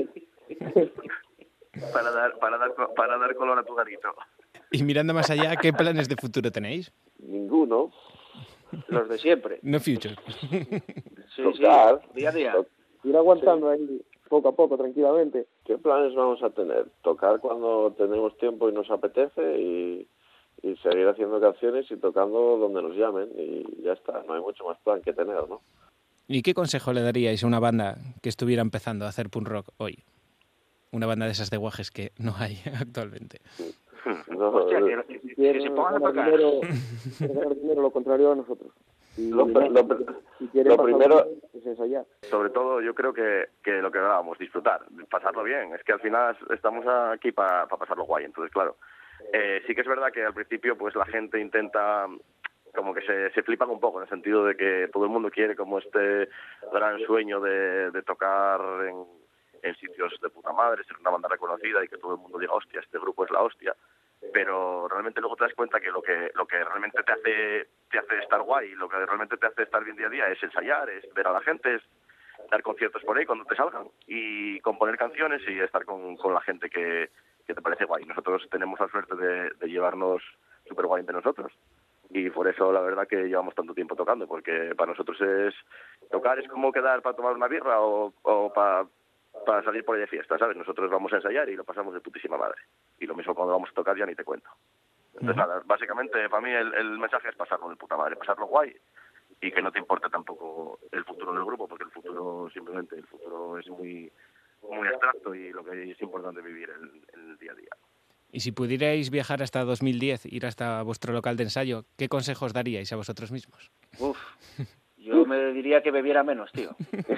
Para dar, para dar, para dar color a tu garito. Y mirando más allá, ¿qué planes de futuro tenéis? Ninguno. Los de siempre. No future. Sí, Tocar. sí, día a día. Ir aguantando ahí poco a poco, tranquilamente. ¿Qué planes vamos a tener? Tocar cuando tenemos tiempo y nos apetece y, y seguir haciendo canciones y tocando donde nos llamen y ya está. No hay mucho más plan que tener, ¿no? ¿Y qué consejo le daríais a una banda que estuviera empezando a hacer punk rock hoy? Una banda de esas de guajes que no hay actualmente. No, Hostia, que, que, Si que quieren se pongan a ganar tocar. dinero, si quieren ganar dinero, lo contrario a nosotros. Y Lo, no, lo- si quieren lo pasar primero, bien, es ensayar. sobre todo, yo creo que, que lo que hablábamos, disfrutar, pasarlo bien. Es que al final estamos aquí para pasarlo guay. Entonces, claro, eh, sí que es verdad que al principio pues la gente intenta, como que se, se flipan un poco, en el sentido de que todo el mundo quiere como este gran sueño de, de tocar en, en sitios de puta madre, ser una banda reconocida y que todo el mundo diga, hostia, este grupo es la hostia. Pero realmente luego te das cuenta que lo que lo que realmente te hace te hace estar guay, lo que realmente te hace estar bien día a día es ensayar, es ver a la gente, es dar conciertos por ahí cuando te salgan y componer canciones y estar con, con la gente que, que te parece guay. Nosotros tenemos la suerte de, de llevarnos súper guay entre nosotros y por eso la verdad que llevamos tanto tiempo tocando, porque para nosotros es tocar es como quedar para tomar una birra o, o para para salir por ahí de fiesta, ¿sabes? Nosotros vamos a ensayar y lo pasamos de putísima madre. Y lo mismo cuando vamos a tocar ya ni te cuento. Entonces, uh-huh. nada, básicamente para mí el, el mensaje es pasarlo de puta madre, pasarlo guay y que no te importe tampoco el futuro del grupo, porque el futuro simplemente, el futuro es muy muy abstracto y lo que es importante es vivir el, el día a día. Y si pudierais viajar hasta dos mil diez, ir hasta vuestro local de ensayo, ¿qué consejos daríais a vosotros mismos? Uf, yo me diría que bebiera menos, tío.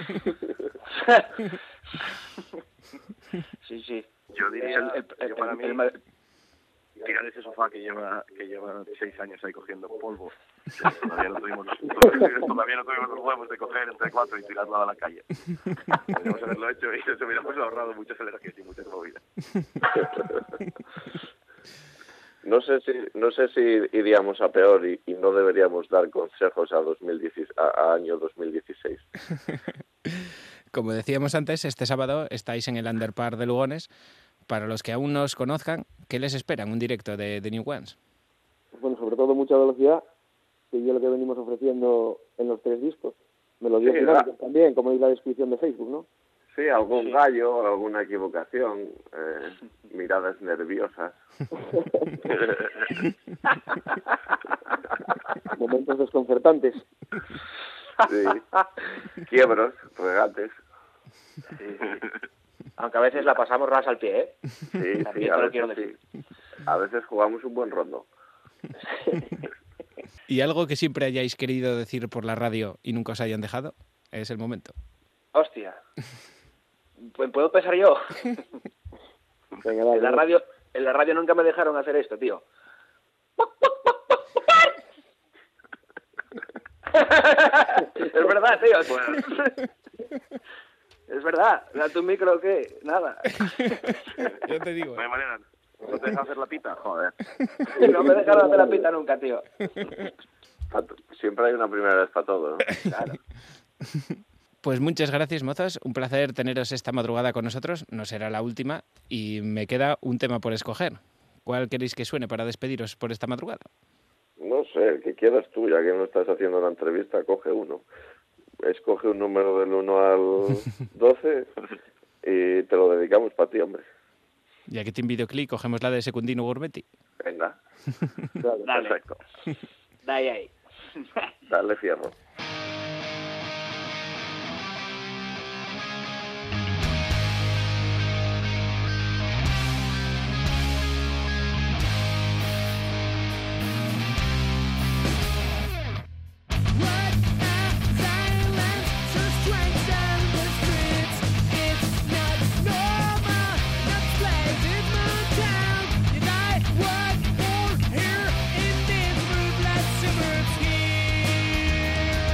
Sí, sí. Yo diría, el, el, el, yo para el, mí, el, el, tirar ese sofá que lleva que lleva seis años ahí cogiendo polvo, todavía no tuvimos los, todavía no tuvimos los huevos de coger entre cuatro y tirarlo a la calle. Podríamos haberlo hecho y nos hubiéramos ahorrado muchas alergias y muchas movidas. No sé si no sé si iríamos a peor y, y no deberíamos dar consejos a dos mil diez, a, a año dos mil dieciséis. Como decíamos antes, este sábado estáis en el Underpar de Lugones. Para los que aún no os conozcan, ¿qué les espera en un directo de, de New Ones? Bueno, sobre todo mucha velocidad, que yo lo que venimos ofreciendo en los tres discos. Melodías sí, dinámicas también, como dice la descripción de Facebook, ¿no? Sí, algún sí. gallo, alguna equivocación, eh, miradas nerviosas. Momentos desconcertantes. Sí. Quiebros, regates. Sí, sí. Aunque a veces la pasamos ras al pie, ¿eh? Sí, También sí, te a lo veces, quiero decir. sí. A veces jugamos un buen rondo. ¿Y algo que siempre hayáis querido decir por la radio y nunca os hayan dejado? Es el momento. Hostia. ¿Puedo pensar yo? Venga, dale, en la radio, en la radio nunca me dejaron hacer esto, tío. Es verdad, tío. Es verdad. ¿Da tu micro o qué? Nada. Yo te digo. No hay manera. ¿No te dejas hacer la pita? Joder. No me dejaron hacer la pita nunca, tío. Siempre hay una primera vez para todo, ¿no? Claro. Pues muchas gracias, mozos. Un placer teneros esta madrugada con nosotros. No será la última. Y me queda un tema por escoger. ¿Cuál queréis que suene para despediros por esta madrugada? No sé, el que quieras tú, ya que no estás haciendo la entrevista, coge uno. Escoge un número del uno al doce y te lo dedicamos para ti, hombre. Ya que te en videoclip, cogemos la de Secundino Gourmetti. Venga. Dale. Perfecto. Dale ahí. Dale fierro. Here in this blue black suburbs here.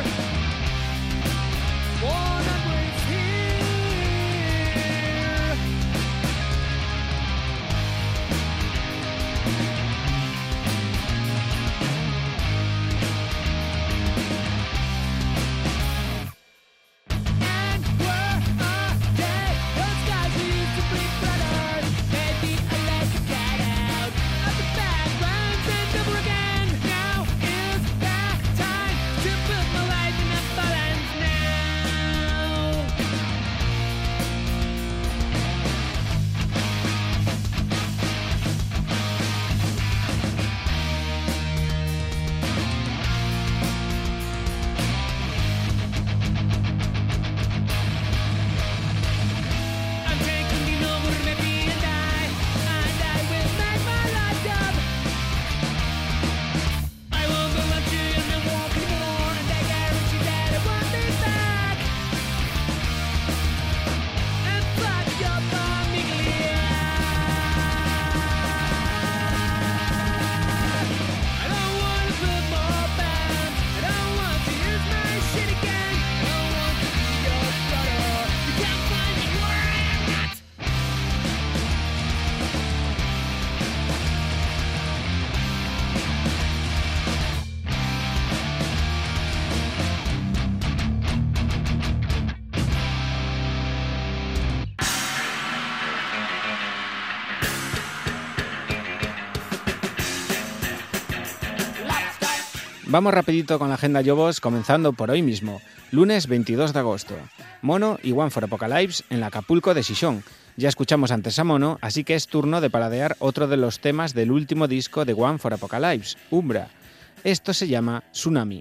Vamos rapidito con la agenda Llobos, comenzando por hoy mismo, lunes veintidós de agosto. Mono y One for Apocalypse en la Acapulco de Xixón. Ya escuchamos antes a Mono, así que es turno de paladear otro de los temas del último disco de One for Apocalypse, Umbra. Esto se llama Tsunami.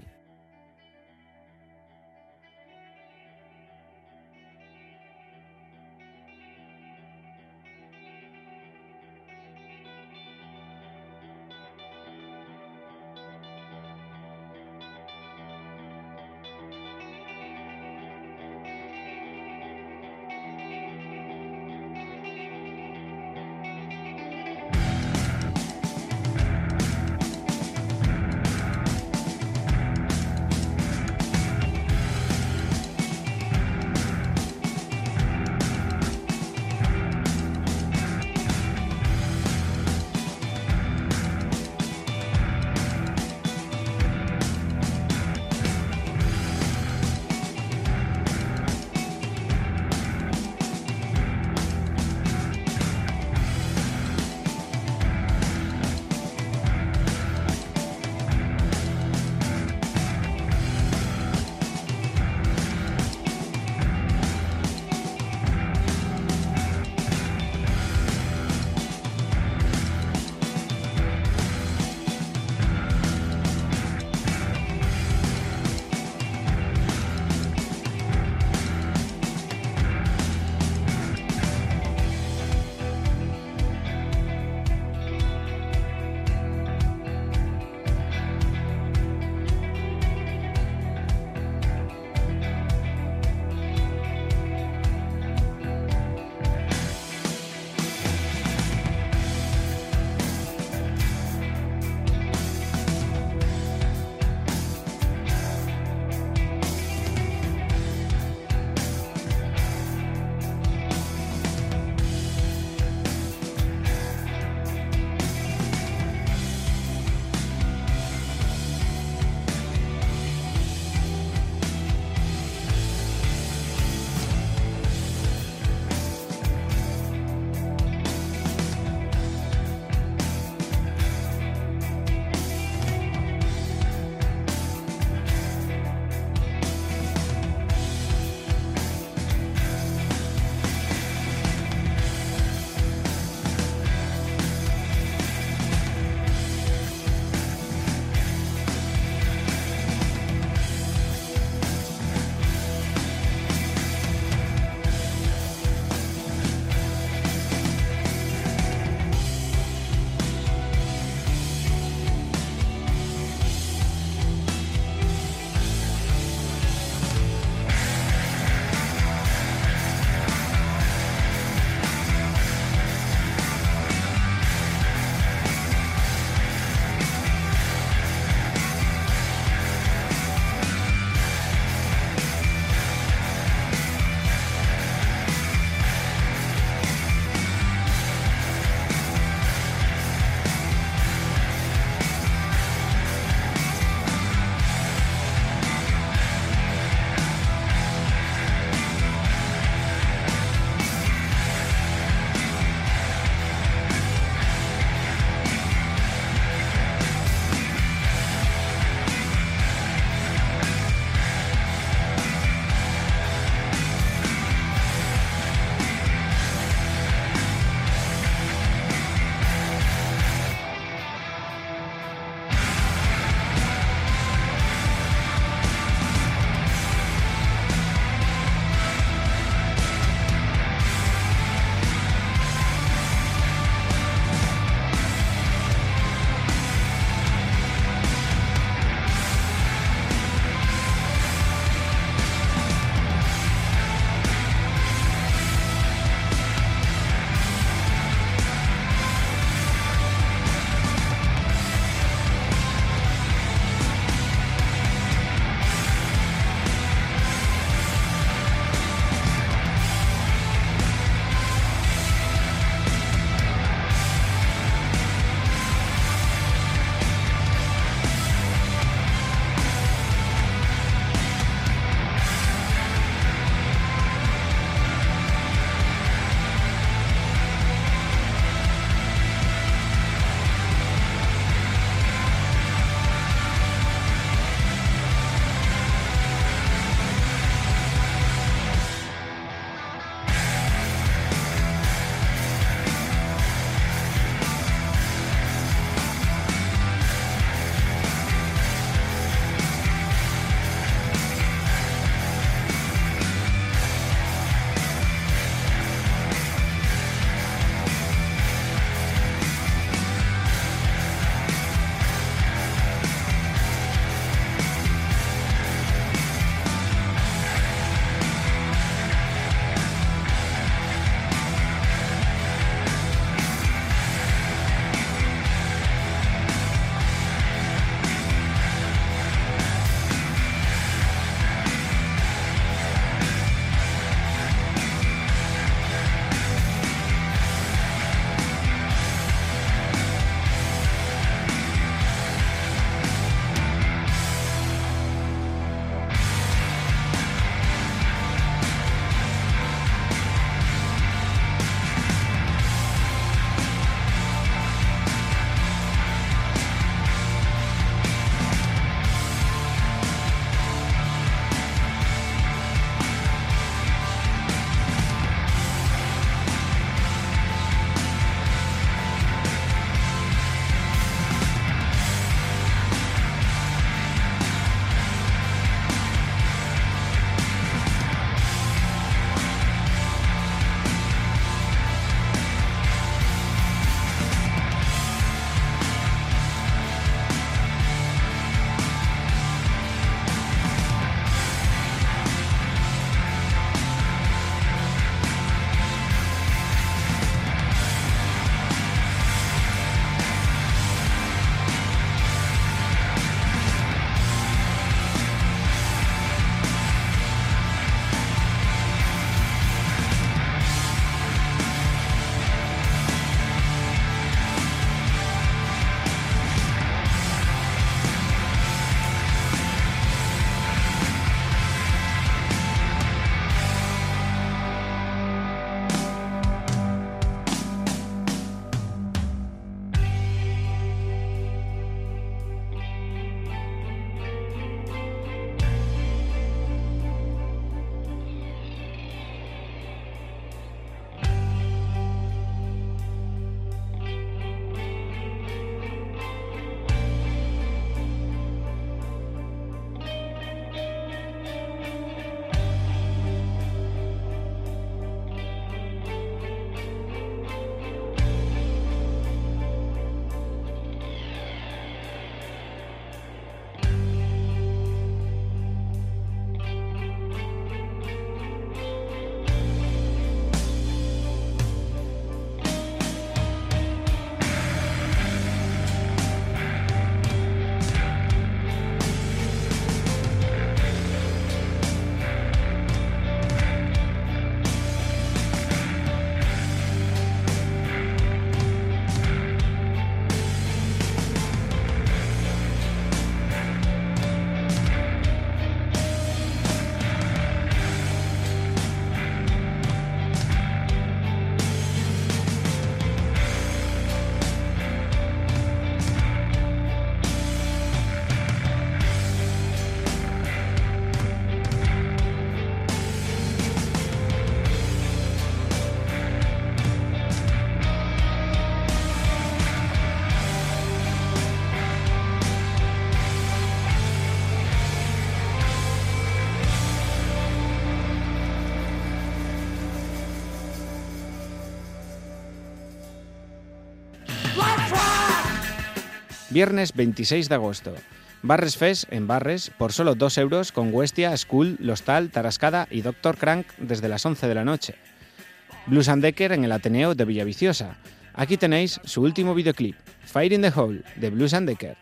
Viernes veintiséis de agosto. Barres Fest en Barres por solo dos euros con Huestia, Skull, Lostal, Tarascada y doctor Crank desde las once de la noche. Blues and Decker en el Ateneo de Villaviciosa. Aquí tenéis su último videoclip, Fire in the Hole, de Blues and Decker.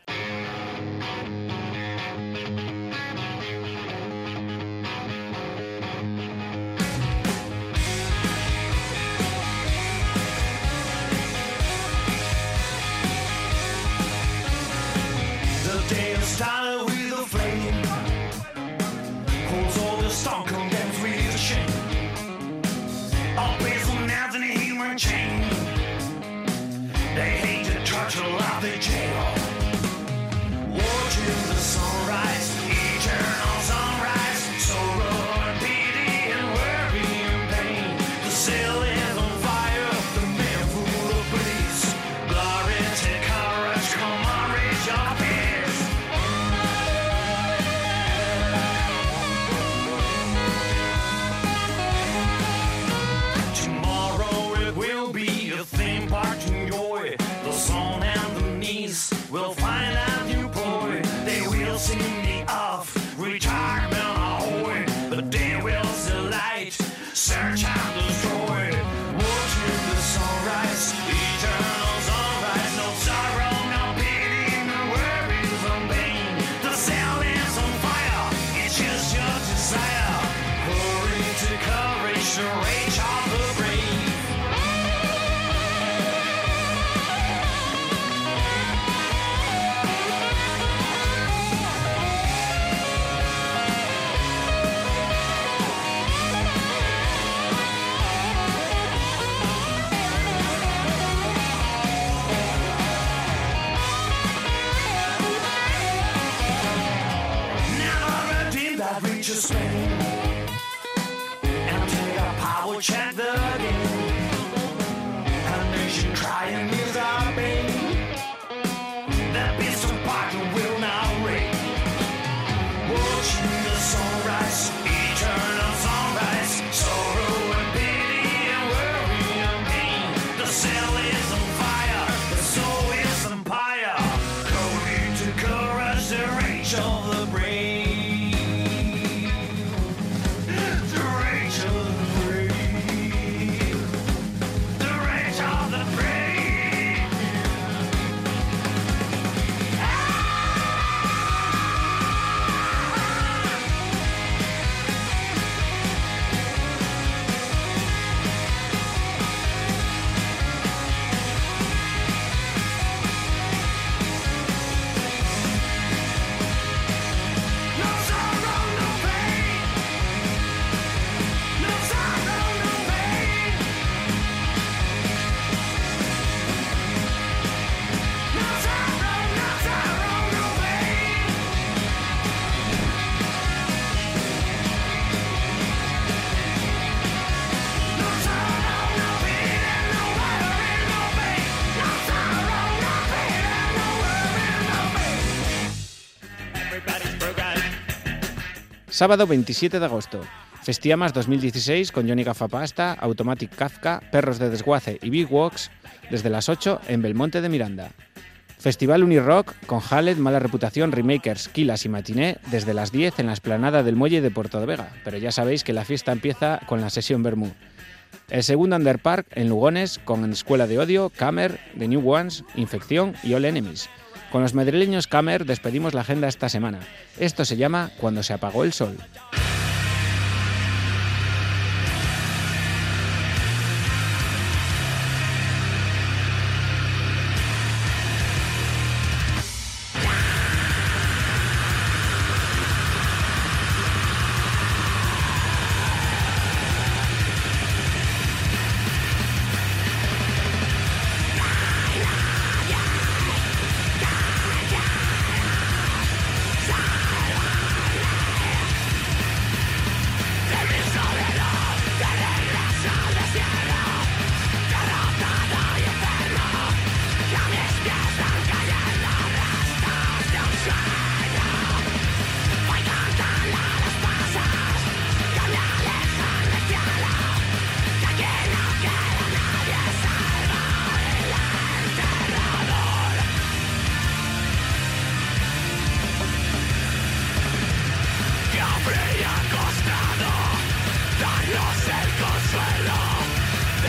Started with a flame, holds all the storm condemns with a shame. All based on nothing a human chain. They hate the church or love the jail. Watching the sunrise, eternal sunrise. Sorrow and pity and worry and pain. The sail is on fire, the man full of bliss. Glory to courage, come on, raise your peace. We'll find out new boy. They will sing me off retirement ahoy, but they will still light, search and destroy. Watching the sunrise, eternal sunrise. No sorrow, no pity, no worries, no pain. The sail is on fire, it's just your desire. Hurry to courage, the rage of the brave. Just spin and take a power check the game. A nation crying is our pain. That beast of partner will now reign. Watching the sunrise, eternal sunrise. Sorrow and pity and worry and pain. The sail is on fire, the soul is empire. Courage to courage, the rage of the brave. Sábado veintisiete de agosto. Festiamas dos mil dieciséis con Johnny Gafapasta, Automatic Kafka, Perros de Desguace y Big Walks desde las ocho en Belmonte de Miranda. Festival Unirock con Haled, Mala Reputación, Remakers, Kilas y Matiné desde las diez en la explanada del Muelle de Puerto de Vega. Pero ya sabéis que la fiesta empieza con la sesión Bermú. El segundo Underpark en Lugones con Escuela de Odio, Camer, The New Ones, Infección y All Enemies. Con los madrileños Camer despedimos la agenda esta semana. Esto se llama Cuando se apagó el sol.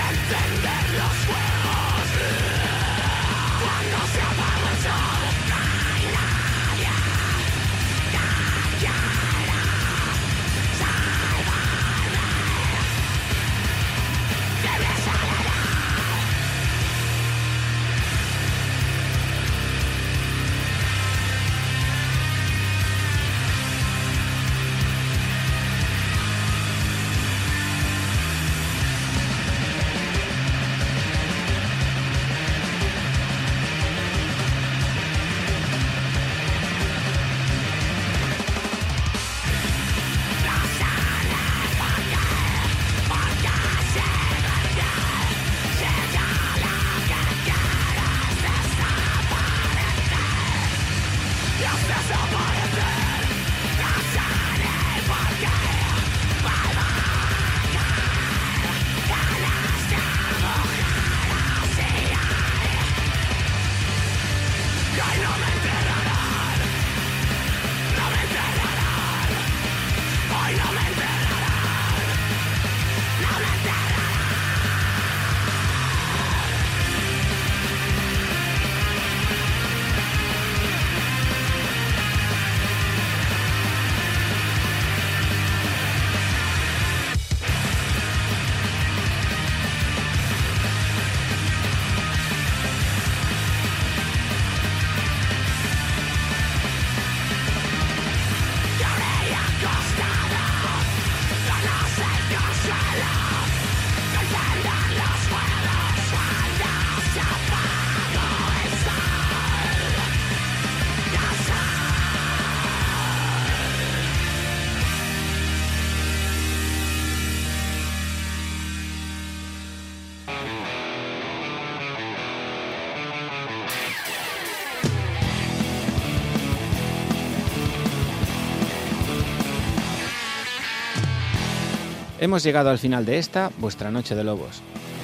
Hemos llegado al final de esta, vuestra Noche de Lobos.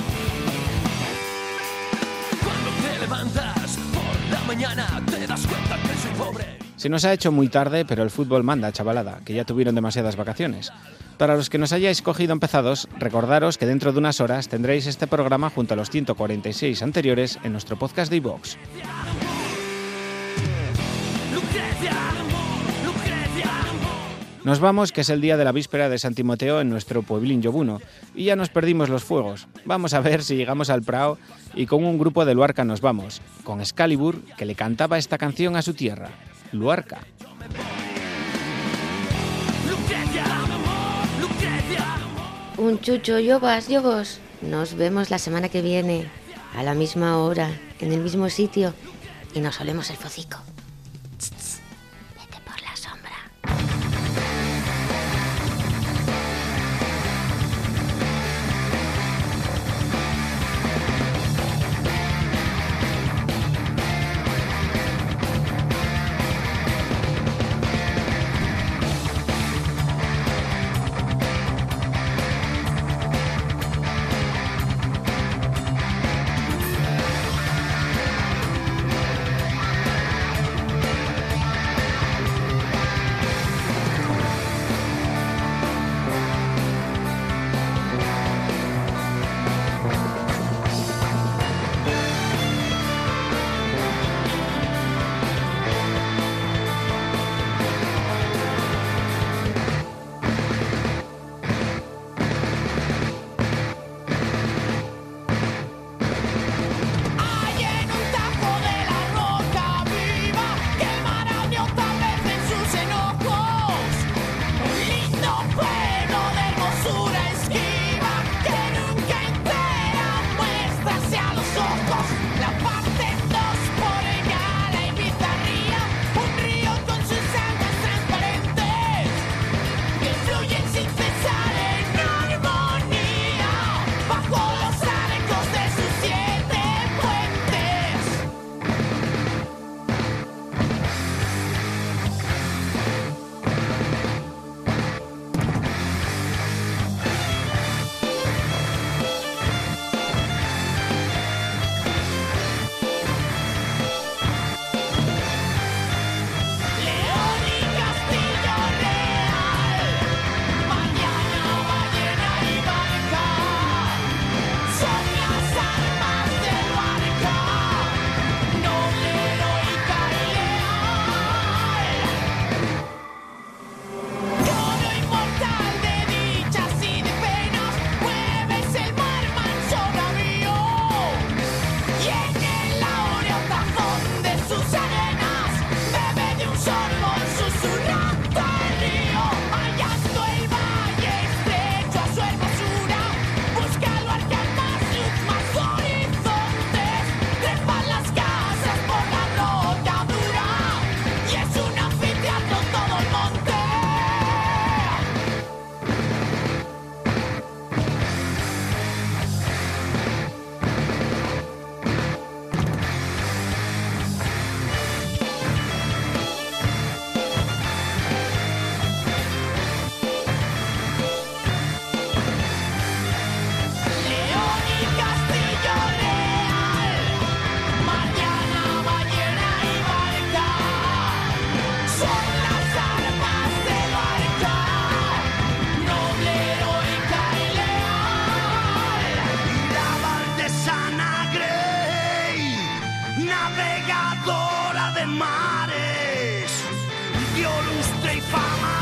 Cuando te levantas por la mañana te das cuenta que soy pobre. Se nos ha hecho muy tarde, pero el fútbol manda, chavalada, que ya tuvieron demasiadas vacaciones. Para los que nos hayáis cogido empezados, recordaros que dentro de unas horas tendréis este programa junto a los ciento cuarenta y seis anteriores en nuestro podcast de iVoox. Nos vamos, que es el día de la víspera de San Timoteo en nuestro pueblín Yobuno, y ya nos perdimos los fuegos. Vamos a ver si llegamos al Prao y con un grupo de Luarca nos vamos, con Excalibur, que le cantaba esta canción a su tierra, Luarca. Un chucho, yobas, yobos. Nos vemos la semana que viene, a la misma hora, en el mismo sitio, y nos olemos el focico. Vete por la sombra. navegadora de mares, dio lustre y fama